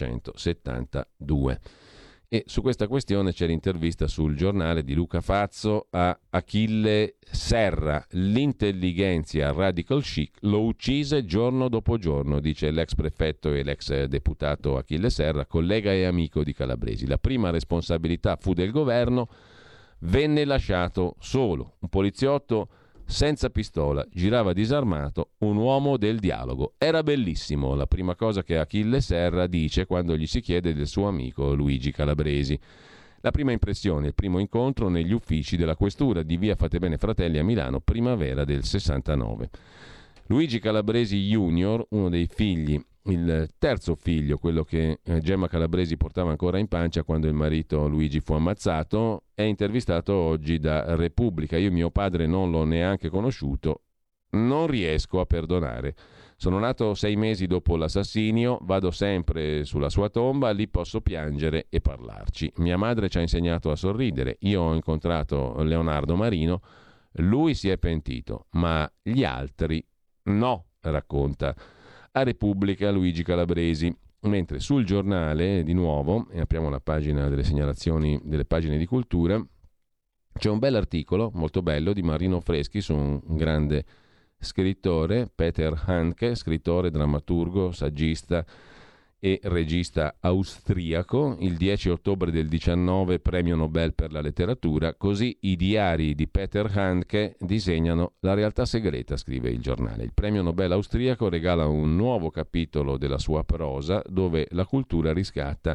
Speaker 2: 1972. E su questa questione c'è l'intervista sul Giornale di Luca Fazzo a Achille Serra. L'intellighenzia radical chic lo uccise giorno dopo giorno, dice l'ex prefetto e l'ex deputato Achille Serra, collega e amico di Calabresi. La prima responsabilità fu del governo, venne lasciato solo. Un poliziotto senza pistola, girava disarmato, un uomo del dialogo. Era bellissimo, la prima cosa che Achille Serra dice quando gli si chiede del suo amico Luigi Calabresi. La prima impressione, il primo incontro negli uffici della questura di via Fatebene Fratelli a Milano, primavera del 69. Luigi Calabresi Junior, uno dei figli, il terzo figlio, quello che Gemma Calabresi portava ancora in pancia quando il marito Luigi fu ammazzato, è intervistato oggi da Repubblica. Io mio padre non l'ho neanche conosciuto, non riesco a perdonare. Sono nato 6 mesi dopo l'assassinio, vado sempre sulla sua tomba, lì posso piangere e parlarci. Mia madre ci ha insegnato a sorridere, io ho incontrato Leonardo Marino, lui si è pentito, ma gli altri no, racconta a Repubblica Luigi Calabresi. Mentre sul Giornale, di nuovo, e apriamo la pagina delle segnalazioni delle pagine di cultura, c'è un bell'articolo, molto bello, di Marino Freschi su un grande scrittore, Peter Handke, scrittore, drammaturgo, saggista e regista austriaco, il 10 ottobre del 19 premio Nobel per la letteratura. Così i diari di Peter Handke disegnano la realtà segreta, scrive il Giornale. Il premio Nobel austriaco regala un nuovo capitolo della sua prosa dove la cultura riscatta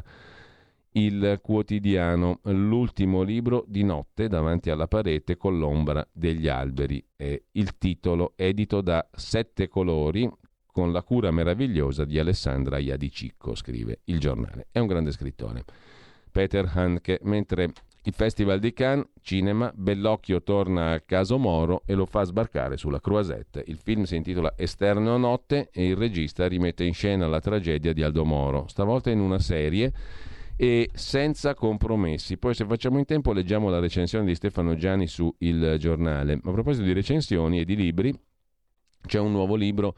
Speaker 2: il quotidiano, l'ultimo libro di notte davanti alla parete con l'ombra degli alberi. Il titolo edito da Sette Colori, con la cura meravigliosa di Alessandra Iadicicco, scrive il Giornale. È un grande scrittore, Peter Handke. Mentre il Festival di Cannes, cinema, Bellocchio torna a Caso Moro e lo fa sbarcare sulla Croisette. Il film si intitola Esterno Notte e il regista rimette in scena la tragedia di Aldo Moro, stavolta in una serie e senza compromessi. Poi, se facciamo in tempo, leggiamo la recensione di Stefano Gianni su Il Giornale. A proposito di recensioni e di libri, c'è un nuovo libro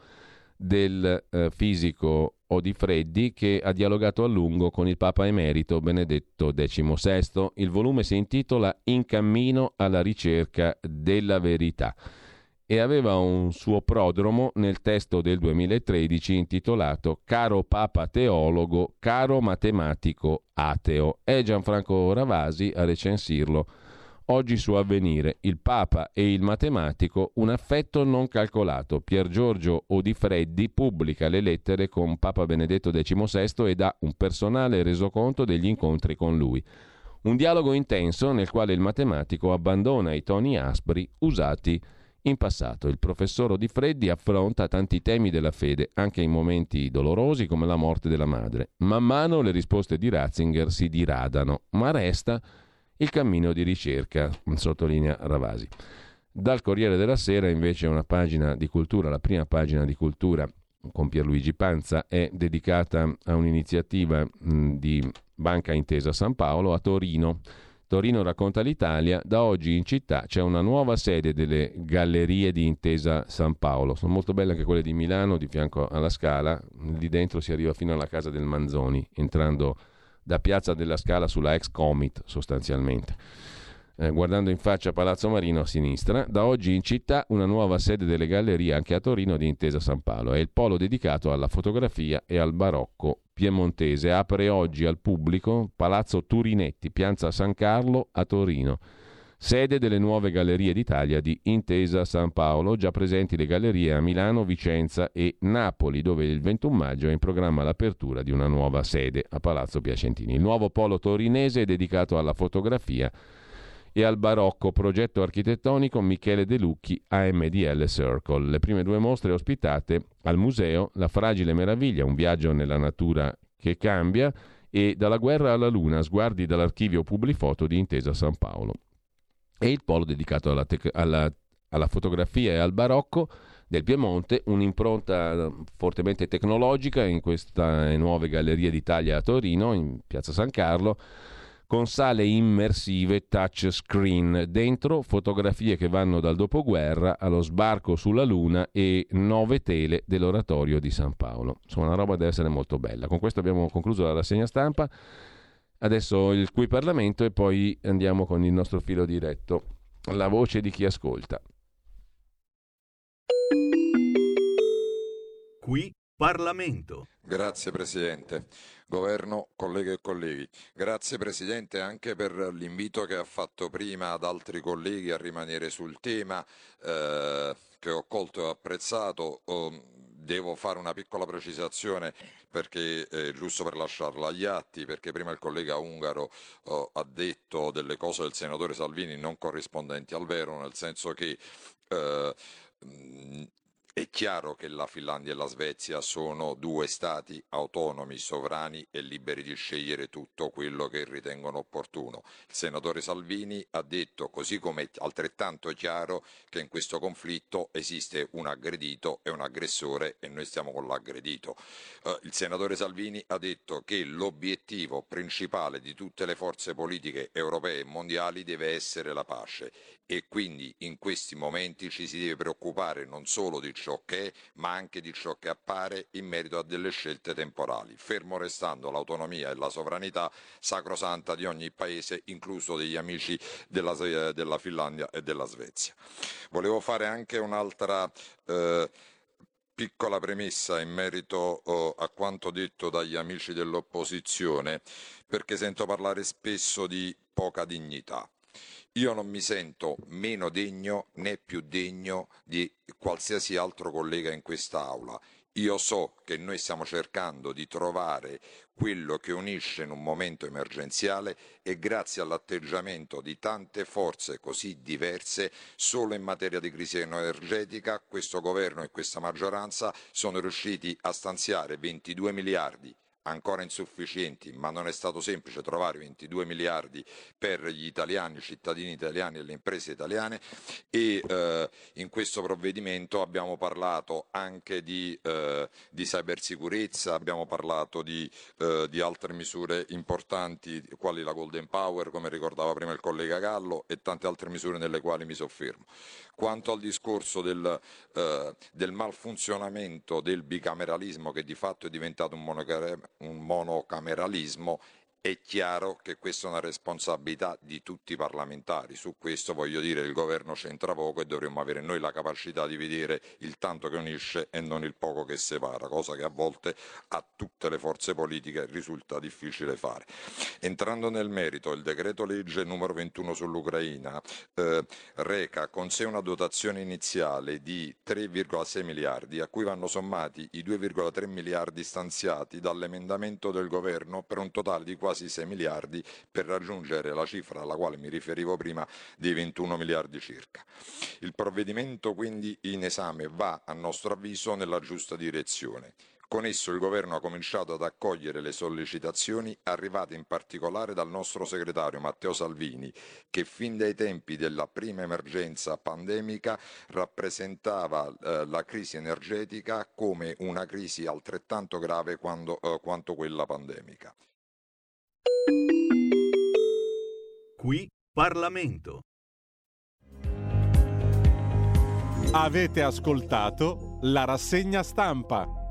Speaker 2: del fisico Odifreddi che ha dialogato a lungo con il Papa Emerito Benedetto XVI. Il volume si intitola In cammino alla ricerca della verità e aveva un suo prodromo nel testo del 2013 intitolato Caro Papa Teologo, caro matematico ateo. È Gianfranco Ravasi a recensirlo oggi su Avvenire. Il Papa e il matematico, un affetto non calcolato. Pier Giorgio Odifreddi pubblica le lettere con Papa Benedetto XVI e dà un personale resoconto degli incontri con lui. Un dialogo intenso nel quale il matematico abbandona i toni aspri usati in passato. Il professor Odifreddi affronta tanti temi della fede, anche in momenti dolorosi come la morte della madre. Man mano le risposte di Ratzinger si diradano, ma resta il cammino di ricerca, sottolinea Ravasi. Dal Corriere della Sera invece una pagina di cultura, la prima pagina di cultura con Pierluigi Panza è dedicata a un'iniziativa di Banca Intesa San Paolo a Torino. Torino racconta l'Italia, da oggi in città c'è una nuova sede delle gallerie di Intesa San Paolo. Sono molto belle anche quelle di Milano, di fianco alla Scala, lì dentro si arriva fino alla casa del Manzoni, entrando da Piazza della Scala sulla ex Comit sostanzialmente. Guardando in faccia Palazzo Marino a sinistra, da oggi in città una nuova sede delle gallerie anche a Torino di Intesa San Paolo. È il polo dedicato alla fotografia e al barocco piemontese. Apre oggi al pubblico Palazzo Turinetti, Piazza San Carlo a Torino. Sede delle nuove gallerie d'Italia di Intesa San Paolo, già presenti le gallerie a Milano, Vicenza e Napoli, dove il 21 maggio è in programma l'apertura di una nuova sede a Palazzo Piacentini. Il nuovo polo torinese è dedicato alla fotografia e al barocco, progetto architettonico Michele De Lucchi, AMDL Circle. Le prime due mostre ospitate al museo La fragile meraviglia, un viaggio nella natura che cambia, e Dalla guerra alla luna, sguardi dall'archivio Publifoto di Intesa San Paolo. E il polo dedicato alla fotografia e al barocco del Piemonte, un'impronta fortemente tecnologica in queste nuove gallerie d'Italia a Torino, in Piazza San Carlo, con sale immersive touchscreen, dentro fotografie che vanno dal dopoguerra allo sbarco sulla Luna e 9 tele dell'oratorio di San Paolo. Insomma, una roba deve essere molto bella. Con questo abbiamo concluso la rassegna stampa. Adesso il Qui Parlamento e poi andiamo con il nostro filo diretto, la voce di chi ascolta.
Speaker 16: Qui Parlamento.
Speaker 17: Grazie Presidente. Governo, colleghe e colleghi. Grazie Presidente anche per l'invito che ha fatto prima ad altri colleghi a rimanere sul tema, che ho colto e apprezzato. Devo fare una piccola precisazione perché giusto per lasciarla agli atti, perché prima il collega Ungaro ha detto delle cose del senatore Salvini non corrispondenti al vero, nel senso che È chiaro che la Finlandia e la Svezia sono due stati autonomi, sovrani e liberi di scegliere tutto quello che ritengono opportuno. Il senatore Salvini ha detto, così come è altrettanto chiaro, che in questo conflitto esiste un aggredito e un aggressore e noi stiamo con l'aggredito. Il senatore Salvini ha detto che l'obiettivo principale di tutte le forze politiche europee e mondiali deve essere la pace e quindi in questi momenti ci si deve preoccupare non solo di ciò che è, ma anche di ciò che appare in merito a delle scelte temporali, fermo restando l'autonomia e la sovranità sacrosanta di ogni paese, incluso degli amici della Finlandia e della Svezia. Volevo fare anche un'altra piccola premessa in merito a quanto detto dagli amici dell'opposizione, perché sento parlare spesso di poca dignità. Io non mi sento meno degno né più degno di qualsiasi altro collega in quest'Aula. Io so che noi stiamo cercando di trovare quello che unisce in un momento emergenziale e grazie all'atteggiamento di tante forze così diverse, solo in materia di crisi energetica, questo governo e questa maggioranza sono riusciti a stanziare 22 miliardi. Ancora insufficienti, ma non è stato semplice trovare 22 miliardi per gli italiani, i cittadini italiani e le imprese italiane e in questo provvedimento abbiamo parlato anche di cybersicurezza, abbiamo parlato di altre misure importanti quali la Golden Power, come ricordava prima il collega Gallo, e tante altre misure nelle quali mi soffermo. Quanto al discorso del malfunzionamento del bicameralismo, che di fatto è diventato un monocameralismo, è chiaro che questa è una responsabilità di tutti i parlamentari. Su questo voglio dire il governo c'entra poco e dovremmo avere noi la capacità di vedere il tanto che unisce e non il poco che separa, cosa che a volte a tutte le forze politiche risulta difficile fare. Entrando nel merito, il decreto legge numero 21 sull'Ucraina reca con sé una dotazione iniziale di 3,6 miliardi a cui vanno sommati i 2,3 miliardi stanziati dall'emendamento del governo per un totale di quasi 6 miliardi per raggiungere la cifra alla quale mi riferivo prima dei 21 miliardi circa. Il provvedimento quindi in esame va, a nostro avviso, nella giusta direzione. Con esso il Governo ha cominciato ad accogliere le sollecitazioni arrivate in particolare dal nostro segretario Matteo Salvini, che fin dai tempi della prima emergenza pandemica rappresentava la crisi energetica come una crisi altrettanto grave quanto quella pandemica.
Speaker 16: Qui Parlamento.
Speaker 1: Avete ascoltato la rassegna stampa.